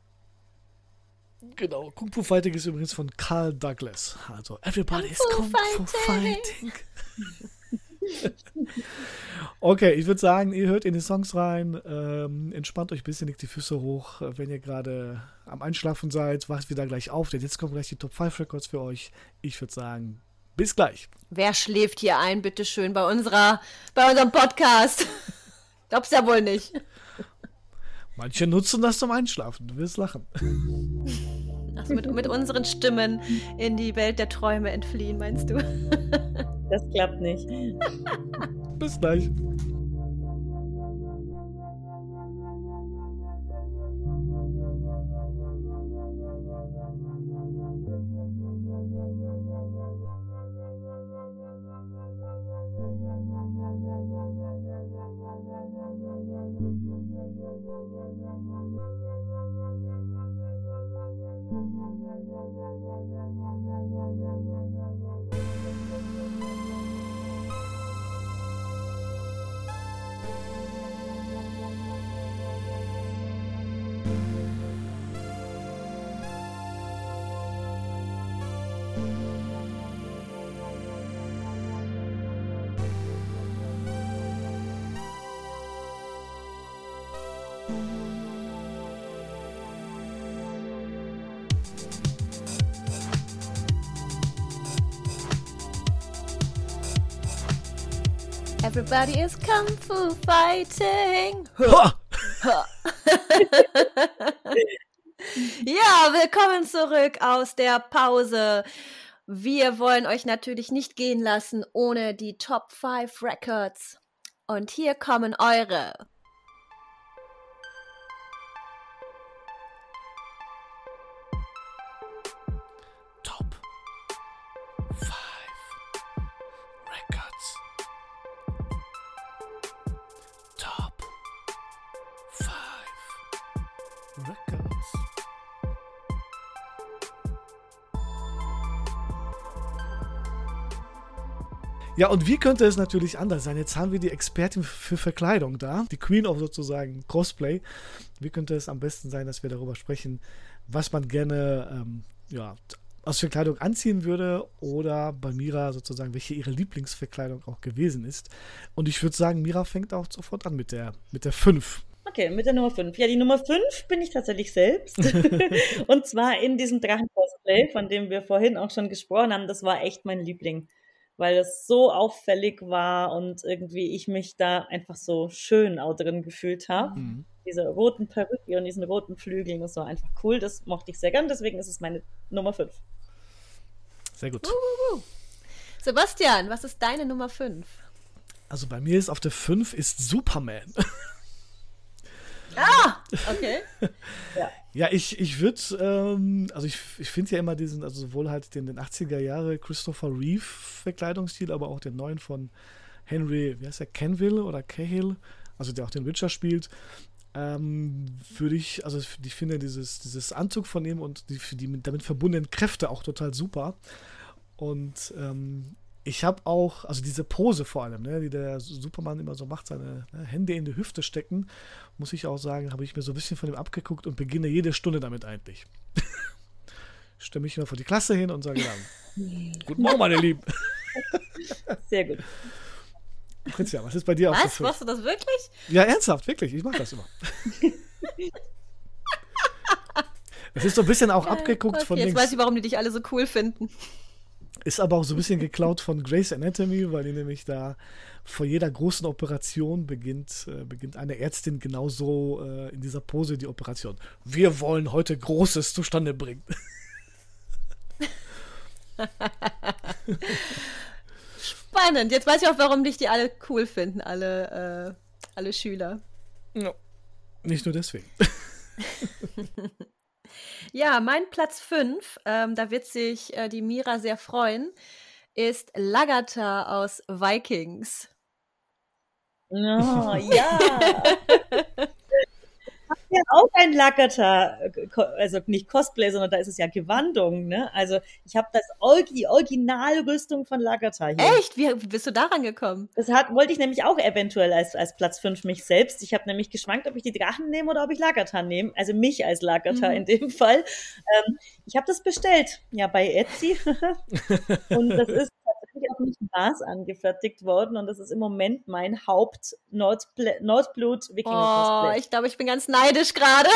Genau, Kung Fu Fighting ist übrigens von Carl Douglas. Also, everybody's Kung Fu, Kung Fu Fighting. Okay, ich würde sagen, ihr hört in die Songs rein, ähm, entspannt euch ein bisschen, legt die Füße hoch, wenn ihr gerade am Einschlafen seid, wacht wieder gleich auf, denn jetzt kommen gleich die Top fünf Records für euch. Ich würde sagen, bis gleich. Wer schläft hier ein, bitteschön, bei unserer, bei unserem Podcast? Glaubst ja wohl nicht. Manche nutzen das zum Einschlafen, du wirst lachen. Also mit, mit unseren Stimmen in die Welt der Träume entfliehen, meinst du? Das klappt nicht. Bis gleich. Everybody is Kung Fu fighting. Ha! Ja, willkommen zurück aus der Pause. Wir wollen euch natürlich nicht gehen lassen ohne die Top fünf Records. Und hier kommen eure. Top fünf Records. Top fünf Records. Ja, und wie könnte es natürlich anders sein? Jetzt haben wir die Expertin für Verkleidung da, die Queen of sozusagen Cosplay. Wie könnte es am besten sein, dass wir darüber sprechen, was man gerne ähm, ja, aus Verkleidung anziehen würde oder bei Mira sozusagen, welche ihre Lieblingsverkleidung auch gewesen ist. Und ich würde sagen, Mira fängt auch sofort an mit der, mit der fünf. Okay, mit der Nummer fünf. Ja, die Nummer fünf bin ich tatsächlich selbst. Und zwar in diesem Drachen-Cosplay, von dem wir vorhin auch schon gesprochen haben. Das war echt mein Liebling, weil es so auffällig war und irgendwie ich mich da einfach so schön auch drin gefühlt habe. Mhm. Diese roten Perücke und diesen roten Flügeln, das war einfach cool. Das mochte ich sehr gern, deswegen ist es meine Nummer fünf. Sehr gut. Uh, uh, uh. Sebastian, was ist deine Nummer fünf? Also bei mir ist auf der fünf ist Superman. Ah, okay. ja. ja, ich, ich würde, ähm, also ich, ich finde ja immer diesen, also sowohl halt den, den achtziger Jahre Christopher Reeve Verkleidungsstil, aber auch den neuen von Henry, wie heißt der, Cavill oder Cahill, also der auch den Witcher spielt, ähm, würde ich, also ich finde dieses, dieses Anzug von ihm und die, die damit verbundenen Kräfte auch total super. Und ähm, ich habe auch, also diese Pose vor allem, ne, die der Superman immer so macht, seine ne, Hände in die Hüfte stecken, muss ich auch sagen, habe ich mir so ein bisschen von ihm abgeguckt und beginne jede Stunde damit eigentlich. Stelle mich immer vor die Klasse hin und sage dann, guten Morgen, meine Lieben. Sehr gut. Prinzia, was ist bei dir auf der fünf? Was? Machst du das wirklich? Ja, ernsthaft, wirklich, ich mache das immer. Das ist so ein bisschen auch ja, abgeguckt okay, von jetzt links. weiß ich, warum die dich alle so cool finden. Ist aber auch so ein bisschen geklaut von Grey's Anatomy, weil die nämlich da vor jeder großen Operation beginnt, äh, beginnt eine Ärztin genauso äh, in dieser Pose die Operation. Wir wollen heute Großes zustande bringen. Spannend. Jetzt weiß ich auch, warum dich die alle cool finden, alle, äh, alle Schüler. No. Nicht nur deswegen. Ja, mein Platz fünf, ähm, da wird sich äh, die Mira sehr freuen, ist Lagertha aus Vikings. Oh, ja. Ja, auch ein Lagertha, also nicht Cosplay, sondern da ist es ja Gewandung, ne? Also ich habe das die Originalrüstung von Lagertha hier. Echt? Wie bist du daran gekommen? Das hat, wollte ich nämlich auch eventuell als, als Platz fünf mich selbst. Ich habe nämlich geschwankt, ob ich die Drachen nehme oder ob ich Lagertha nehme. Also mich als Lagertha mhm. in dem Fall. Ähm, ich habe das bestellt, ja, bei Etsy. Und das ist tatsächlich auch noch nicht Maß angefertigt worden und das ist im Moment mein Haupt-Nordblut-Wikinger-Cosplay. Oh, ich glaube, ich bin ganz neidisch gerade,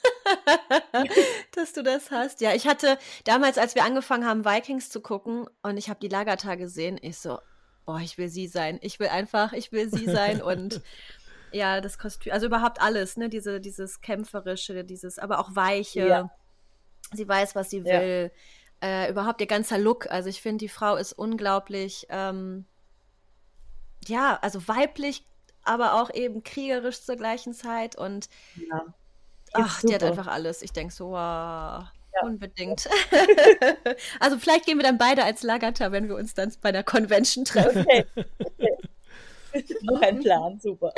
dass du das hast. Ja, ich hatte damals, als wir angefangen haben, Vikings zu gucken und ich habe die Lagertha gesehen, ich so, boah, ich will sie sein. Ich will einfach, ich will sie sein und ja, das Kostüm, also überhaupt alles, ne, diese, dieses Kämpferische, dieses, aber auch Weiche. Ja. Sie weiß, was sie will. Ja. Äh, überhaupt ihr ganzer Look. Also ich finde, die Frau ist unglaublich, ähm, ja, also weiblich, aber auch eben kriegerisch zur gleichen Zeit. Und ja. ach, die hat einfach alles. Ich denke so, wow, ja. Unbedingt. Also vielleicht gehen wir dann beide als Lagertha, wenn wir uns dann bei der Convention treffen. Okay. Okay. Noch ein Plan, super.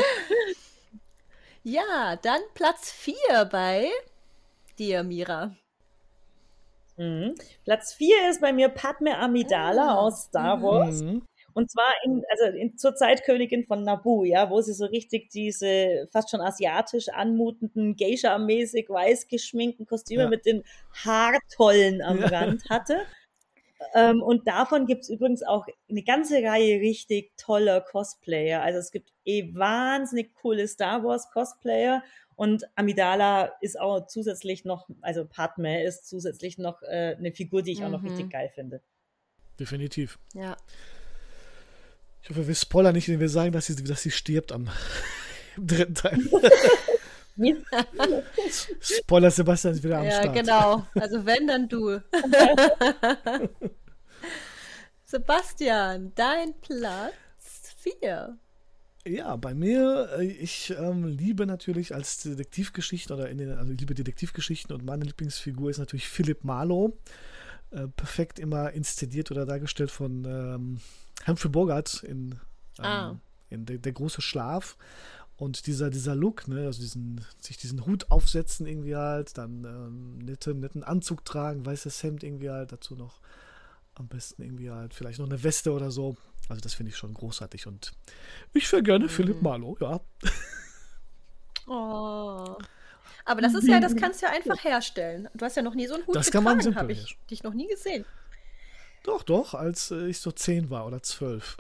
Ja, dann Platz vier bei dir, Mira. Mhm. Platz vier ist bei mir Padme Amidala oh. aus Star Wars. Mhm. Und zwar in, also in, zur Zeitkönigin von Naboo, ja, wo sie so richtig diese fast schon asiatisch anmutenden, Geisha-mäßig weiß geschminkten Kostüme ja. mit den Haartollen am ja. Rand hatte. Ähm, und davon gibt es übrigens auch eine ganze Reihe richtig toller Cosplayer. Also es gibt eh wahnsinnig coole Star Wars Cosplayer und Amidala ist auch zusätzlich noch, also Padme ist zusätzlich noch äh, eine Figur, die ich mhm. auch noch richtig geil finde. Definitiv. Ja. Ich hoffe, wir spoilern nicht, wenn wir sagen, dass sie, dass sie stirbt am im dritten Teil. Spoiler, Sebastian ist wieder am ja, Start. Ja, genau. Also wenn, dann du. Sebastian, dein Platz vier. Ja, bei mir, ich ähm, liebe natürlich als Detektivgeschichte oder in den, also ich liebe Detektivgeschichten und meine Lieblingsfigur ist natürlich Philip Marlowe. Äh, perfekt immer inszeniert oder dargestellt von ähm, Humphrey Bogart in, ähm, ah. in der, der große Schlaf. Und dieser, dieser Look, ne, also diesen, sich diesen Hut aufsetzen irgendwie halt, dann ähm, netten, netten Anzug tragen, weißes Hemd irgendwie halt, dazu noch am besten irgendwie halt vielleicht noch eine Weste oder so. Also das finde ich schon großartig und ich vergönne mhm. Philip Marlowe, ja. Oh. Aber das ist ja, das kannst du ja einfach herstellen. Du hast ja noch nie so einen Hut das getragen, kann man habe ich dich noch nie gesehen. Doch, doch, als äh, ich so zehn war oder zwölf.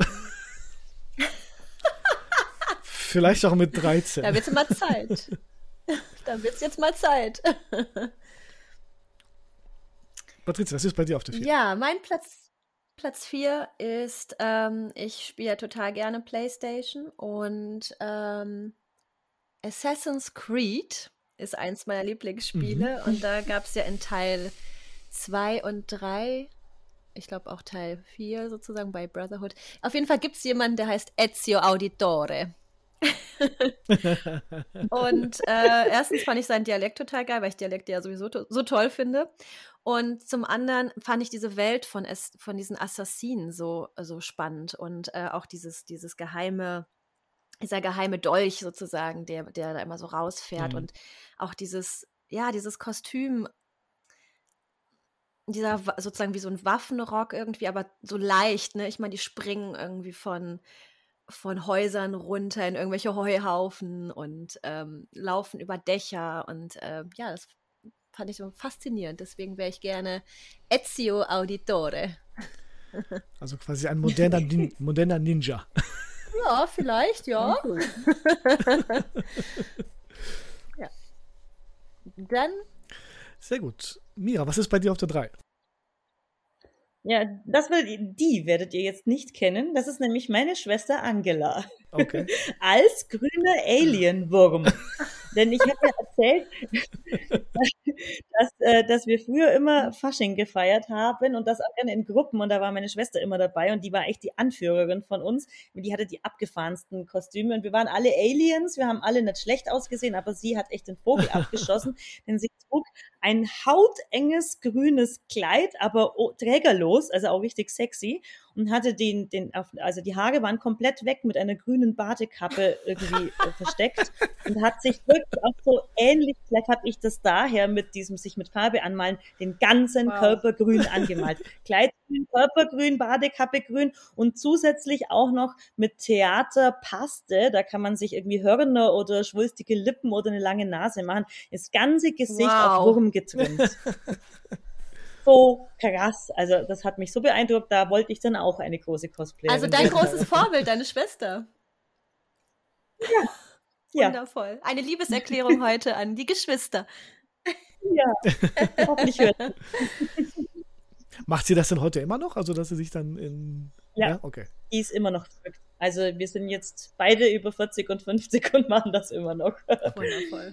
Vielleicht auch mit dreizehn. Da wird es mal Zeit. Da wird es jetzt mal Zeit. Patricia, was ist bei dir auf der vier? Ja, mein Platz, Platz vier ist, ähm, ich spiele total gerne PlayStation und ähm, Assassin's Creed ist eins meiner Lieblingsspiele mhm. und da gab es ja in Teil zwei und drei, ich glaube auch Teil vier sozusagen bei Brotherhood. Auf jeden Fall gibt es jemanden, der heißt Ezio Auditore. Und äh, erstens fand ich seinen Dialekt total geil, weil ich Dialekte ja sowieso to- so toll finde. Und zum anderen fand ich diese Welt von, es- von diesen Assassinen so, so spannend und äh, auch dieses, dieses geheime, dieser geheime Dolch sozusagen, der, der da immer so rausfährt mhm. und auch dieses, ja, dieses Kostüm, dieser sozusagen wie so ein Waffenrock irgendwie, aber so leicht, ne? Ich meine, die springen irgendwie von von Häusern runter in irgendwelche Heuhaufen und ähm, laufen über Dächer und äh, ja, das fand ich so faszinierend. Deswegen wäre ich gerne Ezio Auditore. Also quasi ein moderner, Nin- moderner Ninja. Ja, vielleicht, ja. Ja. Dann. Sehr gut. Mira, was ist bei dir auf der drei? Ja, das werdet, die werdet ihr jetzt nicht kennen. Das ist nämlich meine Schwester Angela. Okay. Als grüner Alienwurm. Denn ich habe ja erzählt, dass, äh, dass wir früher immer Fasching gefeiert haben und das auch gerne in Gruppen. Und da war meine Schwester immer dabei und die war echt die Anführerin von uns. Und die hatte die abgefahrensten Kostüme. Und wir waren alle Aliens. Wir haben alle nicht schlecht ausgesehen, aber sie hat echt den Vogel abgeschossen. Denn sie trug ein hautenges grünes Kleid, aber trägerlos, also auch richtig sexy. Und hatte den, den, also die Haare waren komplett weg mit einer grünen Badekappe irgendwie äh, versteckt und hat sich wirklich auch so ähnlich, vielleicht habe ich das daher mit diesem sich mit Farbe anmalen, den ganzen wow. Körper grün angemalt. Kleid grün, Körper grün, Badekappe grün und zusätzlich auch noch mit Theaterpaste, da kann man sich irgendwie Hörner oder schwulstige Lippen oder eine lange Nase machen, das ganze Gesicht wow. auf Wurm getrimmt. so krass. Also das hat mich so beeindruckt, da wollte ich dann auch eine große Cosplayerin. Also dein großes Vorbild, deine Schwester. Ja. Wundervoll. Ja. Eine Liebeserklärung heute an die Geschwister. Ja, hoffentlich hört sie. Macht sie das denn heute immer noch? Also, dass sie sich dann in... Ja, ja? Okay. Die ist immer noch verrückt. Also wir sind jetzt beide über vierzig und fünfzig und machen das immer noch. Wundervoll.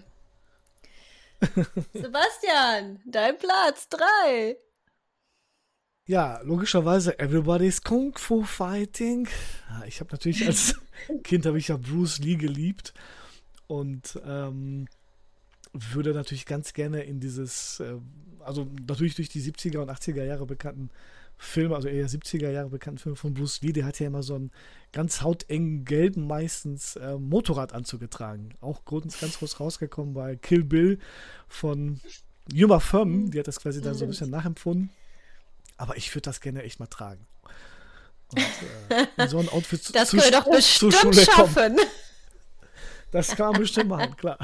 Sebastian, dein Platz drei. Ja, logischerweise Everybody's Kung Fu Fighting. Ja, ich habe natürlich als Kind habe ich ja Bruce Lee geliebt und ähm, würde natürlich ganz gerne in dieses, äh, also natürlich durch die siebziger und achtziger Jahre bekannten Filme, also eher siebziger Jahre bekannten Filme von Bruce Lee, der hat ja immer so einen ganz hautengen, gelben meistens äh, Motorradanzug getragen. Auch ganz, ganz groß rausgekommen bei Kill Bill von Uma Thurman, die hat das quasi dann so ein bisschen nachempfunden. Aber ich würde das gerne echt mal tragen. Und, äh, in so ein Outfit das zu, können wir doch bestimmt zur Schule schaffen. Kommen. Das kann man bestimmt machen, klar.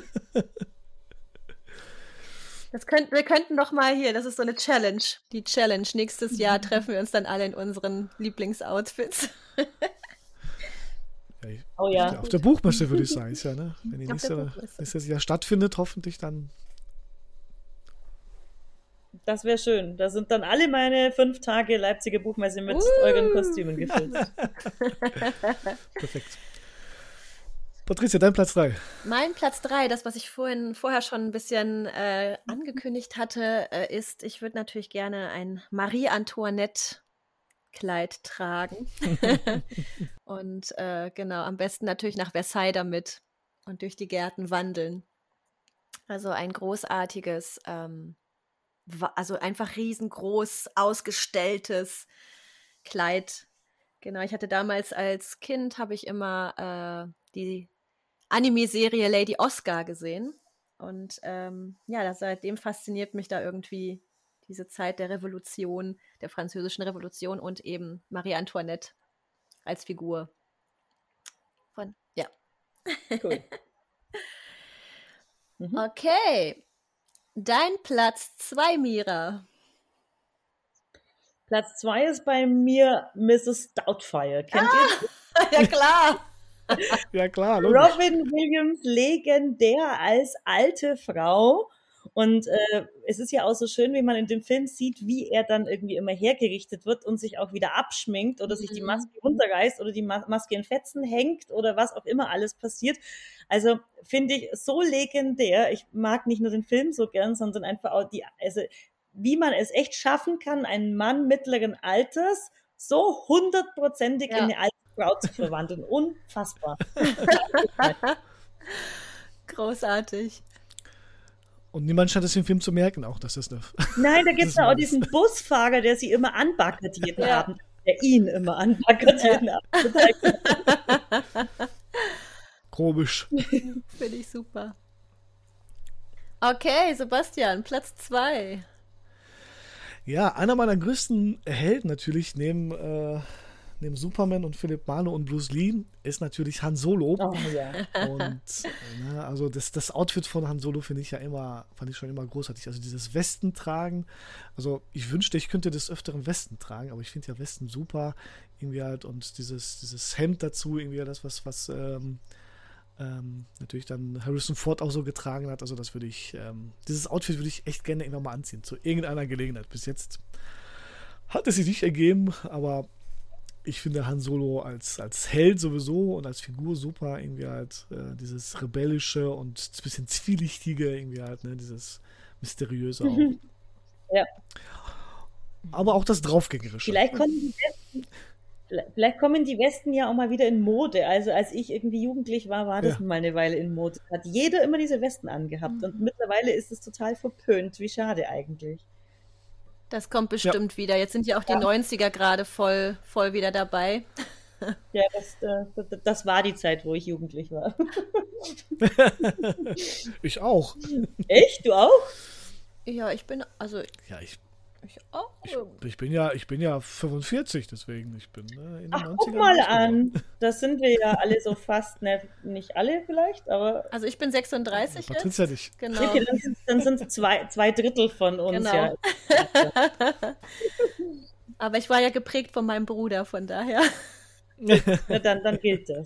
Das könnt, wir könnten doch mal hier, das ist so eine Challenge. Die Challenge. Nächstes Jahr treffen wir uns dann alle in unseren Lieblingsoutfits. Ja, ich, oh ja. Auf der Buchmesse würde ich sagen. Ist ja, ne? Wenn die nächste, nächstes Jahr stattfindet, hoffentlich dann. Das wäre schön. Da sind dann alle meine fünf Tage Leipziger Buchmesse mit uh. euren Kostümen gefüllt. Perfekt. Patricia, dein Platz drei. Mein Platz drei, das, was ich vorhin vorher schon ein bisschen äh, angekündigt hatte, äh, ist, ich würde natürlich gerne ein Marie-Antoinette-Kleid tragen. Und äh, genau, am besten natürlich nach Versailles damit und durch die Gärten wandeln. Also ein großartiges, ähm, also einfach riesengroß ausgestelltes Kleid. Genau, ich hatte damals als Kind, habe ich immer äh, die Anime-Serie Lady Oscar gesehen. Und ähm, ja, das, seitdem fasziniert mich da irgendwie diese Zeit der Revolution, der französischen Revolution und eben Marie Antoinette als Figur. Von, ja. Cool. mhm. Okay. Dein Platz zwei, Mira. Platz zwei ist bei mir Missus Doubtfire. Kennt ah, ihr? Ja, klar. Ja, klar. Logisch. Robin Williams, legendär als alte Frau. Und äh, es ist ja auch so schön, wie man in dem Film sieht, wie er dann irgendwie immer hergerichtet wird und sich auch wieder abschminkt oder mhm. sich die Maske runterreißt oder die Ma- Maske in Fetzen hängt oder was auch immer alles passiert. Also finde ich so legendär. Ich mag nicht nur den Film so gern, sondern einfach auch die, also wie man es echt schaffen kann, einen Mann mittleren Alters so hundertprozentig ja. in eine alte Frau zu verwandeln. Unfassbar. Großartig. Und niemand scheint es im Film zu merken, auch, dass das eine. Nein, da gibt es auch diesen Busfahrer, der sie immer anbackert jeden ja. Abend. Der ihn immer anbackert ja. jeden Abend. Komisch. Finde ich super. Okay, Sebastian, Platz zwei. Ja, einer meiner größten Helden natürlich neben, äh, neben Superman und Philipp Marlowe und Bruce Lee ist natürlich Han Solo. Oh, ja. Und ne, also das, das Outfit von Han Solo finde ich ja immer, fand ich schon immer großartig. Also dieses Westen tragen, also ich wünschte, ich könnte des Öfteren Westen tragen, aber ich finde ja Westen super irgendwie halt und dieses, dieses Hemd dazu, irgendwie das, was, was ähm, ähm, natürlich dann Harrison Ford auch so getragen hat. Also das würde ich, ähm, dieses Outfit würde ich echt gerne irgendwann mal anziehen, zu irgendeiner Gelegenheit. Bis jetzt hat es sich nicht ergeben, aber ich finde Han Solo als, als Held sowieso und als Figur super, irgendwie halt äh, dieses Rebellische und ein bisschen Zwielichtige, irgendwie halt, ne, dieses Mysteriöse auch. Ja. Aber auch das Draufgängerische. Vielleicht kommen die Westen, vielleicht kommen die Westen ja auch mal wieder in Mode. Also als ich irgendwie jugendlich war, war das ja. mal eine Weile in Mode. Hat jeder immer diese Westen angehabt mhm. und mittlerweile ist es total verpönt. Wie schade eigentlich. Das kommt bestimmt ja. wieder. Jetzt sind ja auch die ja. neunziger gerade voll, voll wieder dabei. Ja, das, das, das war die Zeit, wo ich jugendlich war. Ich auch. Echt? Du auch? Ja, ich bin, also... Ja, ich... Ich auch. Ich, ich, bin ja, ich bin ja fünfundvierzig, deswegen, ich bin äh, in den Ach, neunzigern. guck mal an. Das sind wir ja alle so fast, ne, nicht alle vielleicht, aber... Also ich bin sechsunddreißig ja, Patricia jetzt. nicht. Genau. Okay, dann sind es zwei, zwei Drittel von uns, Genau. ja. Aber ich war ja geprägt von meinem Bruder, von daher. Ja, dann, dann gilt das.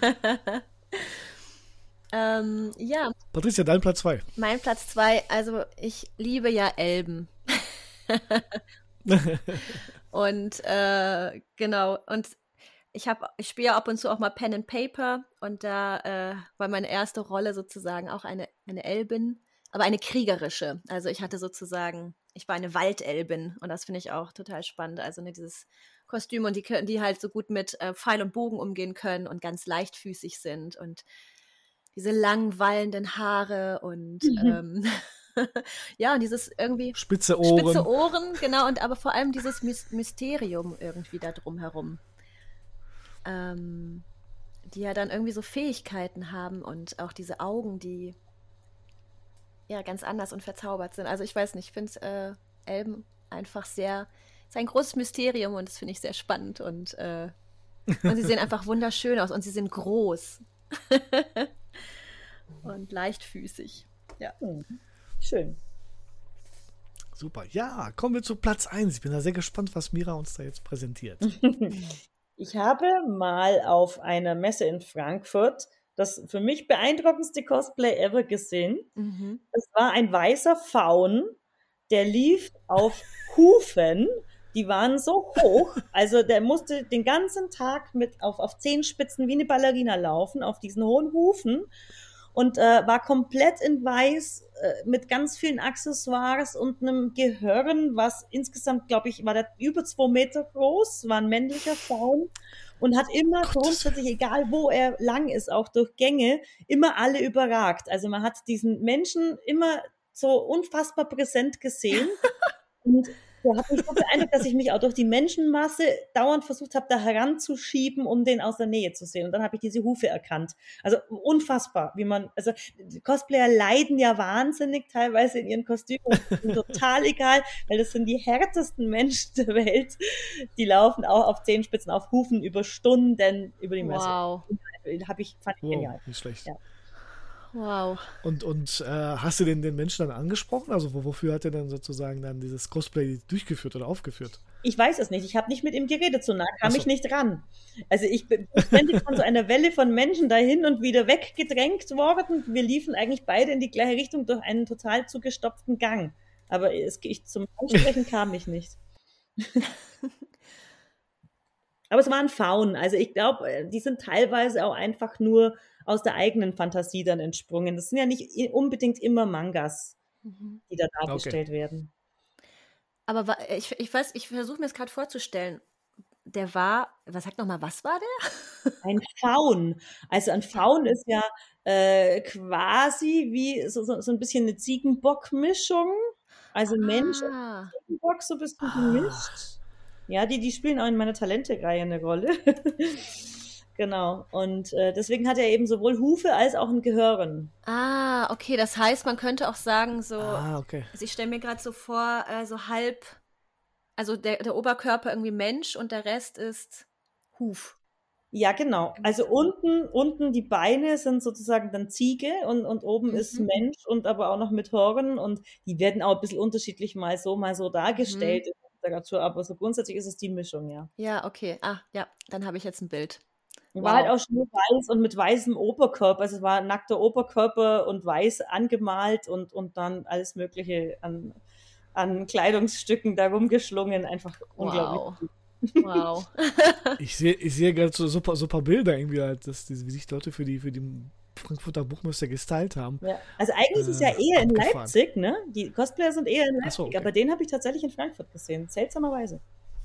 ähm, ja. Patricia, dein Platz zwei. Mein Platz zwei, also ich liebe ja Elben. Und äh, genau, und ich habe, ich spiele ja ab und zu auch mal Pen and Paper und da äh, war meine erste Rolle sozusagen auch eine, eine Elbin, aber eine kriegerische. Also ich hatte sozusagen, ich war eine Waldelbin und das finde ich auch total spannend. Also ne, dieses Kostüm und die, die halt so gut mit äh, Pfeil und Bogen umgehen können und ganz leichtfüßig sind und diese langen, wallenden Haare und mhm. ähm, ja, und dieses irgendwie spitze Ohren. Spitze Ohren, genau, und aber vor allem dieses Mysterium irgendwie da drumherum. Ähm, die ja dann irgendwie so Fähigkeiten haben und auch diese Augen, die ja ganz anders und verzaubert sind. Also ich weiß nicht, ich finde äh, Elben einfach sehr, ist ein großes Mysterium und das finde ich sehr spannend und, äh, und sie sehen einfach wunderschön aus und sie sind groß und leichtfüßig. Ja. Schön. Super. Ja, kommen wir zu Platz eins. Ich bin da sehr gespannt, was Mira uns da jetzt präsentiert. Ich habe mal auf einer Messe in Frankfurt das für mich beeindruckendste Cosplay ever gesehen. Mhm. Das war ein weißer Faun, der lief auf Hufen. Die waren so hoch, also der musste den ganzen Tag mit auf, auf Zehenspitzen wie eine Ballerina laufen, auf diesen hohen Hufen. Und äh, war komplett in weiß äh, mit ganz vielen Accessoires und einem Gehirn, was insgesamt, glaube ich, war der über zwei Meter groß, war ein männlicher Faun und hat immer grundsätzlich, egal wo er lang ist, auch durch Gänge, immer alle überragt. Also man hat diesen Menschen immer so unfassbar präsent gesehen und der hat mich so beeindruckt, dass ich mich auch durch die Menschenmasse dauernd versucht habe, da heranzuschieben, um den aus der Nähe zu sehen. Und dann habe ich diese Hufe erkannt. Also unfassbar, wie man, also Cosplayer leiden ja wahnsinnig teilweise in ihren Kostümen. Das ist total egal, weil das sind die härtesten Menschen der Welt. Die laufen auch auf Zehenspitzen, auf Hufen über Stunden über die Messe. Wow. Habe ich, fand ich wow, genial. Nicht schlecht. Ja. Wow. Und, und äh, hast du den, den Menschen dann angesprochen? Also wofür hat er dann sozusagen dann dieses Cosplay durchgeführt oder aufgeführt? Ich weiß es nicht. Ich habe nicht mit ihm geredet, so nah kam so. ich nicht ran. Also ich bin ständig von so einer Welle von Menschen dahin und wieder weggedrängt worden. Wir liefen eigentlich beide in die gleiche Richtung durch einen total zugestopften Gang. Aber es, ich, zum Ansprechen kam ich nicht. Aber es waren Faunen. Also ich glaube, die sind teilweise auch einfach nur aus der eigenen Fantasie dann entsprungen. Das sind ja nicht unbedingt immer Mangas, die da dargestellt okay. werden. Aber ich, ich weiß, ich versuche mir das gerade vorzustellen. Der war, was sagt nochmal, was war der? Ein Faun. Also ein Faun ist ja äh, quasi wie so, so, so ein bisschen eine Ziegenbock-Mischung. Also ah. Mensch und Ziegenbock so ein bisschen gemischt. Ja, die, die spielen auch in meiner Talente-Reihe eine Rolle. Genau. Und äh, deswegen hat er eben sowohl Hufe als auch ein Gehirn. Ah, okay. Das heißt, man könnte auch sagen, so, ah, okay. also ich stelle mir gerade so vor, äh, so halb, also der, der Oberkörper irgendwie Mensch und der Rest ist Huf. Ja, genau. Also unten, unten die Beine sind sozusagen dann Ziege und, und oben mhm. ist Mensch und aber auch noch mit Horn und die werden auch ein bisschen unterschiedlich mal so, mal so dargestellt. Mhm. Aber so grundsätzlich ist es die Mischung, ja. Ja, okay. Ah, ja, dann habe ich jetzt ein Bild. Wow. War halt auch schon weiß und mit weißem Oberkörper. Also es war ein nackter Oberkörper und weiß angemalt und, und dann alles Mögliche an, an Kleidungsstücken da rumgeschlungen. Einfach wow. unglaublich. Wow. ich sehe ich sehe gerade so super, super Bilder irgendwie, halt, dass die, wie sich Leute für die, für die Frankfurter Buchmesse gestylt haben. Ja. Also eigentlich äh, ist es ja eher in Leipzig, ne? Die Cosplayer sind eher in Leipzig, so, okay. aber den habe ich tatsächlich in Frankfurt gesehen. Seltsamerweise.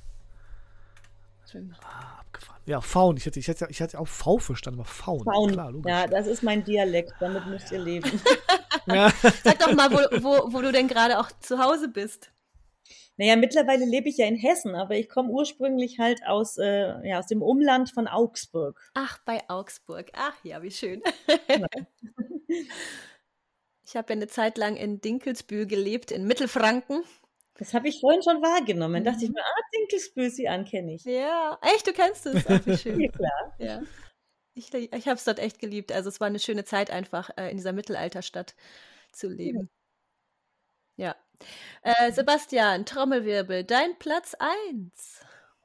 Ah, abgefahren. Ja, Faun. Ich hatte, ich, hatte, ich hatte auch V verstanden, aber Faun. Faun. Klar, logisch. Ja, das ist mein Dialekt. Damit müsst ihr leben. Ja. Sag doch mal, wo, wo, wo du denn gerade auch zu Hause bist. Naja, mittlerweile lebe ich ja in Hessen, aber ich komme ursprünglich halt aus, äh, ja, aus dem Umland von Augsburg. Ach, bei Augsburg. Ach ja, wie schön. Ja. Ich habe ja eine Zeit lang in Dinkelsbühl gelebt, in Mittelfranken. Das habe ich vorhin schon wahrgenommen. Mhm. Dachte ich mir, ah, Dinkelsbüsi kenne ich. Ja, echt, du kennst es? Ach, wie schön. Ja, klar. Ja. Ich, ich habe es dort echt geliebt. Also es war eine schöne Zeit einfach, äh, in dieser Mittelalterstadt zu leben. Ja. Äh, Sebastian, Trommelwirbel, dein Platz eins.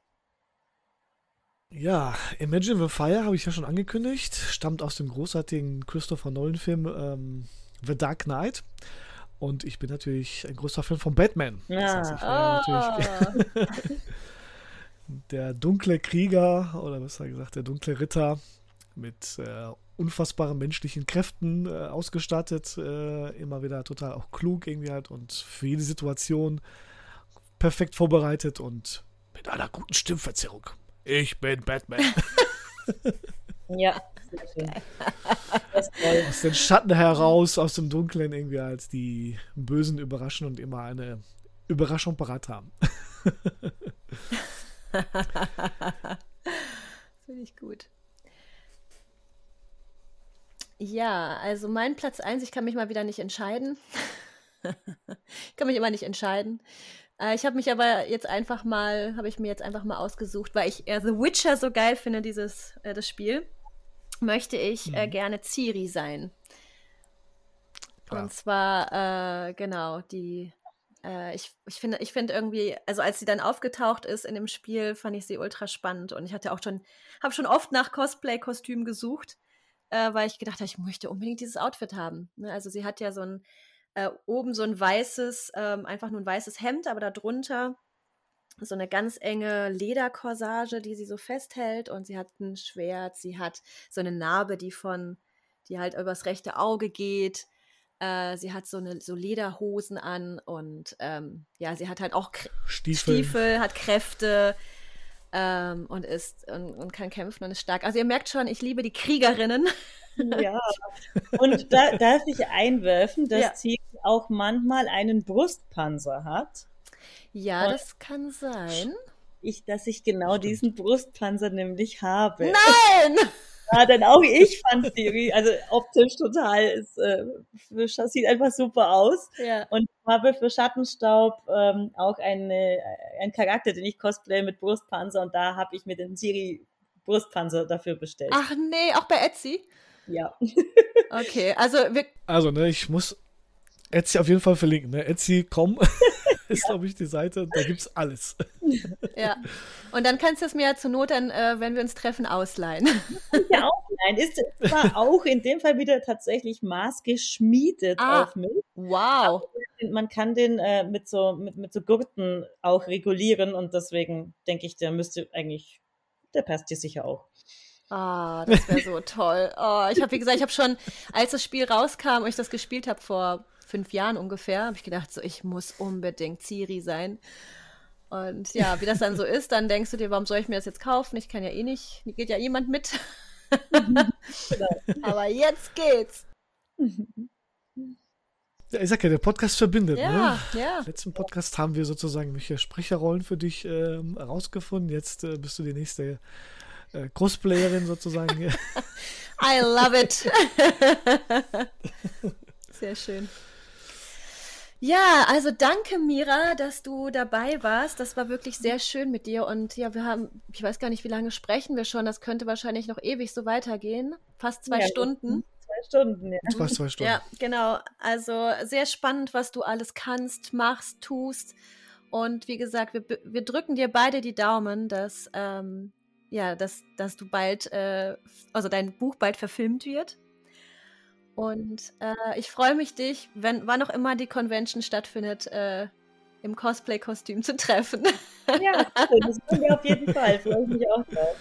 Ja, Imagine the Fire habe ich ja schon angekündigt. Stammt aus dem großartigen Christopher Nolan-Film ähm, The Dark Knight. Und ich bin natürlich ein großer Fan von Batman. Das heißt, ich wäre Oh. natürlich der dunkle Krieger oder besser gesagt der dunkle Ritter mit äh, unfassbaren menschlichen Kräften äh, ausgestattet. Äh, immer wieder total auch klug irgendwie halt und für jede Situation perfekt vorbereitet und mit einer guten Stimmverzerrung. Ich bin Batman. Ja, sehr schön. Das ist toll. Aus den Schatten heraus, aus dem Dunklen irgendwie als die Bösen überraschen und immer eine Überraschung parat haben. Finde ich gut. Ja, also mein Platz eins, ich kann mich mal wieder nicht entscheiden. Ich kann mich immer nicht entscheiden. Äh, ich habe mich aber jetzt einfach mal, habe ich mir jetzt einfach mal ausgesucht, weil ich äh, The Witcher so geil finde, dieses, äh, das Spiel, möchte ich äh, Mhm. gerne Ciri sein. Klar. Und zwar, äh, genau, die, äh, ich, ich finde, ich finde irgendwie, also als sie dann aufgetaucht ist in dem Spiel, fand ich sie ultra spannend und ich hatte auch schon, habe schon oft nach Cosplay-Kostümen gesucht, äh, weil ich gedacht habe, ich möchte unbedingt dieses Outfit haben. Ne? Also sie hat ja so ein, äh, oben so ein weißes, ähm, einfach nur ein weißes Hemd, aber darunter so eine ganz enge Lederkorsage, die sie so festhält und sie hat ein Schwert, sie hat so eine Narbe, die von, die halt übers rechte Auge geht. Äh, sie hat so eine so Lederhosen an und ähm, ja, sie hat halt auch K- Stiefel. Stiefel, hat Kräfte ähm, und ist und, und kann kämpfen und ist stark. Also ihr merkt schon, ich liebe die Kriegerinnen. Ja, und da darf ich einwerfen, dass Ja. Ciri auch manchmal einen Brustpanzer hat. Ja, Und- das kann sein. Ich, dass ich genau Stimmt. diesen Brustpanzer nämlich habe. Nein! Ja, denn auch ich fand Ciri, also optisch total, ist, äh, für- sieht einfach super aus. Ja. Und habe für Schattenstaub ähm, auch eine, einen Charakter, den ich cosplay mit Brustpanzer und da habe ich mir den Ciri Brustpanzer dafür bestellt. Ach nee, auch bei Etsy? Ja. Okay, also wir, Also, ne, ich muss Etsy auf jeden Fall verlinken. Ne? Etsy Punkt com ist, glaube ich, die Seite. Da gibt's alles. ja. Und dann kannst du es mir ja zur Not dann, äh, wenn wir uns treffen, ausleihen. Ja, auch nein. Ist zwar auch in dem Fall wieder tatsächlich maßgeschmiedet Ah. auf mich. Wow. Man kann den äh, mit so mit, mit so Gurten auch regulieren und deswegen denke ich, der müsste eigentlich, der passt dir sicher auch. Ah, das wäre so toll. Oh, ich habe, wie gesagt, ich habe schon, als das Spiel rauskam und ich das gespielt habe vor fünf Jahren ungefähr, habe ich gedacht, so ich muss unbedingt Ciri sein. Und ja, wie das dann so ist, dann denkst du dir, warum soll ich mir das jetzt kaufen? Ich kann ja eh nicht, geht ja jemand mit. Aber jetzt geht's. Ja, ich sag ja, der Podcast verbindet. Ja, Ne? ja. Im letzten Podcast haben wir sozusagen welche Sprecherrollen für dich ähm, herausgefunden. Jetzt äh, bist du die nächste äh, Cosplayerin sozusagen. I love it. Sehr schön. Ja, also danke, Mira, dass du dabei warst. Das war wirklich sehr schön mit dir. Und ja, wir haben, ich weiß gar nicht, wie lange sprechen wir schon. Das könnte wahrscheinlich noch ewig so weitergehen. Fast zwei Ja, Stunden. Zwei Stunden, ja. Fast zwei Stunden. Ja, genau. Also sehr spannend, was du alles kannst, machst, tust. Und wie gesagt, wir, wir drücken dir beide die Daumen, dass, ähm, ja, dass, dass du bald, äh, also dein Buch bald verfilmt wird. Und äh, ich freue mich, dich, wenn, wann auch immer die Convention stattfindet, äh, im Cosplay-Kostüm zu treffen. Ja, cool, das machen wir auf jeden Fall. Freue ich mich auch drauf.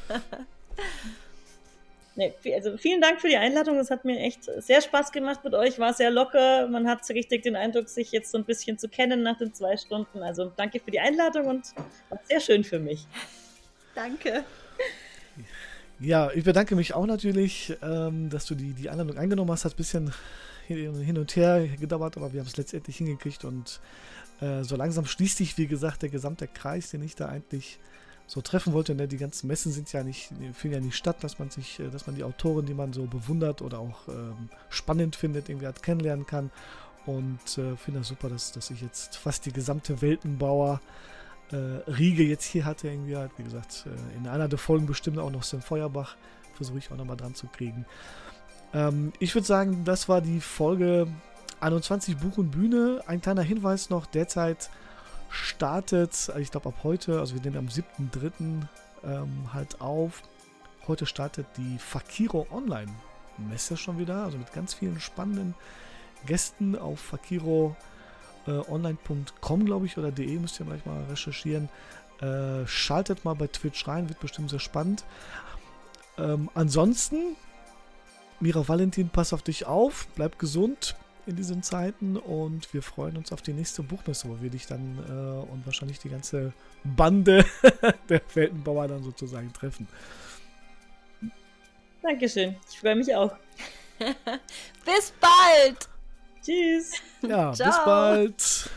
Nee, also vielen Dank für die Einladung. Es hat mir echt sehr Spaß gemacht mit euch. War sehr locker. Man hat so richtig den Eindruck, sich jetzt so ein bisschen zu kennen nach den zwei Stunden. Also danke für die Einladung und war sehr schön für mich. Danke. Ja, ich bedanke mich auch natürlich, ähm, dass du die, die Einladung angenommen hast. Hat ein bisschen hin und her gedauert, aber wir haben es letztendlich hingekriegt und äh, so langsam schließt sich, wie gesagt, der gesamte Kreis, den ich da eigentlich so treffen wollte. Ne? Die ganzen Messen sind ja nicht, finden ja nicht statt, dass man sich, dass man die Autoren, die man so bewundert oder auch ähm, spannend findet, irgendwie halt kennenlernen kann. und äh, finde das super, dass, dass ich jetzt fast die gesamte Weltenbauer äh, Riege jetzt hier hatte. Irgendwie halt, wie gesagt, äh, in einer der Folgen bestimmt auch noch Sam Feuerbach. Versuche ich auch nochmal dran zu kriegen. Ähm, ich würde sagen, das war die Folge einundzwanzig Buch und Bühne. Ein kleiner Hinweis noch, derzeit startet, ich glaube ab heute, also wir nehmen am siebten dritten ähm, halt auf. Heute startet die Fakiro Online Messe schon wieder, also mit ganz vielen spannenden Gästen auf fakiro online punkt com, glaube ich, oder de, müsst ihr gleich mal recherchieren. Äh, schaltet mal bei Twitch rein, wird bestimmt sehr spannend. Ähm, ansonsten, Mira Valentin, pass auf dich auf, bleib gesund in diesen Zeiten und wir freuen uns auf die nächste Buchmesse, wo wir dich dann äh, und wahrscheinlich die ganze Bande der Weltenbauer dann sozusagen treffen. Dankeschön, ich freue mich auch. Bis bald! Tschüss! Ja, bis bald!